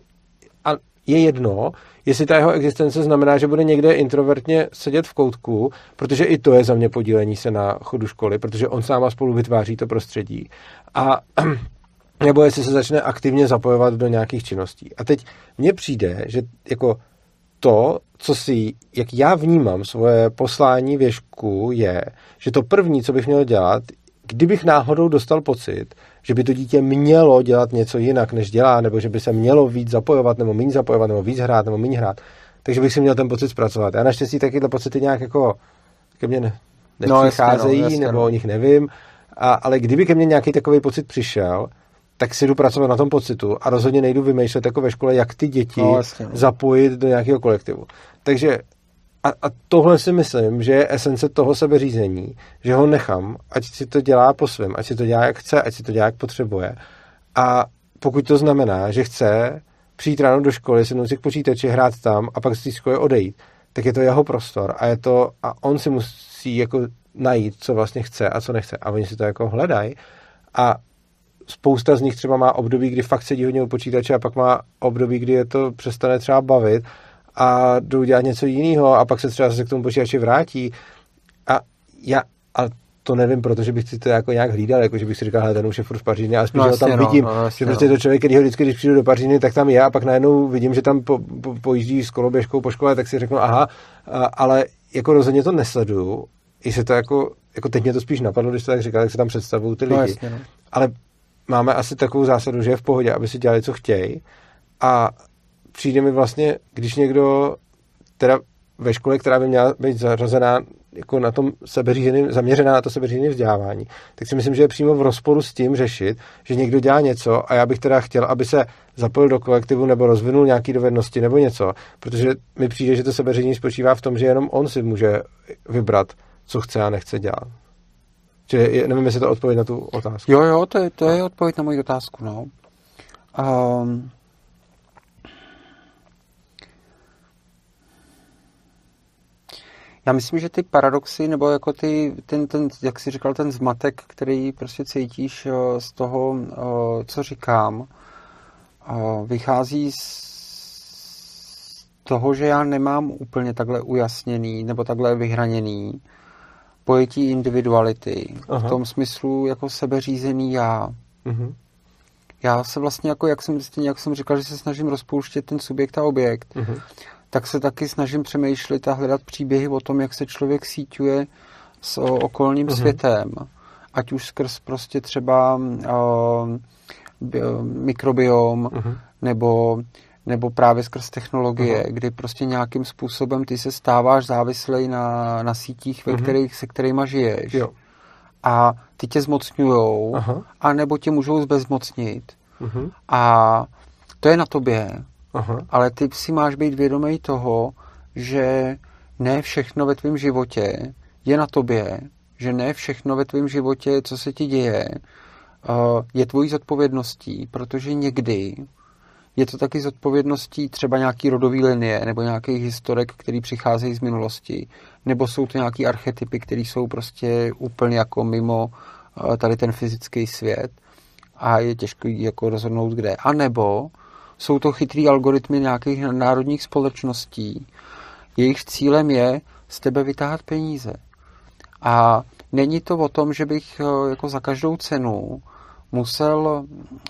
a je jedno, jestli ta jeho existence znamená, že bude někde introvertně sedět v koutku, protože i to je za mě podílení se na chodu školy, protože on sám a spolu vytváří to prostředí. A nebo jestli se začne aktivně zapojovat do nějakých činností. A teď mně přijde, že jako to, jak já vnímám svoje poslání věšku, je, že to první, co bych měl dělat, kdybych náhodou dostal pocit, že by to dítě mělo dělat něco jinak, než dělá, nebo že by se mělo víc zapojovat, nebo méně zapojovat, nebo víc hrát, nebo méně hrát, takže bych si měl ten pocit zpracovat. Já naštěstí takyhle pocity nějak jako ke mně nepřicházejí, nebo o nich nevím, ale kdyby ke mně nějaký takový pocit přišel, tak si jdu pracovat na tom pocitu a rozhodně nejdu vymýšlet jako ve škole, jak ty děti zapojit do nějakého kolektivu. Takže a tohle si myslím, že je esence toho sebeřízení, že ho nechám, ať si to dělá po svém, ať si to dělá jak chce, ať si to dělá jak potřebuje. A pokud to znamená, že chce přijít ráno do školy, sednout si k počítači, hrát tam a pak z té školy odejít, tak je to jeho prostor a on si musí jako najít, co vlastně chce a co nechce. A oni si to jako hledají. A spousta z nich třeba má období, kdy fakt sedí hodně u počítače a pak má období, kdy je to přestane třeba bavit a jdou dělat něco jiného a pak se třeba zase k tomu počítači vrátí. A to nevím, protože bych si to jako nějak hlídal, jako že bych si říkal, hele, ten už je furt v Paříži, ale spíš ho tam vidím, že prostě to člověk, který ho vždycky, když přijdu do Paříži, tak tam je a pak najednou vidím, že tam pojíždí s koloběžkou po škole, tak si řeknu, aha, ale jako rozhodně to nesleduju, i se to jako teď mě to spíš napadlo, když to tak říkal, tak se tam představují ty lidi. Ale máme asi takovou zásadu, že je v pohodě, aby si dělali, co chtějí a přijde mi vlastně, když někdo teda ve škole, která by měla být zařazená jako na tom sebeřízeným, zaměřená na to sebeřízené vzdělávání, tak si myslím, že je přímo v rozporu s tím řešit, že někdo dělá něco a já bych teda chtěl, aby se zapojil do kolektivu nebo rozvinul nějaké dovednosti nebo něco, protože mi přijde, že to sebeřízení spočívá v tom, že jenom on si může vybrat, co chce a nechce dělat. Čili nevím, jestli to odpověď na tu otázku. Jo, to je odpověď na moji otázku, no. Já myslím, že ty paradoxy, nebo jako ten, jak jsi říkal, ten zmatek, který prostě cítíš z toho, co říkám, vychází z toho, že já nemám úplně takhle ujasněný nebo takhle vyhraněný pojetí individuality. Aha. V tom smyslu jako sebeřízený já. Uh-huh. Já se vlastně, jako jak jsem říkal, že se snažím rozpouštět ten subjekt a objekt, uh-huh. tak se taky snažím přemýšlet a hledat příběhy o tom, jak se člověk síťuje s okolním uh-huh. světem. Ať už skrz prostě třeba mikrobiom, uh-huh. nebo právě skrz technologie, uh-huh. kdy prostě nějakým způsobem ty se stáváš závislej na sítích, se kterýma žiješ. Jo. A ty tě zmocňujou, uh-huh. a nebo tě můžou zbezmocnit. Uh-huh. A to je na tobě. Uh-huh. Ale ty si máš být vědomý toho, že ne všechno ve tvém životě je na tobě, že ne všechno ve tvém životě, co se ti děje, je tvojí zodpovědností, protože někdy je to taky zodpovědností třeba nějaký rodový linie nebo nějakých historek, který přicházejí z minulosti, nebo jsou to nějaký archetypy, které jsou prostě úplně jako mimo tady ten fyzický svět a je těžko jako rozhodnout kde. A nebo jsou to chytrý algoritmy nějakých národních společností, jejich cílem je z tebe vytáhat peníze. A není to o tom, že bych jako za každou cenu musel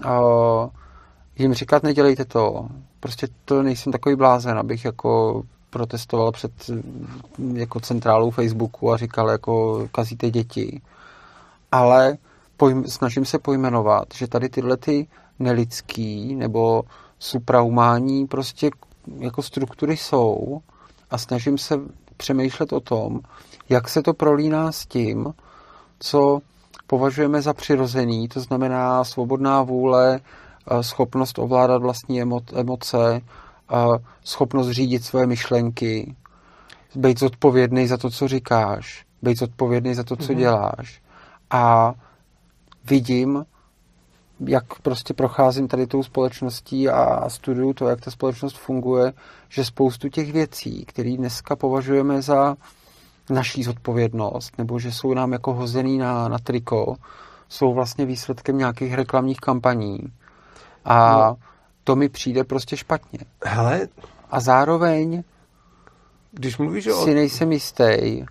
jim říkat, nedělejte to. Prostě to nejsem takový blázen, abych jako protestoval před jako centrálou Facebooku a říkal, jako kazíte děti. Ale snažím se pojmenovat, že tady tyhle ty nelidský nebo suprahumánní prostě jako struktury jsou a snažím se přemýšlet o tom, jak se to prolíná s tím, co považujeme za přirozený, to znamená svobodná vůle, schopnost ovládat vlastní emoce, schopnost řídit svoje myšlenky, být zodpovědný za to, co říkáš, být zodpovědný za to, co děláš. A vidím, jak prostě procházím tady tou společností a studuju to, jak ta společnost funguje, že spoustu těch věcí, které dneska považujeme za naší zodpovědnost, nebo že jsou nám jako hozený na triko, jsou vlastně výsledkem nějakých reklamních kampaní. A to mi přijde prostě špatně. Hele, a zároveň když mluvíš si nejsem jistý,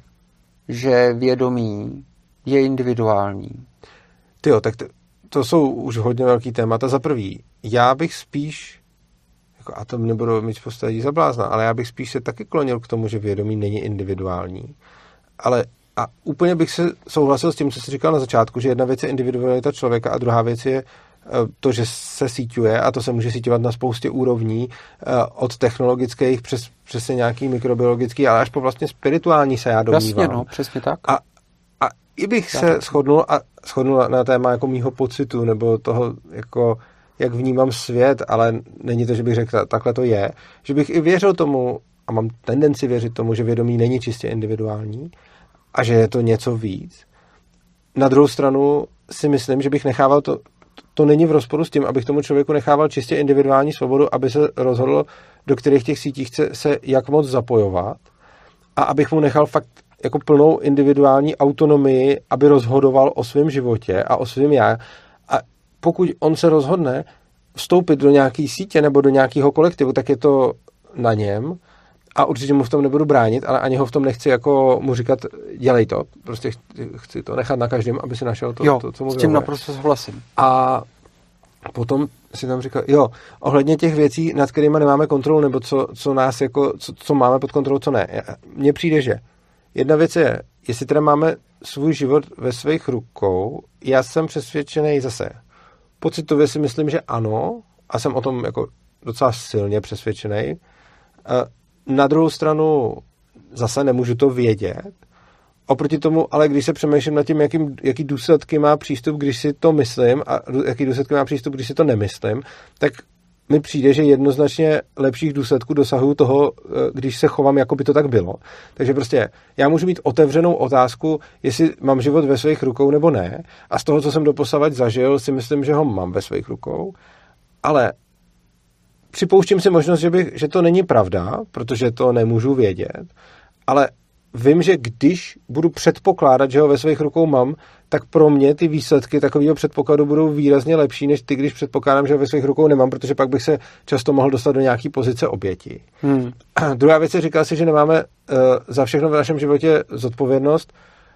že vědomí je individuální. Tyjo, tak to jsou už hodně velký témata. Za prvý, já bych spíš, jako, a to nebudu mít postavit za blázna, ale já bych spíš se taky klonil k tomu, že vědomí není individuální. Ale a úplně bych se souhlasil s tím, co jsi říkal na začátku, že jedna věc je individualita člověka a druhá věc je to, že se síťuje a to se může síťovat na spoustě úrovní od technologických přes nějaký mikrobiologický, ale až po vlastně spirituální se já domnívám. Jasně, no, přesně tak. A i bych se shodnul na téma jako mýho pocitu nebo toho, jako, jak vnímám svět, ale není to, že bych řekl, takhle to je, že bych i věřil tomu a mám tendenci věřit tomu, že vědomí není čistě individuální a že je to něco víc. Na druhou stranu si myslím, že bych nechával to není v rozporu s tím, abych tomu člověku nechával čistě individuální svobodu, aby se rozhodl, do kterých těch sítí chce se jak moc zapojovat a abych mu nechal fakt jako plnou individuální autonomii, aby rozhodoval o svém životě a o svém já. A pokud on se rozhodne vstoupit do nějaký sítě nebo do nějakého kolektivu, tak je to na něm a určitě mu v tom nebudu bránit, ale ani ho v tom nechci jako mu říkat, dělej to. Prostě chci to nechat na každém, aby si našel to, co mu vyhovuje. S tím naprosto souhlasím. A potom si tam říkal, ohledně těch věcí, nad kterými nemáme kontrolu, nebo co nás jako, co máme pod kontrolou, co ne. Mně přijde, že jedna věc je, jestli teda máme svůj život ve svých rukou, já jsem přesvědčený zase. Pocitově si myslím, že ano, a jsem o tom jako docela silně přesvědčený. Na druhou stranu zase nemůžu to vědět. Oproti tomu, ale když se přemýšlím nad tím, jaký důsledky má přístup, když si to myslím a jaký důsledky má přístup, když si to nemyslím, tak mi přijde, že jednoznačně lepších důsledků dosahuju toho, když se chovám, jako by to tak bylo. Takže prostě já můžu mít otevřenou otázku, jestli mám život ve svých rukou nebo ne. A z toho, co jsem doposavad zažil, si myslím, že ho mám ve svých rukou. Ale připouštím si možnost, že to není pravda, protože to nemůžu vědět. Ale vím, že když budu předpokládat, že ho ve svých rukou mám, tak pro mě ty výsledky takového předpokladu budou výrazně lepší, než ty, když předpokládám, že ho ve svých rukou nemám, protože pak bych se často mohl dostat do nějaké pozice oběti. Druhá věc je, říkal si, že nemáme za všechno v našem životě zodpovědnost.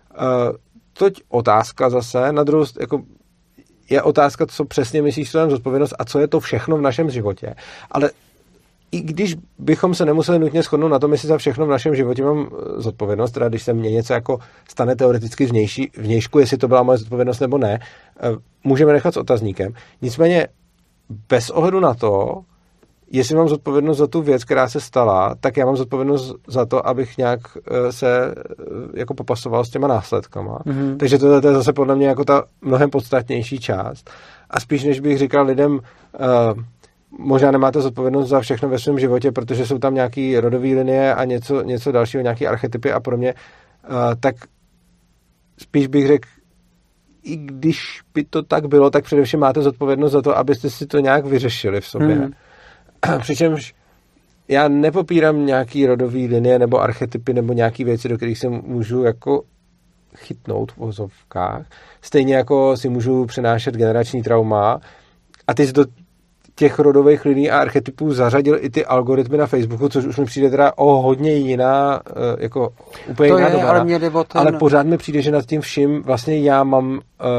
Toť otázka zase, na druhou jako je otázka, co přesně myslíš slovem zodpovědnost a co je to všechno v našem životě. Ale i když bychom se nemuseli nutně shodnout na tom, jestli za všechno v našem životě mám zodpovědnost, teda když se mně něco jako stane teoreticky vnějšku, jestli to byla moje zodpovědnost nebo ne, můžeme nechat s otazníkem. Nicméně bez ohledu na to, jestli mám zodpovědnost za tu věc, která se stala, tak já mám zodpovědnost za to, abych nějak se jako popasoval s těma následkama. Mm-hmm. Takže to je zase podle mě jako ta mnohem podstatnější část. A spíš než bych říkal lidem, možná nemáte zodpovědnost za všechno ve svém životě, protože jsou tam nějaký rodový linie a něco dalšího, nějaký archetypy a podobně, tak spíš bych řekl, i když by to tak bylo, tak především máte zodpovědnost za to, abyste si to nějak vyřešili v sobě. Přičemž já nepopírám nějaký rodový linie nebo archetypy nebo nějaký věci, do kterých se můžu jako chytnout v vozovkách. Stejně jako si můžu přenášet generační trauma a ty jsi do těch rodových linií a archetypů zařadil i ty algoritmy na Facebooku, což už mi přijde teda o hodně jiná, jako úplně to jiná je, domena. Ale pořád mi přijde, že nad tím vším vlastně já mám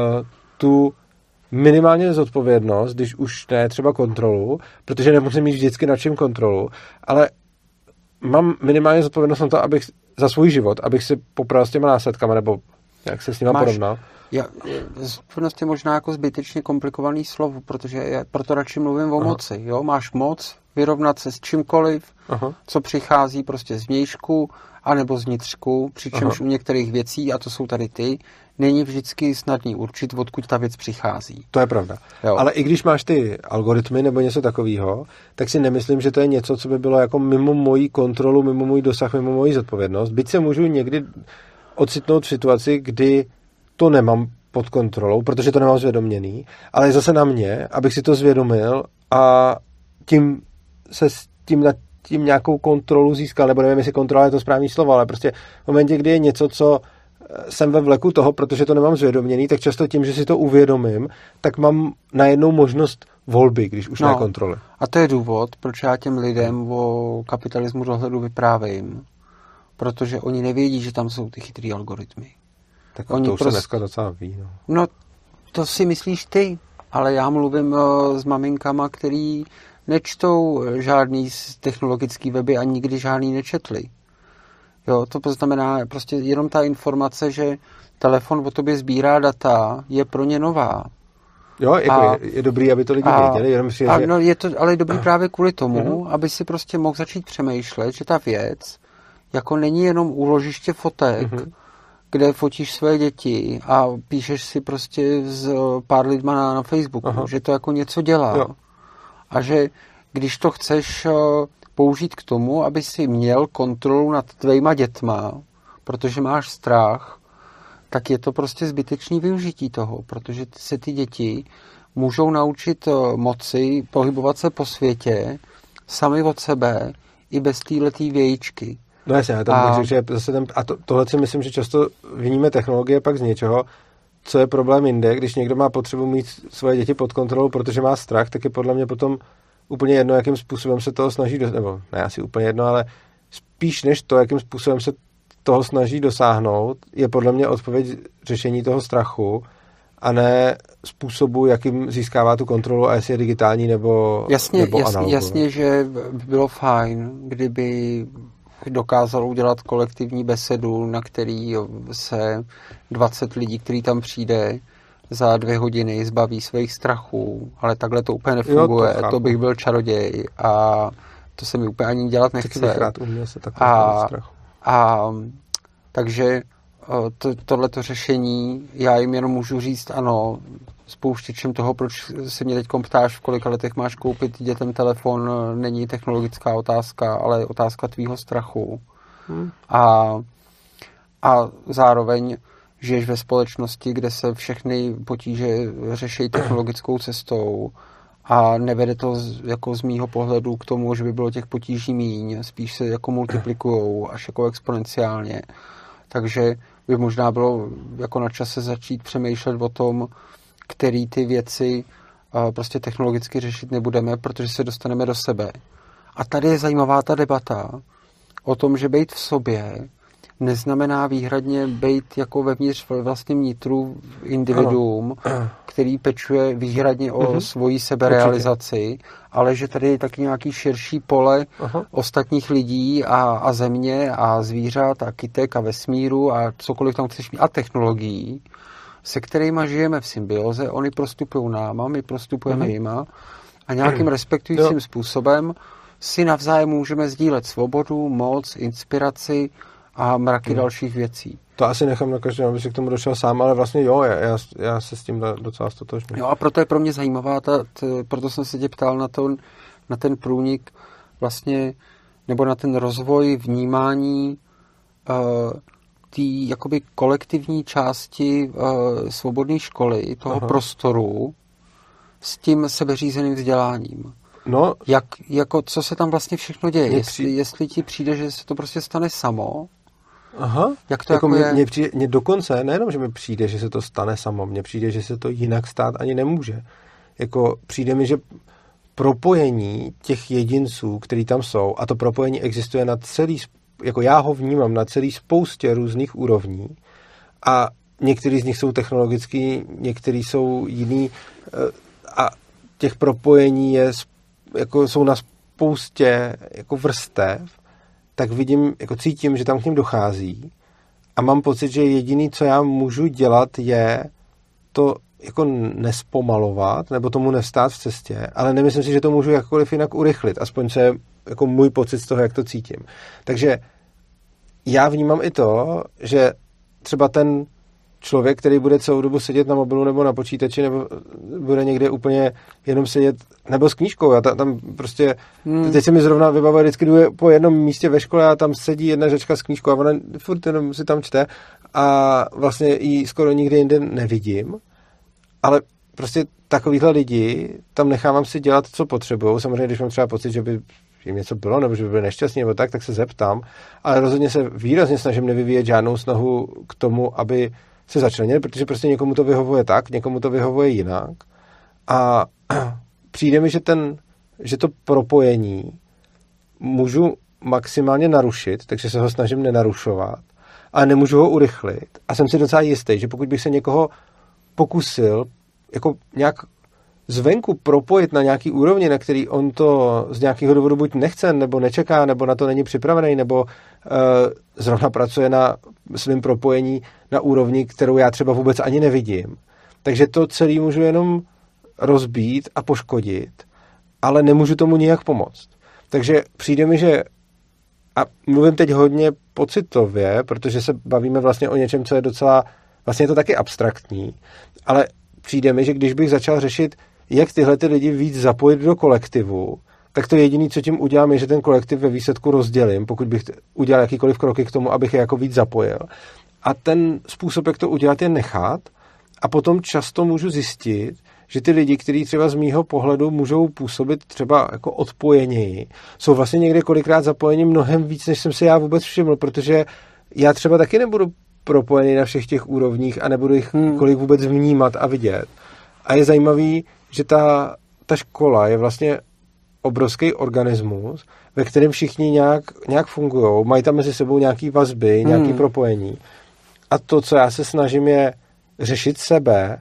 tu minimálně zodpovědnost, když už ne třeba kontrolu, protože nemusím mít vždycky nad čím kontrolu, ale mám minimálně zodpovědnost na to, abych za svůj život, abych si popral s těma následkama, nebo jak se s nima porovnal. Zodpovědnost je možná jako zbytečně komplikovaný slovo, protože já proto radši mluvím o moci. Jo? Máš moc vyrovnat se s čímkoliv, co přichází prostě z vnějšku, anebo z vnitřku, přičemž u některých věcí, a to jsou tady ty, není vždycky snadný určit, odkud ta věc přichází. To je pravda. Jo. Ale i když máš ty algoritmy nebo něco takového, tak si nemyslím, že to je něco, co by bylo jako mimo moji kontrolu, mimo můj dosah, mimo moji zodpovědnost. Byť se můžu někdy ocitnout v situaci, kdy to nemám pod kontrolou, protože to nemám zvědoměný, ale je zase na mě, abych si to zvědomil a tím se s tím nad tím nějakou kontrolu získal, nebo nevím, jestli kontrola je to správný slovo, ale prostě v momentě, kdy je něco, co jsem ve vleku toho, protože to nemám zvědoměný, tak často tím, že si to uvědomím, tak mám najednou možnost volby, když už ne kontroly. A to je důvod, proč já těm lidem o kapitalismu dohledu vyprávím. Protože oni nevědí, že tam jsou ty chytrý algoritmy. Tak oni to už se dneska docela ví. No, to si myslíš ty, ale já mluvím s maminkama, který nečtou žádný technologický weby a nikdy žádný nečetli. Jo, to znamená prostě jenom ta informace, že telefon o tobě sbírá data, je pro ně nová. Jo, jako je dobrý, aby to lidi věděli. Jenom si, že... no, je to ale dobrý právě kvůli tomu, aby si prostě mohl začít přemýšlet, že ta věc jako není jenom úložiště fotek, kde fotíš své děti a píšeš si prostě s pár lidma na Facebooku, že to jako něco dělá. Jo. A že když to chceš použít k tomu, aby si měl kontrolu nad tvejma dětma, protože máš strach, tak je to prostě zbytečný využití toho, protože se ty děti můžou naučit moci pohybovat se po světě sami od sebe i bez téhletý vějíčky. No jasně, já tam bych řekl, že zase tohle si myslím, že často viníme technologie pak z něčeho, co je problém jinde. Když někdo má potřebu mít svoje děti pod kontrolou, protože má strach, tak je podle mě potom úplně jedno, jakým způsobem se toho snaží nebo ne asi úplně jedno, ale spíš než to, jakým způsobem se toho snaží dosáhnout, je podle mě odpověď řešení toho strachu a ne způsobu, jakým získává tu kontrolu a jestli je digitální nebo analogové. Jasně, že by bylo fajn, kdyby dokázal udělat kolektivní besedu, na který se 20 lidí, který tam přijde, za 2 hodiny zbaví svých strachů, ale takhle to úplně nefunguje. To bych byl čaroděj a to se mi úplně ani dělat nechce. Takže tohleto řešení, já jim jenom můžu říct ano, spouštěčem toho, proč se mě teď ptáš, v kolika letech máš koupit dětem telefon, není technologická otázka, ale otázka tvýho strachu. A zároveň žiješ ve společnosti, kde se všechny potíže řeší technologickou cestou a nevede to jako z mýho pohledu k tomu, že by bylo těch potíží míň, spíš se jako multiplikujou až jako exponenciálně. Takže by možná bylo jako na čase začít přemýšlet o tom, který ty věci prostě technologicky řešit nebudeme, protože se dostaneme do sebe. A tady je zajímavá ta debata o tom, že být v sobě neznamená výhradně být jako vevnitř vlastním nitru individuum, který pečuje výhradně o svoji seberealizaci, ale že tady je taky nějaký širší pole ostatních lidí a země a zvířat a kytek a vesmíru a cokoliv tam chceš mít a technologií, se kterýma žijeme v symbioze, oni prostupují náma, my prostupujeme jima a nějakým respektujícím způsobem si navzájem můžeme sdílet svobodu, moc, inspiraci a mraky dalších věcí. To asi nechám na každém, aby si k tomu došel sám, ale vlastně jo, já se s tím docela stotožňuji. Jo, a proto je pro mě zajímavá, proto jsem se tě ptal na ten průnik vlastně, nebo na ten rozvoj vnímání té jakoby kolektivní části svobodné školy, toho prostoru s tím sebeřízeným vzděláním. No, jako co se tam vlastně všechno děje? Jestli ti přijde, že se to prostě stane samo, aha, jak to jako je? Mně dokonce, nejenom, že mi přijde, že se to stane samo, mně přijde, že se to jinak stát ani nemůže. Jako přijde mi, že propojení těch jedinců, který tam jsou, a to propojení existuje na celý, jako já ho vnímám, na celý spoustě různých úrovní a některý z nich jsou technologický, některý jsou jiný a těch propojení jako jsou na spoustě jako vrstev, tak vidím, jako cítím, že tam k ním dochází a mám pocit, že jediný, co já můžu dělat, je to jako nespomalovat, nebo tomu nevstát v cestě, ale nemyslím si, že to můžu jakkoliv jinak urychlit, aspoň co je jako můj pocit z toho, jak to cítím. Takže já vnímám i to, že třeba ten člověk, který bude celou dobu sedět na mobilu nebo na počítači, nebo bude někde úplně jenom sedět, nebo s knížkou. Já tam prostě, teď se mi zrovna vybavuje, vždycky jdu po jednom místě ve škole a tam sedí jedna řečka s knížkou a ona furt jenom si tam čte a vlastně ji skoro nikdy jinde nevidím, ale prostě takovýhle lidi tam nechávám si dělat, co potřebují. Samozřejmě, když mám třeba pocit, že by jim něco bylo, nebo že by byli nešťastní, nebo tak se zeptám, ale rozhodně se výrazně snažím nevyvíjet žádnou snahu k tomu, aby se začlenili, protože prostě někomu to vyhovuje tak, někomu to vyhovuje jinak. A přijde mi, že to propojení můžu maximálně narušit, takže se ho snažím nenarušovat, ale nemůžu ho urychlit. A jsem si docela jistý, že pokud bych se někoho pokusil jako nějak zvenku propojit na nějaký úrovni, na který on to z nějakého důvodu buď nechce, nebo nečeká, nebo na to není připravený, nebo zrovna pracuje na svým propojení na úrovni, kterou já třeba vůbec ani nevidím. Takže to celé můžu jenom rozbít a poškodit, ale nemůžu tomu nijak pomoct. Takže přijde mi, že a mluvím teď hodně pocitově, protože se bavíme vlastně o něčem, co je docela, vlastně je to taky abstraktní, ale přijde mi, že když bych začal řešit, jak tyhle ty lidi víc zapojit do kolektivu, tak to jediné, co tím udělám, je, že ten kolektiv ve výsledku rozdělím, pokud bych udělal jakýkoliv kroky k tomu, abych je jako víc zapojil. A ten způsob, jak to udělat, je nechat a potom často můžu zjistit, že ty lidi, kteří třeba z mýho pohledu můžou působit třeba jako odpojeněji, jsou vlastně někde kolikrát zapojeni mnohem víc, než jsem si já vůbec všiml, protože já třeba taky nebudu propojený na všech těch úrovních a nebudu jich kolik vůbec vnímat a vidět. A je zajímavý, že ta škola je vlastně obrovský organismus, ve kterém všichni nějak fungují, mají tam mezi sebou nějaký vazby, nějaký propojení. A to, co já se snažím, je řešit sebe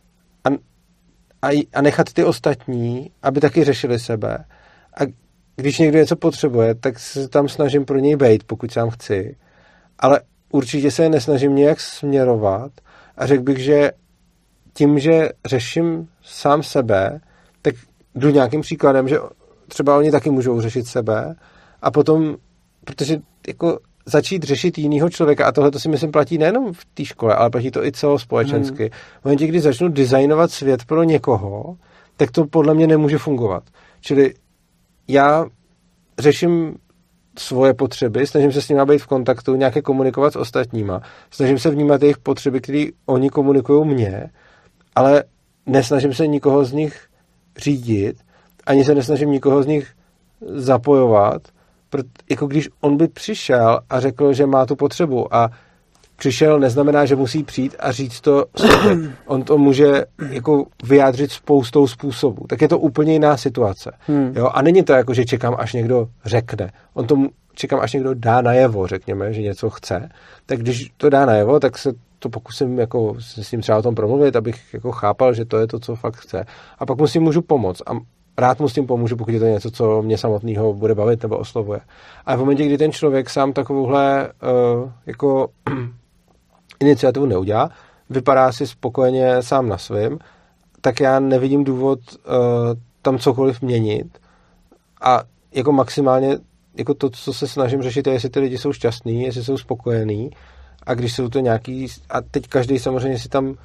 a nechat ty ostatní, aby taky řešili sebe. A když někdo něco potřebuje, tak se tam snažím pro něj bejt, pokud sám chci. Ale určitě se nesnažím nějak směrovat a řekl bych, že tím, že řeším sám sebe, tak jdu nějakým příkladem, že třeba oni taky můžou řešit sebe a potom, protože jako začít řešit jinýho člověka, a tohle to si myslím platí nejenom v té škole, ale platí to i celospolečensky. V momentě, kdy začnu designovat svět pro někoho, tak to podle mě nemůže fungovat. Čili já řeším svoje potřeby, snažím se s nimi být v kontaktu, nějaké komunikovat s ostatníma, snažím se vnímat jejich potřeby, které oni komunikují mně, ale nesnažím se nikoho z nich řídit, ani se nesnažím nikoho z nich zapojovat, jako když on by přišel a řekl, že má tu potřebu a přišel neznamená, že musí přijít a říct to sobě. On to může jako vyjádřit spoustou způsobů. Tak je to úplně jiná situace. Jo? A není to jako, že čekám, až někdo řekne. Čekám, až někdo dá najevo, řekněme, že něco chce. Tak když to dá najevo, tak se to pokusím jako s ním třeba o tom promluvit, abych jako chápal, že to je to, co fakt chce. A pak mu s tím můžu pomoct. A rád mu s tím pomůžu, pokud je to něco, co mě samotného bude bavit nebo oslovuje. A v momentě, kdy ten člověk sám takovouhle jako iniciativu neudělá, vypadá si spokojeně sám na svým, tak já nevidím důvod tam cokoliv měnit. A jako maximálně jako to, co se snažím řešit, je, jestli ty lidi jsou šťastní, jestli jsou spokojení, a když jsou to nějaký, a teď každý samozřejmě si tam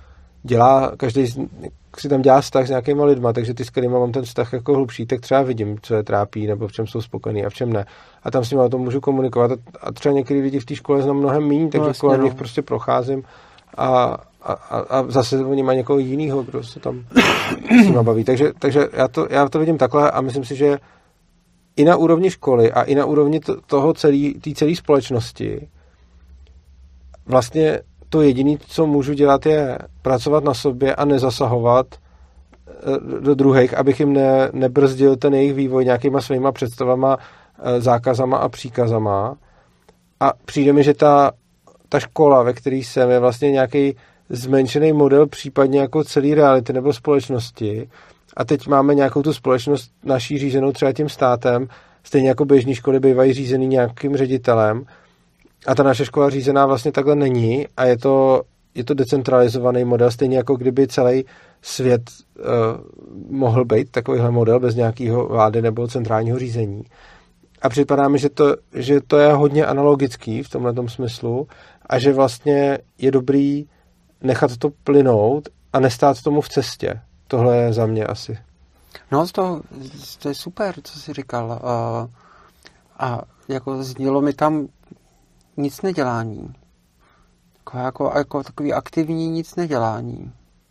dělá vztah s nějakýma lidma, takže ty, s kterýma mám ten vztah jako hlubší, tak třeba vidím, co je trápí, nebo v čem jsou spokojení a v čem ne. A tam s nimi o tom můžu komunikovat. A třeba některý lidi v té škole znám mnohem méně, takže kolem nich prostě procházím a zase oni mají někoho jinýho, kdo se tam s nima baví. Takže já to vidím takhle a myslím si, že i na úrovni školy a i na úrovni té celé společnosti vlastně to jediné, co můžu dělat, je pracovat na sobě a nezasahovat do druhých, abych jim nebrzdil ten jejich vývoj nějakýma svýma představama, zákazama a příkazama. A přijde mi, že ta škola, ve které jsem, je vlastně nějaký zmenšený model případně jako celý reality nebo společnosti. A teď máme nějakou tu společnost naší řízenou třeba tím státem, stejně jako běžné školy bývají řízený nějakým ředitelem. A ta naše škola řízená vlastně takhle není a je to decentralizovaný model, stejně jako kdyby celý svět mohl být takovýhle model bez nějakého vlády nebo centrálního řízení. A připadá mi, že to je hodně analogický v tomhletom smyslu a že vlastně je dobrý nechat to plynout a nestát tomu v cestě. Tohle je za mě asi. No, to je super, co jsi říkal. A jako znělo mi tam nic nedělání. Jako takový aktivní nic nedělání.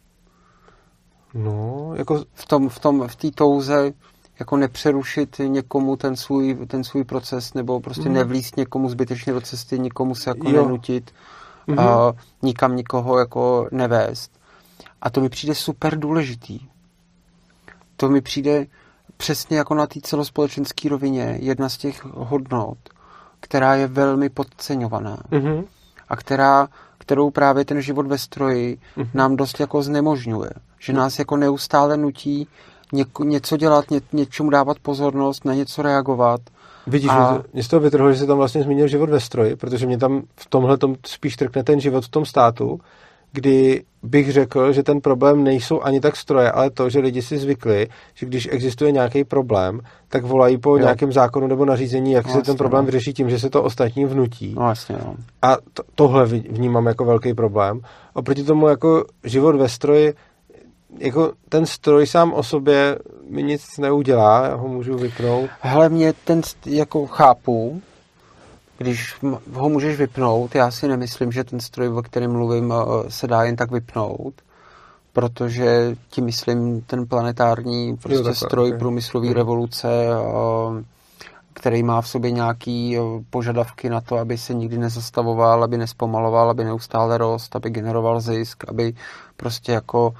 No, jako... V té touze jako nepřerušit někomu ten svůj proces, nebo prostě nevlíst někomu zbytečně do cesty, nikomu se jako nenutit, nikam nikoho jako nevést. A to mi přijde super důležitý. To mi přijde přesně jako na té celospolečenské rovině jedna z těch hodnot, která je velmi podceňovaná. A kterou právě ten život ve stroji nám dost jako znemožňuje. Že nás jako neustále nutí něco dělat, něčemu dávat pozornost, na něco reagovat. Vidíš, mě z toho vytrhlo, že jsi tam vlastně zmínil život ve stroji, protože mě tam v tomhletom spíš trkne ten život v tom státu, kdy bych řekl, že ten problém nejsou ani tak stroje, ale to, že lidi si zvykli, že když existuje nějaký problém, tak volají po nějakém zákonu nebo nařízení, jak se ten problém vyřeší tím, že se to ostatní vnutí. A tohle vnímám jako velký problém. Oproti tomu jako život ve stroji, jako ten stroj sám o sobě mi nic neudělá, já ho můžu vypnout. Hele, mě ten jako chápu, když ho můžeš vypnout, já si nemyslím, že ten stroj, o kterém mluvím, se dá jen tak vypnout, protože tím myslím ten planetární stroj průmyslové revoluce, který má v sobě nějaký požadavky na to, aby se nikdy nezastavoval, aby nespomaloval, aby neustále rost, aby generoval zisk, aby prostě jako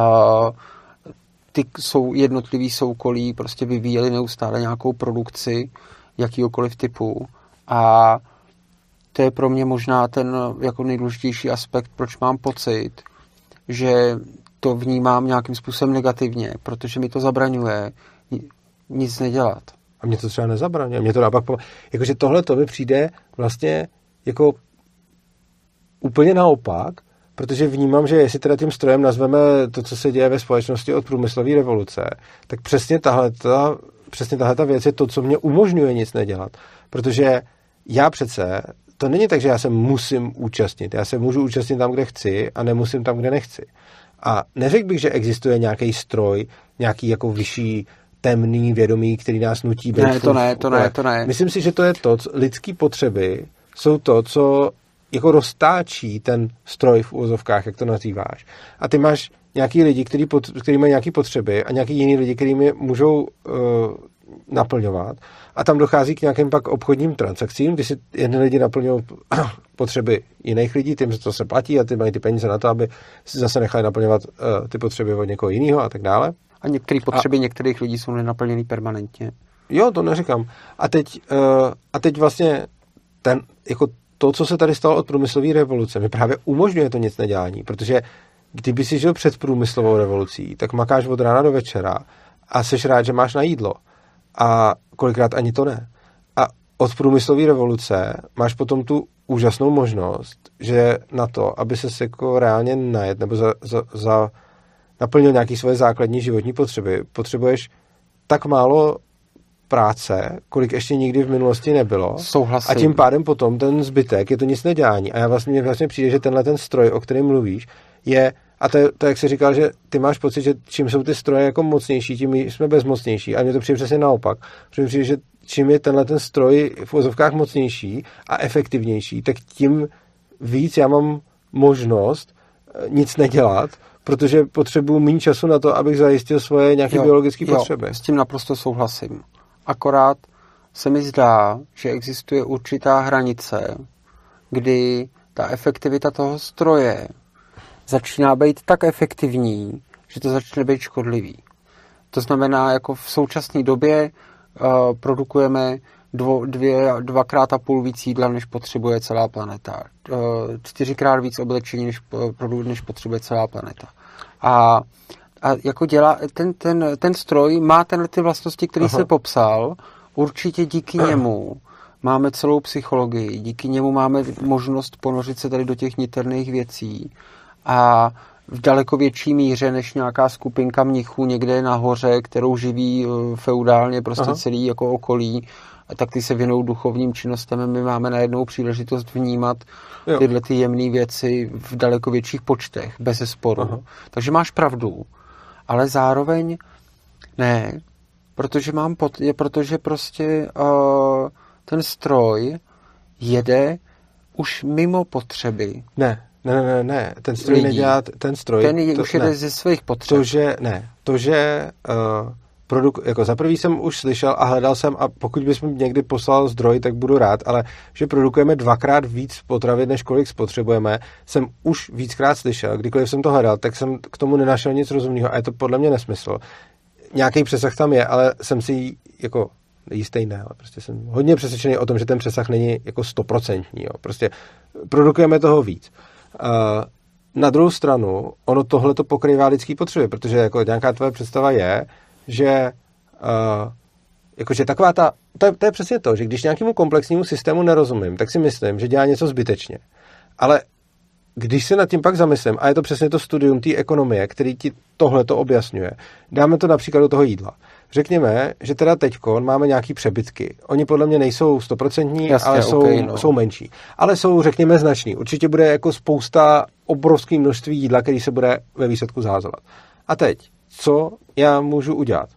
ty jednotlivý soukolí prostě vyvíjeli neustále nějakou produkci jakýhokoliv typu. A to je pro mě možná ten jako nejdůležitější aspekt, proč mám pocit, že to vnímám nějakým způsobem negativně, protože mi to zabraňuje nic nedělat. A mě to třeba nezabraňuje. Mě to naopak jakože tohle to mi přijde vlastně jako úplně naopak, protože vnímám, že jestli teda tím strojem nazveme to, co se děje ve společnosti od průmyslové revoluce, tak přesně tahle věc je to, co mě umožňuje nic nedělat. Protože já přece, to není tak, že já se musím účastnit. Já se můžu účastnit tam, kde chci a nemusím tam, kde nechci. A neřekl bych, že existuje nějaký stroj, nějaký jako vyšší temný vědomí, který nás nutí být. To ne. Myslím si, že to je to, lidský potřeby jsou to, co jako roztáčí ten stroj v uvozovkách, jak to nazýváš. A ty máš nějaký lidi, kteří mají nějaké potřeby a nějaký jiný lidi, kteří je můžou naplňovat. A tam dochází k nějakým pak obchodním transakcím, kdy si jedni lidi naplňují potřeby jiných lidí, tím, že to se platí a ty mají ty peníze na to, aby si zase nechali naplňovat ty potřeby od někoho jiného a tak dále. A některé potřeby některých lidí jsou nenaplněny permanentně. Jo, to neříkám. A teď vlastně jako to, co se tady stalo od průmyslové revoluce, mi právě umožňuje to nic nedělání, protože kdyby si žil před průmyslovou revolucí, tak makáš od rána do večera a seš rád, že máš na jídlo. A kolikrát ani to ne. A od průmyslové revoluce máš potom tu úžasnou možnost, že na to, aby ses jako reálně najet nebo naplnil nějaké svoje základní životní potřeby, potřebuješ tak málo práce, kolik ještě nikdy v minulosti nebylo. Souhlasím. A tím pádem potom ten zbytek je to nic nedělání. A mně vlastně přijde, že tenhle ten stroj, o kterém mluvíš, je, a to jak jsi říkal, že ty máš pocit, že čím jsou ty stroje jako mocnější, tím jsme bezmocnější. A mně to přijde přesně naopak. Přijde, že čím je tenhle ten stroj v uvozovkách mocnější a efektivnější, tak tím víc já mám možnost nic nedělat, protože potřebuji méně času na to, abych zajistil svoje nějaké biologické potřeby. S tím naprosto souhlasím. Akorát se mi zdá, že existuje určitá hranice, kdy ta efektivita toho stroje začíná být tak efektivní, že to začne být škodlivý. To znamená, jako v současné době produkujeme 2,5x víc jídla, než potřebuje celá planeta. 4x víc oblečení, než potřebuje celá planeta. A jako ten stroj má ty vlastnosti, které se popsal, určitě díky němu máme celou psychologii, díky němu máme možnost ponořit se tady do těch niterných věcí a v daleko větší míře než nějaká skupinka mnichů někde nahoře, kterou živí feudálně prostě celý jako okolí, a tak ty se věnou duchovním činnostem. My máme najednou příležitost vnímat tyhle ty jemné věci v daleko větších počtech, bez sporu. Takže máš pravdu, ale zároveň ne, protože prostě ten stroj jede už mimo potřeby. Ne. Ten stroj lidí. Nedělá, ten stroj... Už jede ze svých potřeb. To, že jako za prvý jsem už slyšel a hledal jsem, a pokud bys mi někdy poslal zdroj, tak budu rád, ale že produkujeme 2x víc potravin, než kolik spotřebujeme, jsem už víckrát slyšel. Kdykoliv jsem to hledal, tak jsem k tomu nenašel nic rozumného a je to podle mě nesmysl. Nějaký přesah tam je, ale jsem si jako jistý ne, ale prostě jsem hodně přesvědčený o tom, že ten přesah není jako 100%. Jo. Prostě produkujeme toho víc. Na druhou stranu, ono tohle to pokrývá lidský potřeby, protože jako nějaká tvoje představa je, že jakože taková to je přesně to, že když nějakému komplexnímu systému nerozumím, tak si myslím, že dělá něco zbytečně. Ale když se nad tím pak zamyslím, a je to přesně to studium té ekonomie, který ti tohle to objasňuje, dáme to například do toho jídla. Řekněme, že teda teďko máme nějaký přebytky. Oni podle mě nejsou 100%, ale jsou menší. Ale jsou, řekněme, značný. Určitě bude jako spousta obrovský množství jídla, který se bude ve výsledku zahazovat. A teď, co já můžu udělat?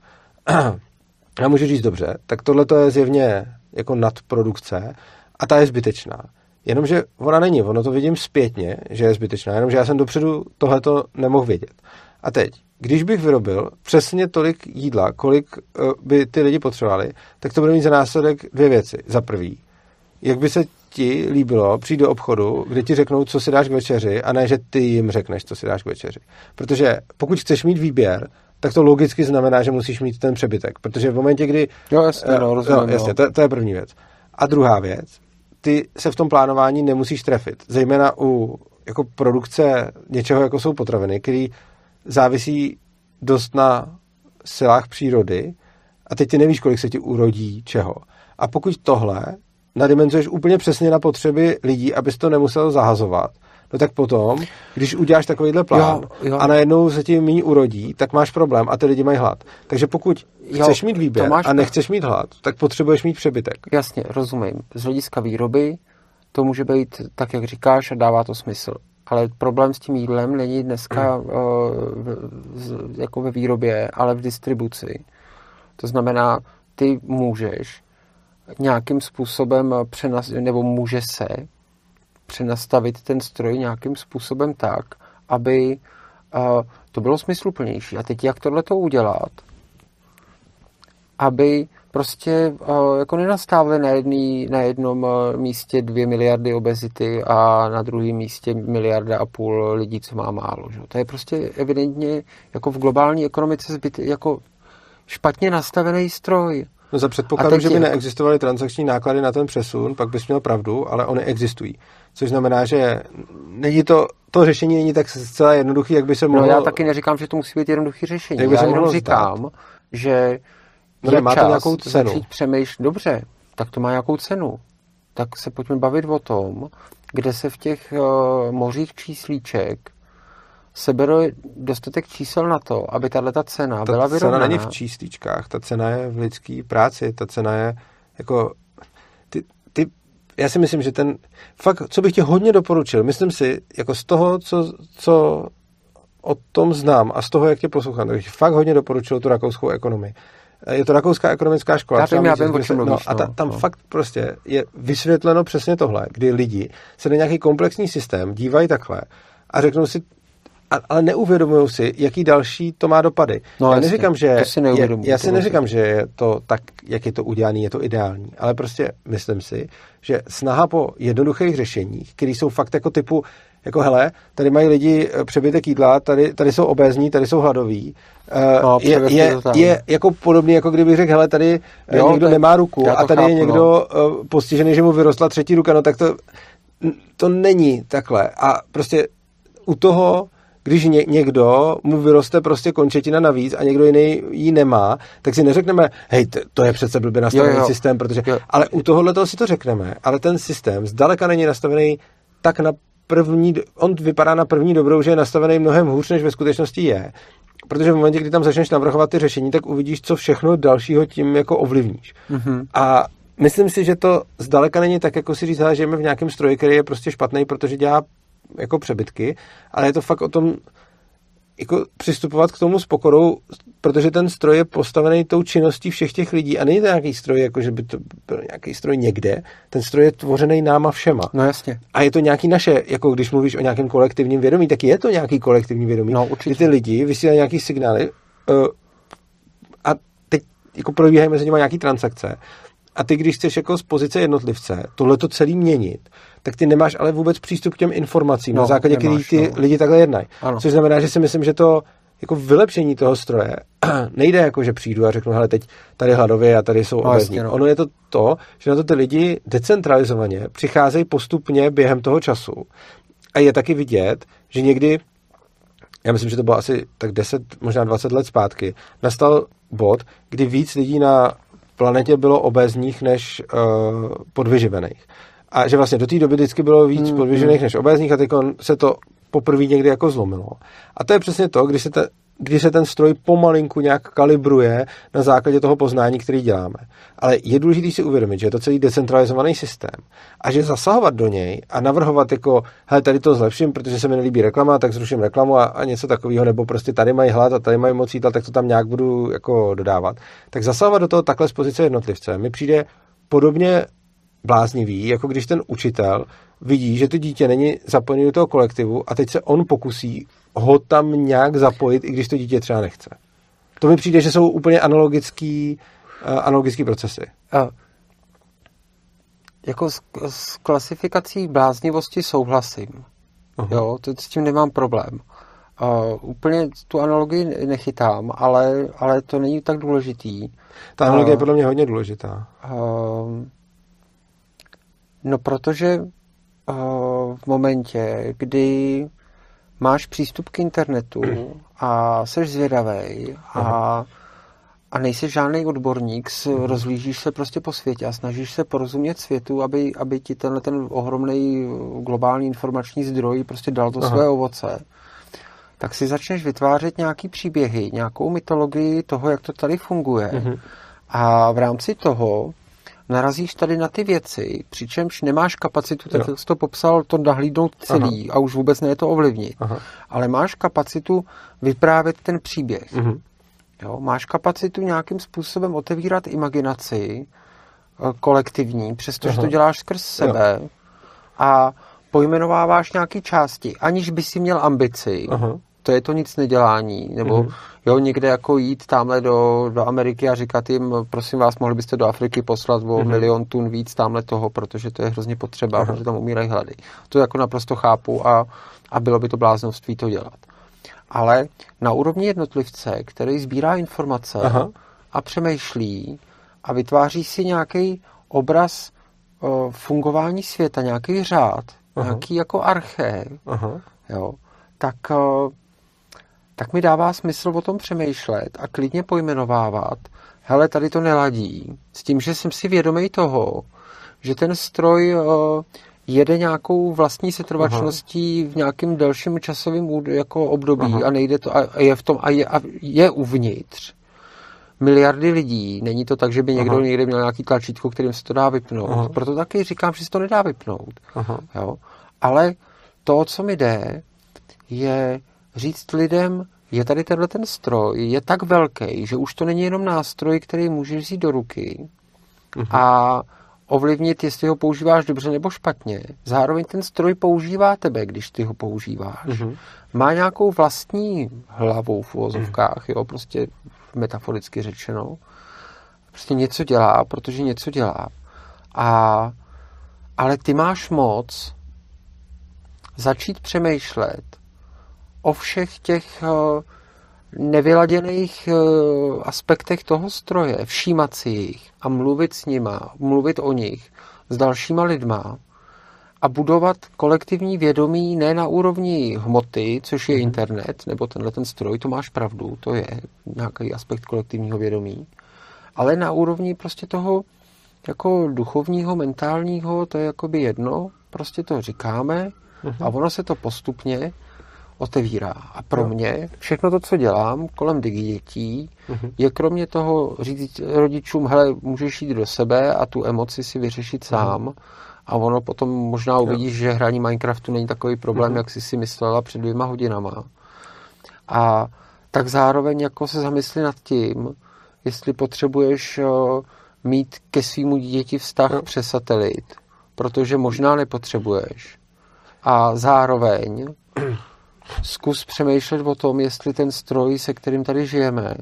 Já můžu říct dobře, tak tohle je zjevně jako nadprodukce a ta je zbytečná. Jenomže ona není, ono to vidím zpětně, že je zbytečná, jenomže já jsem dopředu tohleto nemohl vědět. A teď, když bych vyrobil přesně tolik jídla, kolik by ty lidi potřebovali, tak to bude mít za následek dvě věci. Za prvý, jak by se ti líbilo přijít do obchodu, kde ti řeknou, co si dáš k večeři, a ne, že ty jim řekneš, co si dáš k večeři. Protože pokud chceš mít výběr, tak to logicky znamená, že musíš mít ten přebytek. Protože v momentě, kdy... rozumím. To je první věc. A druhá věc, ty se v tom plánování nemusíš trefit. Zejména u jako produkce něčeho, jako jsou potraviny, který závisí dost na silách přírody a teď ty nevíš, kolik se ti urodí čeho. A pokud tohle nadimenzuješ úplně přesně na potřeby lidí, abys to nemusel zahazovat, no tak potom, když uděláš takovýhle plán a najednou se ti méně urodí, tak máš problém a ty lidi mají hlad. Takže pokud chceš mít výběr a nechceš mít hlad, tak potřebuješ mít přebytek. Jasně, rozumím. Z hlediska výroby to může být tak, jak říkáš, a dává to smysl. Ale problém s tím jídlem není dneska jako ve výrobě, ale v distribuci. To znamená, ty můžeš nějakým způsobem nebo může se přenastavit ten stroj nějakým způsobem tak, aby to bylo smysluplnější. A teď jak tohleto udělat, aby prostě jako nenastávali na jednom místě 2 miliardy obezity a na druhém místě 1,5 miliardy lidí, co má málo. Že? To je prostě evidentně jako v globální ekonomice jako špatně nastavený stroj. No za předpokladu, že by neexistovaly transakční náklady na ten přesun, pak bys měl pravdu, ale ony existují. Což znamená, že není to řešení není tak zcela jednoduchý, jak by se mohlo... No já taky neříkám, že to musí být jednoduchý řešení. Já jenom říkám, že má to nějakou cenu. Dobře, tak to má nějakou cenu. Tak se pojďme bavit o tom, kde se v těch mořích číslíček sebere dostatek čísel na to, aby tato cena byla vyrovnaná. Ta cena není v číslíčkách, ta cena je v lidské práci, ta cena je jako... Já si myslím, že fakt, co bych ti hodně doporučil, myslím si, jako z toho, co o tom znám a z toho, jak tě poslouchám, tak bych fakt hodně doporučil tu rakouskou ekonomii. Je to rakouská ekonomická škola. Já vím, o čem mluvíš. A tam fakt prostě je vysvětleno přesně tohle, kdy lidi se na nějaký komplexní systém dívají takhle a řeknou si, ale neuvědomují si, jaký další to má dopady. No, já neříkám, že já si neříkám, vlastně. že je to tak, jak je to udělané, je to ideální, ale prostě myslím si, že snaha po jednoduchých řešeních, které jsou fakt jako typu, jako hele, tady mají lidi přebytek jídla, tady jsou obézní, tady jsou hladoví, je jako podobný, jako kdybych řekl, hele, tady někdo nemá ruku a tady je někdo postižený, že mu vyrostla třetí ruka, no tak to není takhle. A prostě u toho, když někdo mu vyroste prostě končetina navíc a někdo jiný ji nemá, tak si neřekneme, hej, to je přece blbě nastavený systém, protože... Ale u tohohle si to řekneme, ale ten systém zdaleka není nastavený tak na on vypadá na první dobrou, že je nastavený mnohem hůř, než ve skutečnosti je. Protože v momentě, kdy tam začneš navrhovat ty řešení, tak uvidíš, co všechno dalšího tím jako ovlivníš. Mm-hmm. A myslím si, že to zdaleka není tak, jako si říct, že žijeme v nějakém stroji, který je prostě špatný, protože dělá jako přebytky, ale je to fakt o tom jako přistupovat k tomu s pokorou, protože ten stroj je postavený tou činností všech těch lidí a není to nějaký stroj, jako že by to byl nějaký stroj někde, ten stroj je tvořený náma všema. No jasně. A je to nějaký naše, jako když mluvíš o nějakém kolektivním vědomí, tak je to nějaký kolektivní vědomí. No určitě. Kdy ty lidi vysílají nějaký signály a teď jako probíhají mezi nimi nějaký transakce. A ty, když chceš jako z pozice jednotlivce tohleto celý měnit, tak ty nemáš ale vůbec přístup k těm informacím, na základě kterých ty lidi takhle jednají. Což znamená, že si myslím, že to jako vylepšení toho stroje nejde jako, že přijdu a řeknu, hele, teď tady hladově a tady jsou obézní. Ono je to, že na to ty lidi decentralizovaně přicházejí postupně během toho času. A je taky vidět, že někdy, já myslím, že to bylo asi tak 10, možná 20 let zpátky, nastal bod, kdy víc lidí na planetě bylo obézních než podvyživených. A že vlastně do té doby vždycky bylo víc podvyživených než obézních a teď se to poprvé někdy jako zlomilo. A to je přesně to, když se ten stroj pomalinku nějak kalibruje na základě toho poznání, který děláme. Ale je důležité si uvědomit, že je to celý decentralizovaný systém a že zasahovat do něj a navrhovat jako, hele, tady to zlepším, protože se mi nelíbí reklama, tak zruším reklamu a něco takového, nebo prostě tady mají hlad a tady mají moc jídla, tak to tam nějak budu jako dodávat. Tak zasahovat do toho takhle z pozice jednotlivce mi přijde podobně bláznivý, jako když ten učitel vidí, že to dítě není zapojené do toho kolektivu a teď se on pokusí ho tam nějak zapojit, i když to dítě třeba nechce. To mi přijde, že jsou úplně analogický procesy. Jako s klasifikací bláznivosti souhlasím. Jo, s tím nemám problém. Úplně tu analogii nechytám, ale to není tak důležitý. Ta analogie je podle mě hodně důležitá. No, protože v momentě, kdy máš přístup k internetu a seš zvědavej a nejseš žádný odborník, rozlížíš se prostě po světě a snažíš se porozumět světu, aby ti ten ohromný globální informační zdroj prostě dal to své ovoce, tak si začneš vytvářet nějaký příběhy, nějakou mytologii toho, jak to tady funguje. A v rámci toho narazíš tady na ty věci, přičemž nemáš kapacitu, tak jak jsi to popsal, to nahlídnout celý a už vůbec ne to ovlivnit. Ale máš kapacitu vyprávět ten příběh. Jo, máš kapacitu nějakým způsobem otevírat imaginaci kolektivní, přestože to děláš skrz sebe a pojmenováváš nějaké části, aniž by si měl ambici. To je to nic nedělání, nebo někde jako jít tamhle do Ameriky a říkat jim, prosím vás, mohli byste do Afriky poslat o 1 milion tun víc tamhle toho, protože to je hrozně potřeba, protože tam umírají hlady. To jako naprosto chápu a bylo by to bláznovství to dělat. Ale na úrovni jednotlivce, který sbírá informace a přemýšlí a vytváří si nějaký obraz fungování světa, nějaký řád, nějaký jako arché, jo, tak mi dává smysl o tom přemýšlet a klidně pojmenovávat, hele, tady to neladí, s tím, že jsem si vědomý toho, že ten stroj jede nějakou vlastní setrvačností v nějakém delším časovém jako období a nejde to a je v tom a je uvnitř miliardy lidí. Není to tak, že by někdo někde měl nějaký tlačítko, kterým se to dá vypnout. Proto taky říkám, že se to nedá vypnout. Jo? Ale to, co mi jde, je říct lidem, je tady tenhle ten stroj, je tak velký, že už to není jenom nástroj, který můžeš vzít do ruky a ovlivnit, jestli ho používáš dobře nebo špatně. Zároveň ten stroj používá tebe, když ty ho používáš. Mm-hmm. Má nějakou vlastní hlavu v uvozovkách, jo, prostě metaforicky řečeno. Prostě něco dělá, protože něco dělá. Ale ty máš moc začít přemýšlet o všech těch nevyladěných aspektech toho stroje, všímat si jich a mluvit s nima, mluvit o nich s dalšíma lidma a budovat kolektivní vědomí ne na úrovni hmoty, což je internet, nebo ten stroj, to máš pravdu, to je nějaký aspekt kolektivního vědomí, ale na úrovni prostě toho jako duchovního, mentálního, to je jakoby jedno, prostě to říkáme a ono se to postupně otevírá. A pro mě všechno to, co dělám kolem digidětí, je kromě toho říct rodičům, hele, můžeš jít do sebe a tu emoci si vyřešit sám a ono potom možná uvidíš, že hraní Minecraftu není takový problém, jak jsi si myslela před 2 hodinama. A tak zároveň jako se zamysli nad tím, jestli potřebuješ mít ke svýmu dítěti vztah přes satelit, protože možná nepotřebuješ. A zároveň zkus přemýšlet o tom, jestli ten stroj, se kterým tady žijeme,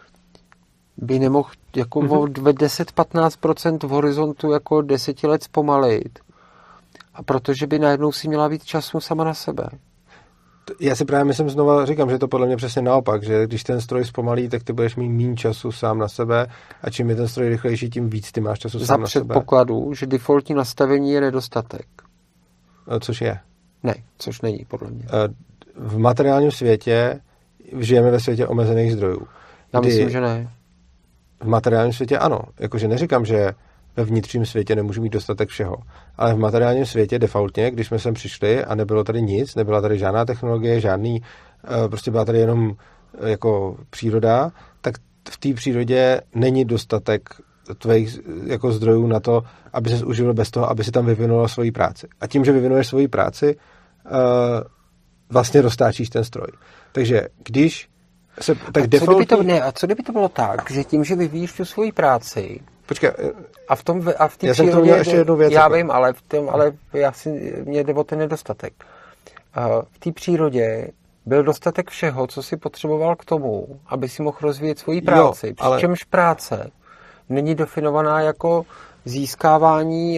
by nemohl jako o 10-15% v horizontu jako 10 let zpomalit. A protože by najednou si měla víc času sama na sebe. Já si právě myslím, znova říkám, že je to podle mě přesně naopak, že když ten stroj zpomalí, tak ty budeš mít méně času sám na sebe a čím je ten stroj rychlejší, tím víc ty máš času sám na sebe. Za předpokladu, že defaultní nastavení je nedostatek. Což je? Ne, což není, podle mě. V materiálním světě žijeme ve světě omezených zdrojů. Já myslím, že ne. V materiálním světě ano. Jakože neříkám, že ve vnitřním světě nemůžu mít dostatek všeho. Ale v materiálním světě defaultně, když jsme sem přišli a nebylo tady nic, nebyla tady žádná technologie, prostě byla tady jenom jako příroda, tak v té přírodě není dostatek tvých jako zdrojů na to, aby ses uživil bez toho, aby si tam vyvinula svoji práci. A tím, že vyvinuješ svoji práci, vlastně roztáčíš ten stroj. Takže když se... Tak a co kdyby to bylo tak, že tím, že vyvíjíš tu svoji práci... Počkej. A v té přírodě... ještě jednu věc. Já vím, ale mě jde o ten nedostatek. V té přírodě byl dostatek všeho, co si potřeboval k tomu, aby si mohl rozvíjet svoji práci. Přičemž práce není definovaná jako získávání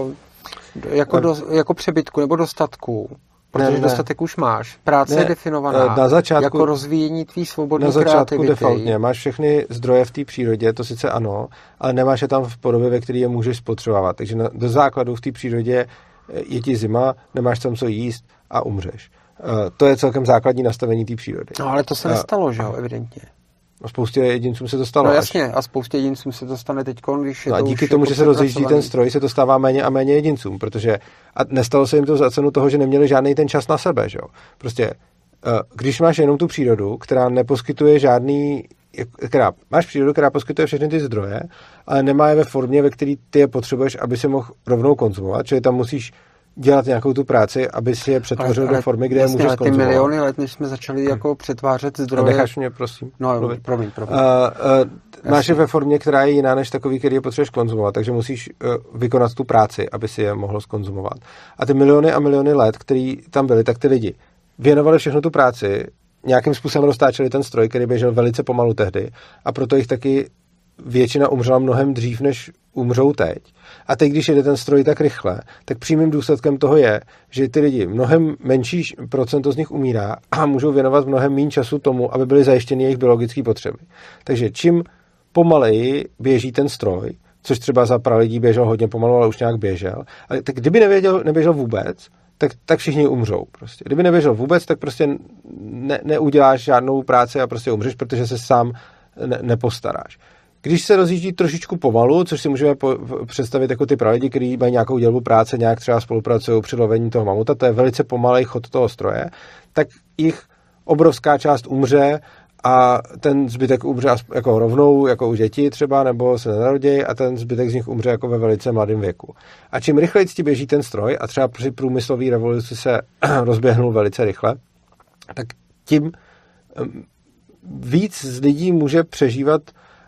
jako přebytku nebo dostatku. Protože dostatek už máš. Práce je definovaná jako rozvíjení tvý svobodné kreativity. Na začátku defaultně máš všechny zdroje v té přírodě, to sice ano, ale nemáš je tam v podobě, ve které je můžeš spotřebovávat. Takže do základu v té přírodě je ti zima, nemáš tam co jíst a umřeš. To je celkem základní nastavení té přírody. No ale to se nestalo, že jo, evidentně. A spoustě jedincům se to stalo. No jasně, a spoustě jedincům se to stane teď, když je a to díky už tomu, jako že se rozjíždí ten stroj, se to stává méně a méně jedincům, protože a nestalo se jim to za cenu toho, že neměli žádný ten čas na sebe, že jo. Prostě když máš jenom tu přírodu, která neposkytuje máš přírodu, která poskytuje všechny ty zdroje, ale nemá je ve formě, ve které ty je potřebuješ, aby si mohl rovnou konzumovat, čili tam musíš dělat nějakou tu práci, aby si je přetvořil do formy, kde je můžeš konzumovat. Ty miliony let, než jsme začali jako přetvářet zdroje... A necháš mě, prosím. No, promiň. Máš je ve formě, která je jiná než takový, který je potřebuješ konzumovat, takže musíš vykonat tu práci, aby si je mohl skonzumovat. A ty miliony a miliony let, který tam byly, tak ty lidi věnovali všechno tu práci, nějakým způsobem roztáčeli ten stroj, který běžel velice pomalu tehdy a proto jich taky většina umřela mnohem dřív, než umřou teď. A teď, když jede ten stroj tak rychle, tak přímým důsledkem toho je, že ty lidi, mnohem menší procento z nich umírá a můžou věnovat mnohem méně času tomu, aby byly zajištěny jejich biologické potřeby. Takže čím pomaleji běží ten stroj, což třeba za pralidí běžel hodně pomalu, ale už nějak běžel, ale tak kdyby neběžel vůbec, tak všichni umřou. Prostě. Kdyby neběžel vůbec, tak prostě neuděláš žádnou práci a prostě umřeš, protože se sám nepostaráš. Když se rozjíždí trošičku pomalu, což si můžeme představit jako ty pralidi, kteří mají nějakou dělbu práce, nějak třeba spolupracují při lovení toho mamuta, to je velice pomalej chod toho stroje, tak jich obrovská část umře a ten zbytek umře jako rovnou, jako u dětí třeba, nebo se nenarodějí a ten zbytek z nich umře jako ve velice mladém věku. A čím rychleji ti běží ten stroj a třeba při průmyslové revoluci se rozběhnul velice rychle, tak tím víc z lidí může přežívat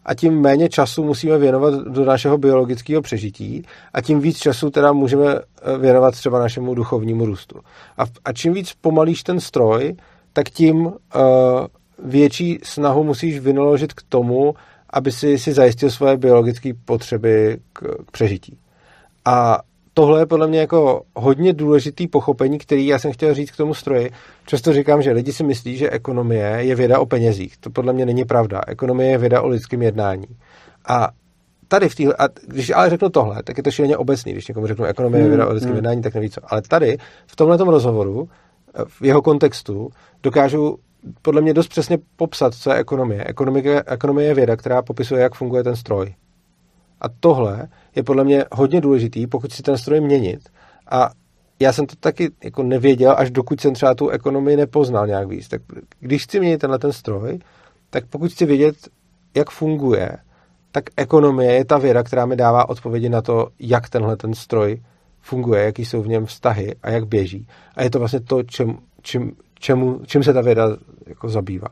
a tím méně času musíme věnovat do našeho biologického přežití a tím víc času teda můžeme věnovat třeba našemu duchovnímu růstu. A čím víc pomalíš ten stroj, tak tím větší snahu musíš vynaložit k tomu, aby si zajistil svoje biologické potřeby k přežití. A tohle je podle mě jako hodně důležitý pochopení, který já jsem chtěl říct k tomu stroji. Často říkám, že lidi si myslí, že ekonomie je věda o penězích. To podle mě není pravda. Ekonomie je věda o lidském jednání. A tady když ale řeknu tohle, tak je to šíleně obecný. Když někomu řeknu ekonomie je věda o lidském jednání, tak neví co. Ale tady, v tomhletom rozhovoru, v jeho kontextu, dokážu podle mě dost přesně popsat, co je ekonomie. Ekonomie je věda, která popisuje, jak funguje ten stroj. A tohle je podle mě hodně důležitý, pokud si ten stroj měnit. A já jsem to taky jako nevěděl, až dokud jsem třeba tu ekonomii nepoznal nějak víc. Tak když chci měnit ten stroj, tak pokud chci vědět, jak funguje, tak ekonomie je ta věda, která mi dává odpovědi na to, jak ten stroj funguje, jaký jsou v něm vztahy a jak běží. A je to vlastně to, čím se ta věda jako zabývá.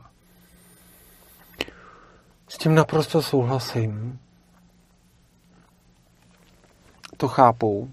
S tím naprosto souhlasím. To chápu.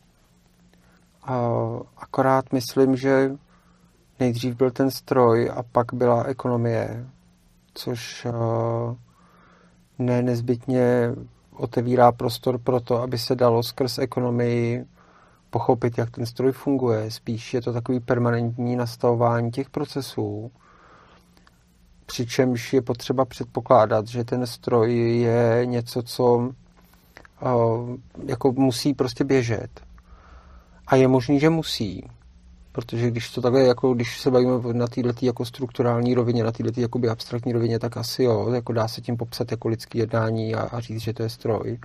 Akorát myslím, že nejdřív byl ten stroj a pak byla ekonomie, což ne nezbytně otevírá prostor pro to, aby se dalo skrz ekonomii pochopit, jak ten stroj funguje. Spíš je to takový permanentní nastavování těch procesů, přičemž je potřeba předpokládat, že ten stroj je něco, co jako musí prostě běžet. A je možný, že musí. Protože když to takhle, jako když se bavíme na této jako strukturální rovině, na této jakoby abstraktní rovině, tak asi jo, jako dá se tím popsat jako lidský jednání a říct, že to je stroj.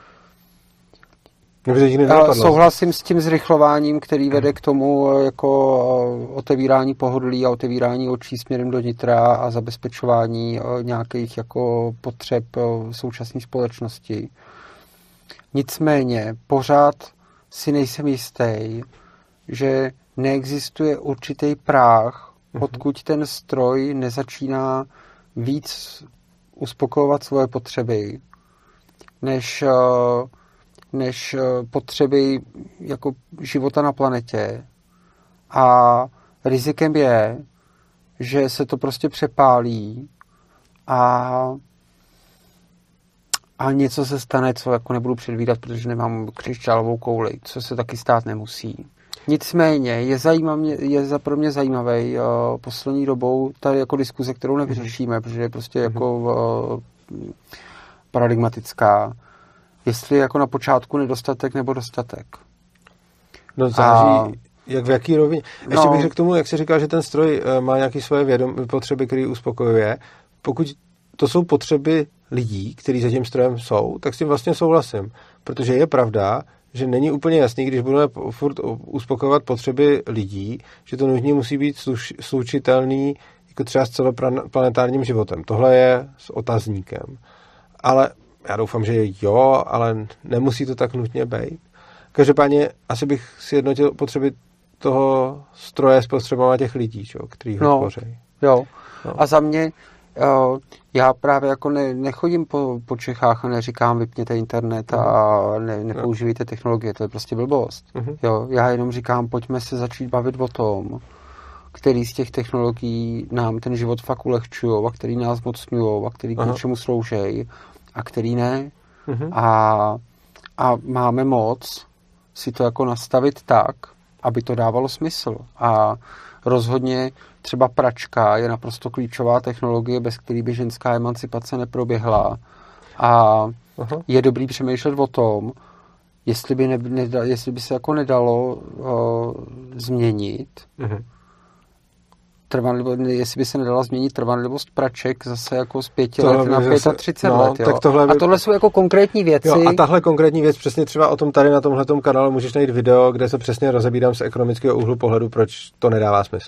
Souhlasím s tím zrychlováním, který vede k tomu jako otevírání pohodlí a otevírání očí směrem do nitra a zabezpečování nějakých jako potřeb současné společnosti. Nicméně pořád si nejsem jistý, že neexistuje určitý práh, odkud ten stroj nezačíná víc uspokojovat svoje potřeby, než potřeby jako života na planetě. A rizikem je, že se to prostě přepálí a něco se stane, co jako nebudu předvídat, protože nemám křišťálovou kouli, co se taky stát nemusí. Nicméně je pro mě zajímavý poslední dobou tady jako diskuze, kterou nevyřešíme, protože je prostě jako paradigmatická. Jestli jako na počátku nedostatek nebo dostatek. No záleží, jak v jaký rovině. Ještě bych řekl k tomu, jak jsi říkal, že ten stroj má nějaké svoje potřeby, které uspokojuje. Pokud to jsou potřeby lidí, kteří za tím strojem jsou, tak s tím vlastně souhlasím. Protože je pravda, že není úplně jasný, když budeme furt uspokojovat potřeby lidí, že to nutně musí být slučitelný jako třeba s celoplanetárním životem. Tohle je s otazníkem. Ale já doufám, že jo, ale nemusí to tak nutně být. Každopádně asi bych si jednotil potřeby toho stroje s potřebama těch lidí, který ho tvoří. Jo. No. A za mě já právě jako nechodím po Čechách a neříkám vypněte internet a nepoužívejte technologie, to je prostě blbost. Jo, já jenom říkám, pojďme se začít bavit o tom, který z těch technologií nám ten život fakt ulehčujou a který nás mocňujou a který k něčemu sloužejí a který ne. A máme moc si to jako nastavit tak, aby to dávalo smysl. A rozhodně třeba pračka je naprosto klíčová technologie, bez který by ženská emancipace neproběhla. A je dobrý přemýšlet o tom, jestli by se jako nedalo změnit jestli by se nedala změnit trvanlivost praček zase jako z 5 let na 35 let. Jo? A tohle jsou jako konkrétní věci. Jo, a tahle konkrétní věc, přesně třeba o tom tady na tomhletom kanálu můžeš najít video, kde se přesně rozebírám z ekonomického úhlu pohledu, proč to nedává smysl.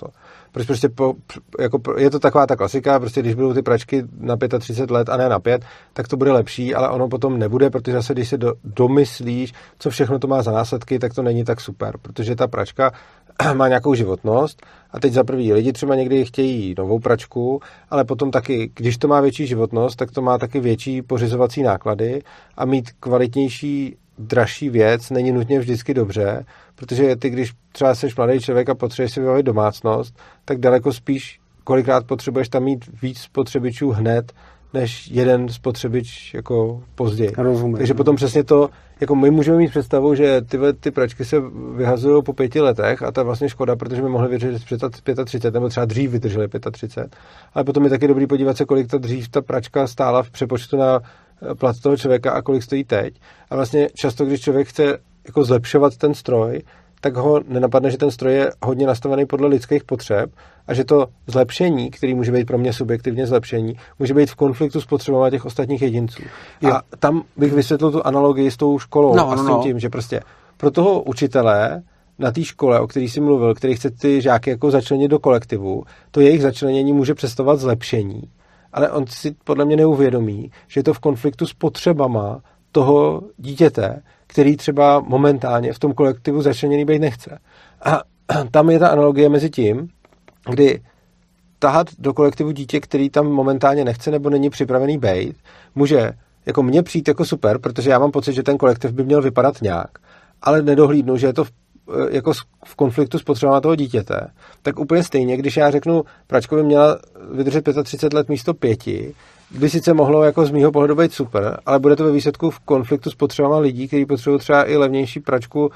Proč prostě je to taková ta klasika, prostě když budou ty pračky na 35 let a ne na 5, tak to bude lepší, ale ono potom nebude, protože zase, když se domyslíš, co všechno to má za následky, tak to není tak super, protože ta pračka má nějakou životnost a teď za prvý lidi třeba někdy chtějí novou pračku, ale potom taky, když to má větší životnost, tak to má taky větší pořizovací náklady a mít kvalitnější, dražší věc není nutně vždycky dobře, protože ty, když třeba jsi mladý člověk a potřebuješ si vybavit domácnost, tak daleko spíš kolikrát potřebuješ tam mít víc spotřebičů hned, než jeden spotřebič jako později. Rozumím. Takže potom přesně to, jako my můžeme mít představu, že ty pračky se vyhazují po 5 letech a to je vlastně škoda, protože my mohli vydržet 35 nebo třeba dřív vydrželi 35. Ale potom je taky dobrý podívat se, kolik dřív ta pračka stála v přepočtu na plat toho člověka a kolik stojí teď. A vlastně často, když člověk chce jako zlepšovat ten stroj, tak ho nenapadne, že ten stroj je hodně nastavený podle lidských potřeb a že to zlepšení, který může být pro mě subjektivně zlepšení, může být v konfliktu s potřebami těch ostatních jedinců. Jo. A tam bych vysvětlil tu analogii s tou školou a s tím, že prostě pro toho učitele na té škole, o který jsi mluvil, který chce ty žáky jako začlenit do kolektivu, to jejich začlenění může představovat zlepšení. Ale on si podle mě neuvědomí, že je to v konfliktu s potřebama toho dítěte, který třeba momentálně v tom kolektivu začleněný být nechce. A tam je ta analogie mezi tím, kdy tahat do kolektivu dítě, který tam momentálně nechce nebo není připravený být, může jako mně přijít jako super, protože já mám pocit, že ten kolektiv by měl vypadat nějak, ale nedohlídnu, že je to jako v konfliktu s potřebami toho dítěte, tak úplně stejně, když já řeknu, pračka by měla vydržet 35 let místo 5, by sice mohlo jako z mýho pohledu být super, ale bude to ve výsledku v konfliktu s potřebami lidí, kteří potřebují třeba i levnější pračku,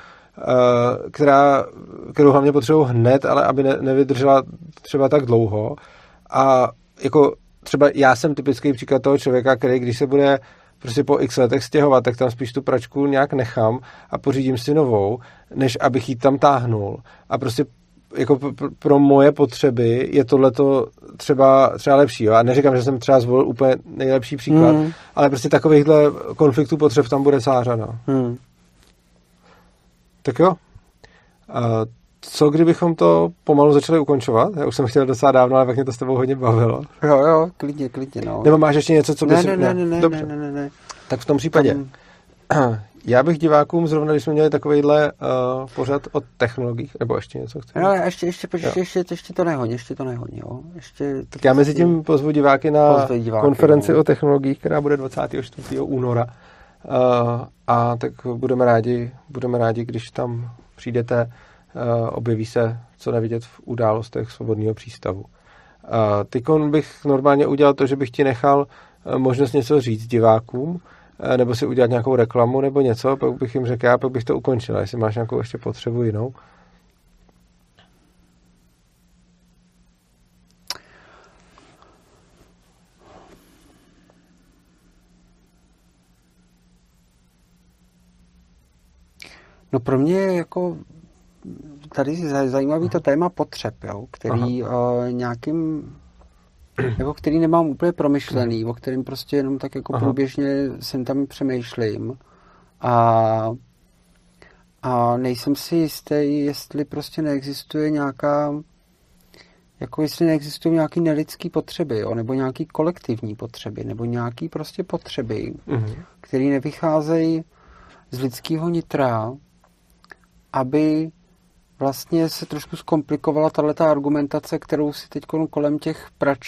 kterou hlavně potřebují hned, ale aby nevydržela třeba tak dlouho. A jako třeba já jsem typický příklad toho člověka, který když se bude prostě po x letech stěhovat, tak tam spíš tu pračku nějak nechám a pořídím si novou, než abych ji tam táhnul. A prostě jako pro moje potřeby je tohleto třeba lepší. Jo? A neříkám, že jsem třeba zvolil úplně nejlepší příklad, ale prostě takovýchhle konfliktů potřeb tam bude celá řada. Tak jo. Co kdybychom to pomalu začali ukončovat? Já už jsem chtěl docela dávno, ale pak mě to s tebou hodně bavilo. Jo, klidně, no. Nebo máš ještě něco, co bys... Ne. Dobře. Ne. Tak v tom případě... Já bych divákům zrovna, když jsme měli takovejhle pořad o technologiích, nebo ještě něco chceš? No, ještě to nehoň, jo. Tak já mezi tím pozvu diváky na konferenci o technologiích, která bude 24. února. A tak budeme rádi, když tam přijdete, objeví se, co nevidět v událostech Svobodného přístavu. Tykon bych normálně udělal to, že bych ti nechal možnost něco říct divákům, nebo si udělat nějakou reklamu nebo něco, pak bych jim řekl, pak bych to ukončil, jestli máš nějakou ještě potřebu jinou. No pro mě je jako tady zajímavý to téma potřeb, jo, který nějakým jako který nemám úplně promyšlený, o kterým prostě jenom tak jako průběžně jsem tam přemýšlím a nejsem si jistý, jestli prostě neexistuje nějaká, jako jestli neexistují nějaký nelidský potřeby, jo, nebo nějaký kolektivní potřeby, nebo nějaký prostě potřeby, které nevycházejí z lidského nitra, aby vlastně se trošku zkomplikovala tato argumentace, kterou si teď kolem těch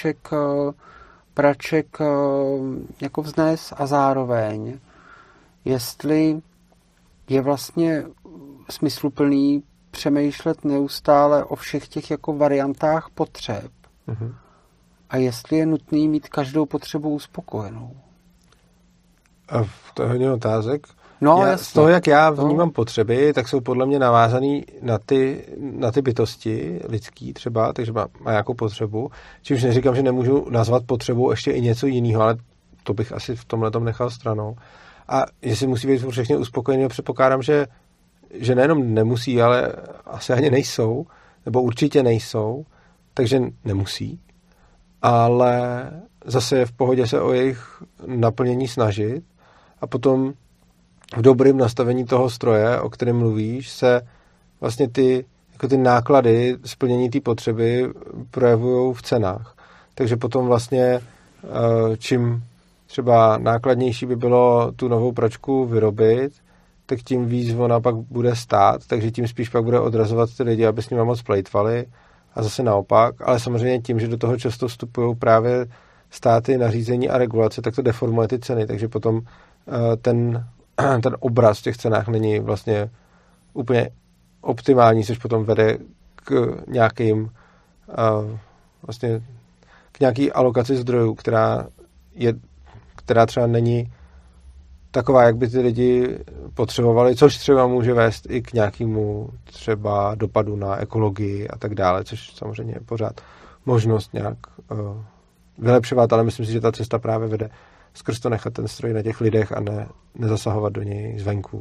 praček jako vznes a zároveň, jestli je vlastně smysluplný přemýšlet neustále o všech těch jako variantách potřeb a jestli je nutný mít každou potřebu uspokojenou. A to je hodně otázek. No, z toho, jak já vnímám potřeby, tak jsou podle mě navázaný na ty bytosti lidský třeba, takže má nějakou potřebu. Čímž neříkám, že nemůžu nazvat potřebou ještě i něco jiného, ale to bych asi v tomhletom nechal stranou. A jestli musí být všechny uspokojený, předpokládám, že nejenom nemusí, ale asi ani nejsou, nebo určitě nejsou, takže nemusí. Ale zase je v pohodě se o jejich naplnění snažit a potom v dobrém nastavení toho stroje, o kterém mluvíš, se vlastně ty jako ty náklady splnění té potřeby projevují v cenách. Takže potom vlastně čím třeba nákladnější by bylo tu novou pračku vyrobit, tak tím víc ona pak bude stát, takže tím spíš pak bude odrazovat ty lidi, aby s nimi moc plejtvali a zase naopak, ale samozřejmě tím, že do toho často vstupují právě státy, nařízení a regulace, tak to deformuje ty ceny, takže potom ten obraz v těch cenách není vlastně úplně optimální, což potom vede k nějakým vlastně k nějaký alokaci zdrojů, která třeba není taková, jak by ty lidi potřebovali, což třeba může vést i k nějakému třeba dopadu na ekologii a tak dále, což samozřejmě je pořád možnost nějak vylepšovat, ale myslím si, že ta cesta právě vede skrz to nechat ten stroj na těch lidech a nezasahovat do něj zvenku.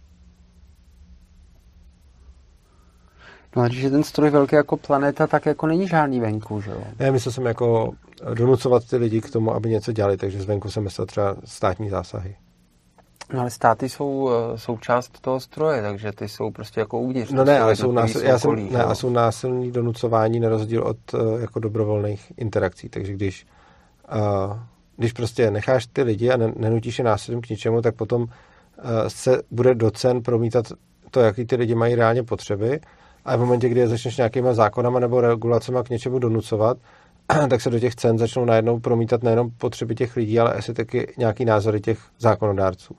No a když je ten stroj velký jako planeta, tak jako není žádný venku, že jo? Ne, myslel jsem jako donucovat ty lidi k tomu, aby něco dělali, takže zvenku jsem myslel třeba státní zásahy. No ale státy jsou součást toho stroje, takže ty jsou prostě jako uvnitř. No ne, ale jsou násilný donucování na rozdíl od jako dobrovolných interakcí, takže když prostě necháš ty lidi a nenutíš je násilím k ničemu, tak potom se bude do cen promítat to, jaký ty lidi mají reálně potřeby, a v momentě, kdy je začneš nějakýma zákonama nebo regulacemi k něčemu donucovat, tak se do těch cen začnou najednou promítat nejenom potřeby těch lidí, ale asi taky nějaký názory těch zákonodárců.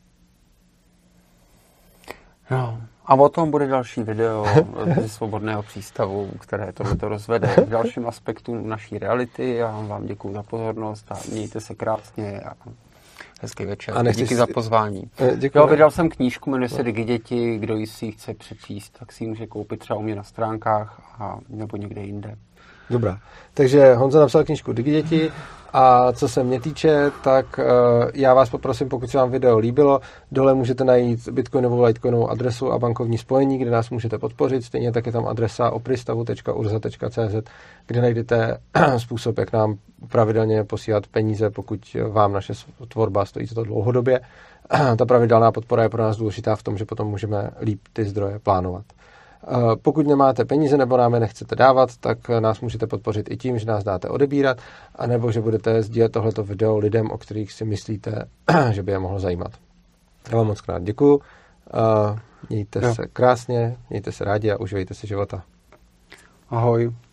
No, a o tom bude další video ze Svobodného přístavu, které tohleto rozvede k dalším aspektům naší reality. Já vám děkuji za pozornost a mějte se krásně a hezký večer. A díky za pozvání. Jo, vydal jsem knížku, jmenuje se Digiděti, kdo si ji chce přečíst, tak si ji může koupit třeba u mě na stránkách a nebo někde jinde. Dobrá, takže Honza napsal knížku Digiděti a co se mě týče, tak já vás poprosím, pokud se vám video líbilo, dole můžete najít bitcoinovou, litecoinovou adresu a bankovní spojení, kde nás můžete podpořit, stejně tak je tam adresa opristavu.urza.cz, kde najdete způsob, jak nám pravidelně posílat peníze, pokud vám naše tvorba stojí za to dlouhodobě. Ta pravidelná podpora je pro nás důležitá v tom, že potom můžeme líp ty zdroje plánovat. Pokud nemáte peníze nebo nám je nechcete dávat, tak nás můžete podpořit i tím, že nás dáte odebírat, anebo že budete sdílet tohleto video lidem, o kterých si myslíte, že by je mohlo zajímat. Já vám moc krát děkuju. Mějte se krásně, mějte se rádi a užívejte si života. Ahoj.